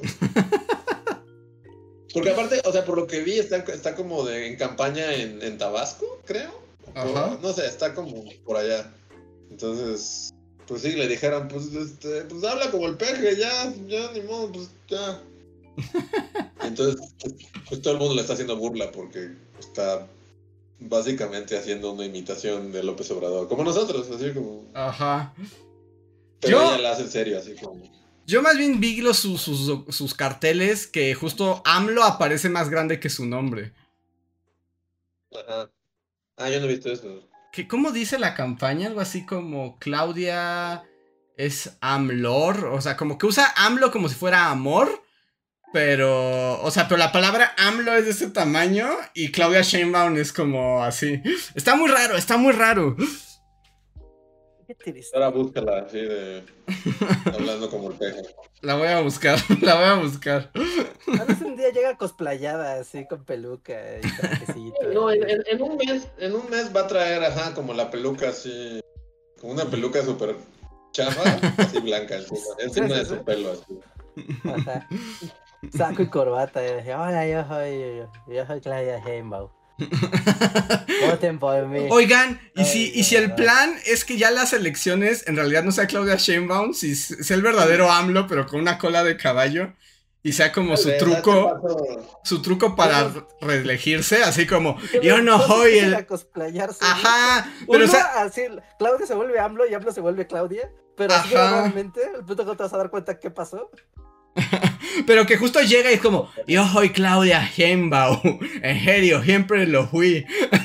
Speaker 4: Porque aparte, o sea, por lo que vi, está, está como de, en campaña en, en Tabasco, creo.
Speaker 3: Ajá.
Speaker 4: No sé, está como por allá. Entonces, pues sí, le dijeron, pues, este, pues habla como el peje, ya, ya, ni modo, pues ya. Entonces, pues, pues todo el mundo le está haciendo burla porque está básicamente haciendo una imitación de López Obrador, como nosotros, así como...
Speaker 3: Ajá.
Speaker 4: Pero
Speaker 3: Yo-
Speaker 4: ella la hace en serio, así como...
Speaker 3: Yo más bien vi los, sus, sus, sus carteles que justo AMLO aparece más grande que su nombre.
Speaker 4: Ajá. Ah, yo no he visto eso.
Speaker 3: ¿Qué, ¿Cómo dice la campaña? Algo así como Claudia es AMLOR. O sea, como que usa AMLO como si fuera amor. Pero, o sea, pero la palabra AMLO es de ese tamaño y Claudia Sheinbaum es como así. Está muy raro, está muy raro.
Speaker 2: Qué triste.
Speaker 4: Ahora búscala así de... hablando como el peje.
Speaker 3: La voy a buscar, la voy a buscar.
Speaker 2: A veces un día llega cosplayada así con peluca y trajecito.
Speaker 4: No, en, en, en un mes, en un mes va a traer, ajá, como la peluca así, como una peluca súper chafa, así blanca, encima, encima
Speaker 2: Sí, sí,
Speaker 4: de
Speaker 2: sí.
Speaker 4: su pelo. Así.
Speaker 2: Ajá. Saco y corbata. Y dije, hola, yo soy, yo, yo soy Claudia Sheinbaum. Voten por mí.
Speaker 3: Oigan, y si,
Speaker 2: Ay,
Speaker 3: y si el
Speaker 2: no.
Speaker 3: plan es que ya las elecciones en realidad no sea Claudia Sheinbaum, si sea el verdadero AMLO, pero con una cola de caballo, y sea como
Speaker 4: Tal
Speaker 3: su
Speaker 4: vez,
Speaker 3: truco,
Speaker 4: este paso-
Speaker 3: su truco para
Speaker 2: Yo
Speaker 3: reelegirse, así como,
Speaker 2: Que
Speaker 3: yo
Speaker 2: los
Speaker 3: no
Speaker 2: dos
Speaker 3: soy
Speaker 2: empiezan
Speaker 3: el...
Speaker 2: a cosplayarse, ¿no?
Speaker 3: Ajá,
Speaker 2: Uno,
Speaker 3: pero o sea,
Speaker 2: así, Claudia se vuelve AMLO y AMLO se vuelve Claudia. Pero así
Speaker 3: ajá,
Speaker 2: gradualmente, el punto que te vas a dar cuenta qué pasó.
Speaker 3: pero que justo llega y es como, yo soy Claudia Sheinbaum, en serio, siempre lo fui.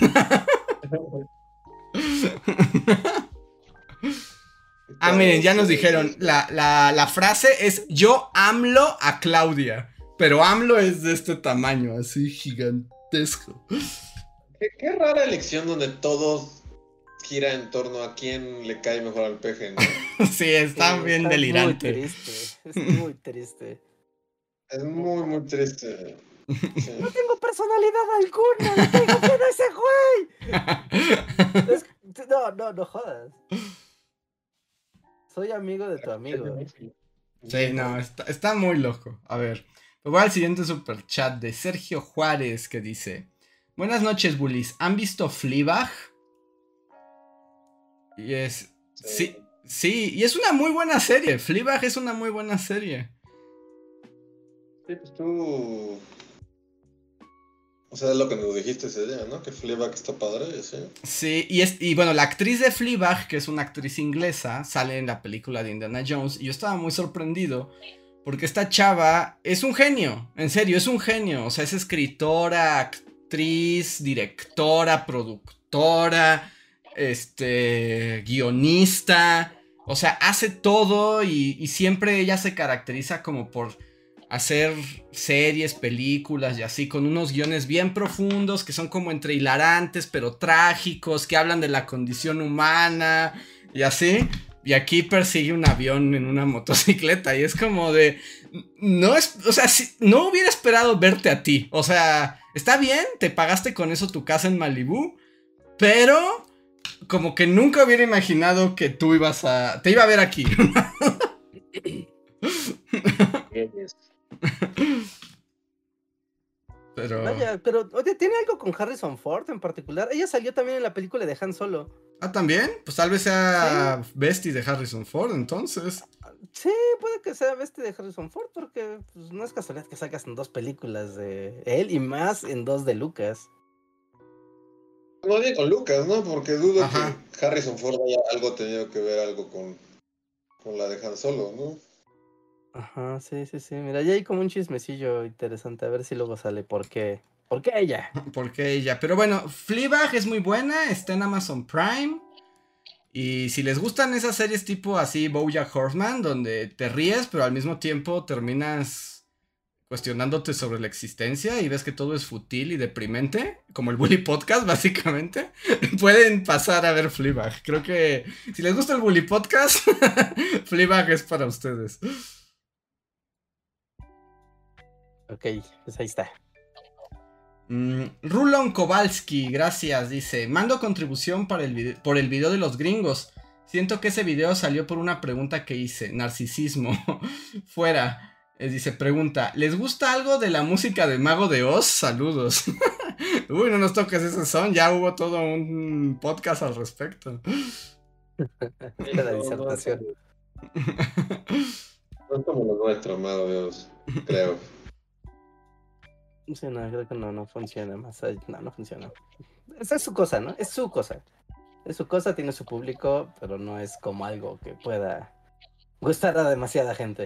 Speaker 3: Ah, miren, ya nos
Speaker 4: Sí,
Speaker 3: dijeron,
Speaker 4: sí, sí.
Speaker 3: la, la, la frase es yo AMLO a Claudia, pero AMLO es de este tamaño, así gigantesco.
Speaker 4: Qué, qué rara elección donde todos gira en torno a quién le cae mejor al peje, ¿no?
Speaker 3: Sí, está
Speaker 2: Sí,
Speaker 3: bien
Speaker 2: está
Speaker 3: delirante.
Speaker 2: muy triste. Es muy triste.
Speaker 4: Es muy, muy triste. Sí.
Speaker 2: No tengo personalidad alguna. Le tengo miedo a ese güey. Es- No, no, no jodas. Soy amigo de tu amigo.
Speaker 3: Sí, no, está, está muy loco. A ver, pues voy al siguiente super chat de Sergio Juárez que dice: buenas noches, bullies. ¿Han visto Fleabag? Y es. Sí, sí, y es una muy buena serie. Fleabag es una muy buena serie.
Speaker 4: Sí, pues tú. O sea, es lo que nos dijiste ese día, ¿no? Que Fleabag está padre, sí.
Speaker 3: Sí, y, es, y bueno, la actriz de Fleabag, que es una actriz inglesa, sale en la película de Indiana Jones. Y yo estaba muy sorprendido porque esta chava es un genio. En serio, es un genio. O sea, es escritora, actriz, directora, productora, este, guionista. O sea, hace todo y, y siempre ella se caracteriza como por hacer series, películas y así, con unos guiones bien profundos que son como entre hilarantes pero trágicos, que hablan de la condición humana y así. Y aquí persigue un avión en una motocicleta y es como de... No es... O sea, si, no hubiera esperado verte a ti. O sea, está bien, te pagaste con eso tu casa en Malibú, pero como que nunca hubiera imaginado que tú ibas a... Te iba a ver aquí. Pero...
Speaker 2: Vaya, pero oye, ¿tiene algo con Harrison Ford en particular? Ella salió también en la película de Han Solo.
Speaker 3: Ah, ¿también? Pues tal vez sea bestie de Harrison Ford, entonces.
Speaker 2: Sí, puede que sea bestia de Harrison Ford, porque pues, no es casualidad que salgas en dos películas de él y más en dos de Lucas.
Speaker 4: No bien con Lucas, ¿no? Porque dudo
Speaker 3: Ajá.
Speaker 4: que Harrison Ford haya algo tenido que ver algo con, con la de Han Solo, ¿no?
Speaker 2: Ajá, sí, sí, sí. Mira, ya hay como un chismecillo interesante. A ver si luego sale. ¿Por qué? ¿Por qué ella?
Speaker 3: Porque ella. Pero bueno, Fleabag es muy buena, está en Amazon Prime. Y si les gustan esas series tipo así BoJack Horseman, donde te ríes, pero al mismo tiempo terminas cuestionándote sobre la existencia y ves que todo es fútil y deprimente, como el Bully Podcast, básicamente, pueden pasar a ver Fleabag. Creo que si les gusta el Bully Podcast, Fleabag es para ustedes.
Speaker 2: Ok, pues ahí está.
Speaker 3: Mm, Rulon Kowalski, gracias, dice: mando contribución para el video, por el video de los gringos. Siento que ese video salió por una pregunta que hice. Narcisismo. Fuera. Eh, dice, pregunta: ¿les gusta algo de la música de Mago de Oz? Saludos. Uy, no nos toques ese son. Ya hubo todo un podcast al respecto.
Speaker 2: Esta la disertación.
Speaker 4: No es como lo nuestro, Mago Dios, creo.
Speaker 2: Sí, no, creo que no, no funciona más. allá- No, no funciona. Esa es su cosa, ¿no? Es su cosa. Es su cosa, tiene su público, pero no es como algo que pueda gustar a demasiada gente.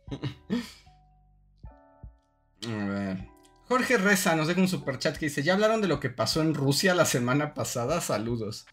Speaker 3: A ver. Jorge Reza nos deja un superchat que dice: ¿ya hablaron de lo que pasó en Rusia la semana pasada? Saludos.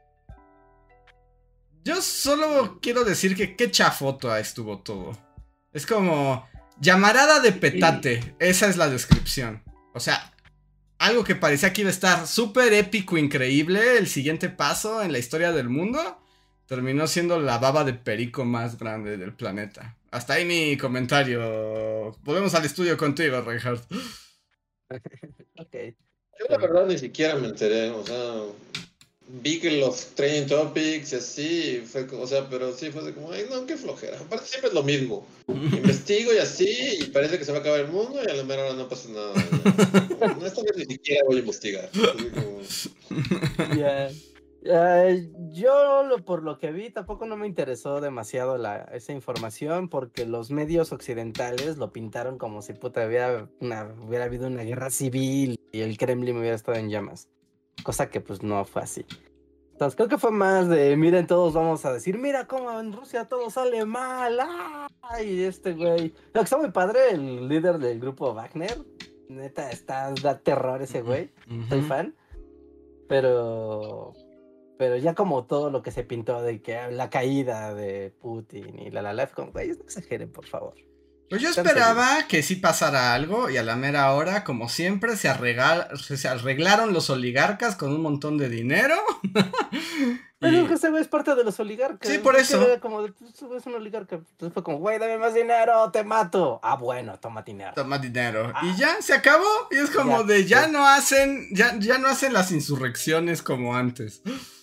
Speaker 3: Yo solo quiero decir que qué chafota estuvo todo. Es como llamarada de petate. Esa es la descripción. O sea, algo que parecía que iba a estar súper épico, increíble, el siguiente paso en la historia del mundo, terminó siendo la baba de perico más grande del planeta. Hasta ahí mi comentario. Volvemos al estudio contigo, Reinhardt.
Speaker 2: Ok.
Speaker 4: Yo la verdad ni siquiera me enteré, o sea, vi que los trending topics y así, fue, o sea, pero sí fue así como, ay, no, qué flojera. Aparte siempre es lo mismo. Investigo y así, y parece que se va a acabar el mundo y a la mera hora no pasa nada. No, no, esta vez ni siquiera voy a investigar. Así como...
Speaker 2: Yeah. Uh, yo lo, por lo que vi tampoco no me interesó demasiado la, esa información porque los medios occidentales lo pintaron como si puta hubiera, una, hubiera habido una guerra civil y el Kremlin hubiera estado en llamas, cosa que pues no fue así. Entonces creo que fue más de miren, todos vamos a decir mira cómo en Rusia todo sale mal, ay, este güey, lo que está muy padre, el líder del grupo Wagner, neta está, da terror ese güey, uh-huh. Soy fan, pero Pero ya como todo lo que se pintó de que la caída de Putin y la la la, como, güey, no exageren, por favor.
Speaker 3: Pues yo esperaba que sí pasara algo y a la mera hora, como siempre, se, arregla, se arreglaron los oligarcas con un montón de dinero.
Speaker 2: Pero y... que ese güey es parte de los oligarcas.
Speaker 3: Sí, por eso.
Speaker 2: Era como de, pues, es un oligarca. Entonces fue como, güey, dame más dinero, te mato. Ah, bueno, toma dinero.
Speaker 3: Toma dinero. Ah. Y ya, se acabó. Y es como ya, de, ya sí. no hacen, ya, ya no hacen las insurrecciones como antes.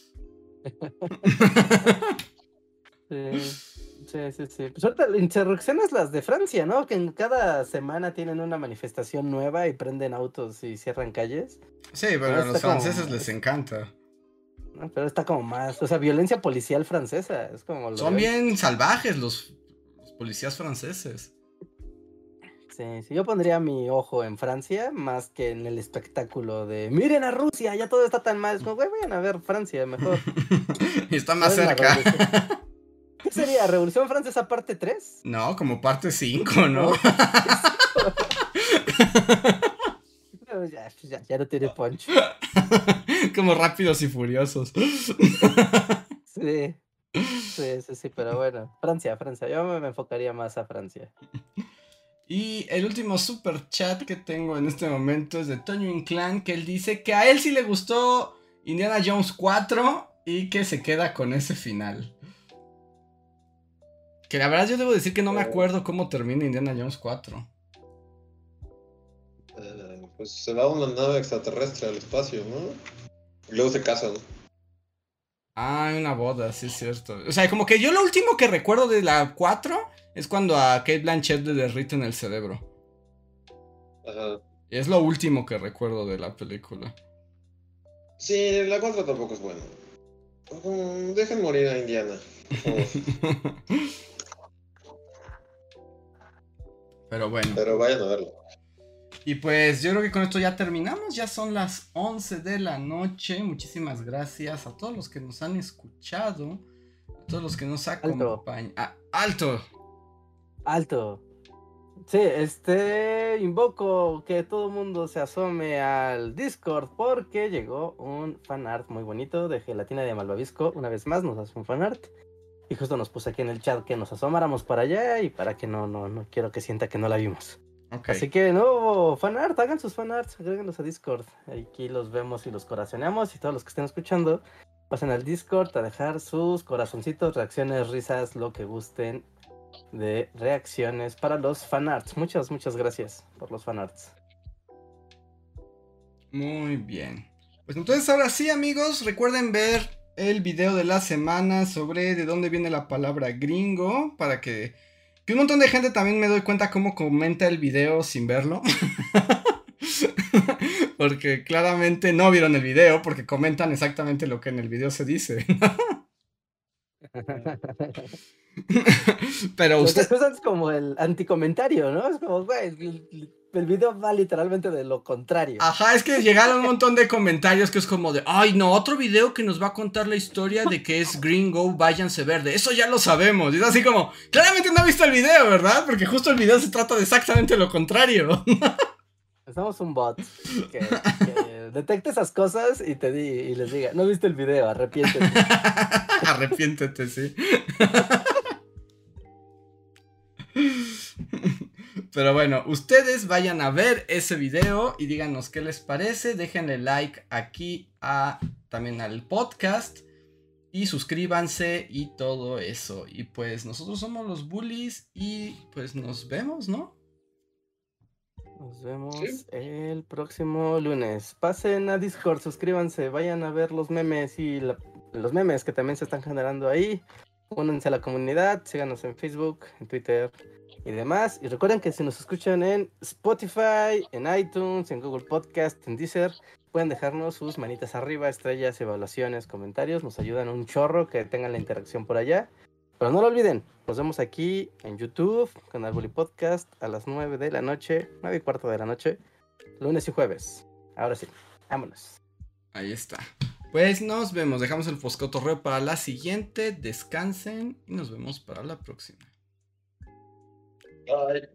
Speaker 2: sí, sí, sí, sí. Pues ahorita las insurrecciones las de Francia, ¿no? Que en cada semana tienen una manifestación nueva y prenden autos y cierran calles.
Speaker 3: Sí, pero ¿no? A los franceses como... les encanta.
Speaker 2: No, pero está como más, o sea, violencia policial francesa. Es como lo
Speaker 3: Son bien salvajes los, los policías franceses.
Speaker 2: Sí, sí, yo pondría mi ojo en Francia más que en el espectáculo de miren a Rusia, ya todo está tan mal. Es como, güey, vayan a ver Francia mejor.
Speaker 3: Y está más cerca.
Speaker 2: ¿Qué sería? ¿Revolución Francesa parte tres?
Speaker 3: No, como parte cinco, ¿no?
Speaker 2: no ya, ya, ya no tiene punch.
Speaker 3: Como Rápidos y Furiosos.
Speaker 2: Sí. Sí, sí, sí, pero bueno. Francia, Francia. Yo me enfocaría más a Francia.
Speaker 3: Y el último super chat que tengo en este momento es de Toño Inclán, que él dice que a él sí le gustó Indiana Jones cuatro y que se queda con ese final. Que la verdad yo debo decir que no me acuerdo cómo termina Indiana Jones cuatro.
Speaker 4: Uh, pues se va una nave extraterrestre al espacio, ¿no? Y luego se casan.
Speaker 3: Ah, una boda, sí es cierto. O sea, como que yo lo último que recuerdo de la cuatro es cuando a Cate Blanchett le derriten el cerebro.
Speaker 4: Ajá.
Speaker 3: Y es lo último que recuerdo de la película.
Speaker 4: Sí, la cuatro tampoco es buena. Um, dejen morir a Indiana.
Speaker 3: Pero bueno.
Speaker 4: Pero vayan a verlo.
Speaker 3: Y pues yo creo que con esto ya terminamos. Ya son las once de la noche. Muchísimas gracias a todos los que nos han escuchado. A todos los que nos acompañan. Ah, ¡alto!
Speaker 2: Alto. Sí, este, invoco que todo el mundo se asome al Discord porque llegó un fanart muy bonito de Gelatina de Malvavisco. Una vez más nos hace un fanart. Y justo nos puse aquí en el chat que nos asomáramos para allá y para que no, no, no quiero que sienta que no la vimos. Okay. Así que no, fanart, hagan sus fanarts, agréguenlos a Discord. Aquí los vemos y los corazoneamos y todos los que estén escuchando pasen al Discord a dejar sus corazoncitos, reacciones, risas, lo que gusten de reacciones para los fanarts. Muchas, muchas gracias por los fanarts.
Speaker 3: Muy bien. Pues entonces ahora sí, amigos, recuerden ver el video de la semana sobre de dónde viene la palabra gringo, para que, que un montón de gente también me doy cuenta cómo comenta el video sin verlo. Porque claramente no vieron el video, porque comentan exactamente lo que en el video se dice. Pero usted...
Speaker 2: Lo que es como el anticomentario, ¿no? Es como, güey, el, el video va literalmente de lo contrario.
Speaker 3: Ajá, es que llegaron un montón de comentarios que es como de, ay no, otro video que nos va a contar la historia de que es gringo, váyanse verde. Eso ya lo sabemos. Y es así como, claramente no ha visto el video, ¿verdad? Porque justo el video se trata de exactamente lo contrario.
Speaker 2: Somos un bot que, que detecte esas cosas y te di, y les diga, no viste el video, arrepiéntete.
Speaker 3: Arrepiéntete, sí. Pero bueno, ustedes vayan a ver ese video y díganos qué les parece. Déjenle like aquí a, también al podcast y suscríbanse y todo eso. Y pues nosotros somos los bullies y pues nos vemos, ¿no?
Speaker 2: Nos vemos
Speaker 4: Sí.
Speaker 2: el próximo lunes. Pasen a Discord, suscríbanse, vayan a ver los memes y la- los memes que también se están generando ahí. Únanse a la comunidad, síganos en Facebook, en Twitter y demás. Y recuerden que si nos escuchan en Spotify, en iTunes, en Google Podcast, en Deezer, pueden dejarnos sus manitas arriba, estrellas, evaluaciones, comentarios. Nos ayudan un chorro que tengan la interacción por allá. Pero no lo olviden, nos vemos aquí en YouTube, con el Bully Podcast, a las nueve de la noche, nueve y cuarto de la noche, lunes y jueves. Ahora sí, vámonos.
Speaker 3: Ahí está. Pues nos vemos. Dejamos el poscotorreo para la siguiente. Descansen y nos vemos para la próxima.
Speaker 4: Bye.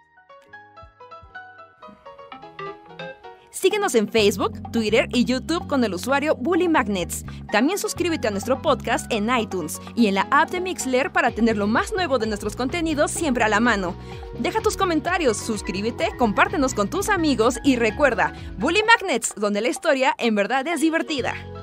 Speaker 1: Síguenos en Facebook, Twitter y YouTube con el usuario Bully Magnets. También suscríbete a nuestro podcast en iTunes y en la app de Mixler para tener lo más nuevo de nuestros contenidos siempre a la mano. Deja tus comentarios, suscríbete, compártenos con tus amigos y recuerda, Bully Magnets, donde la historia en verdad es divertida.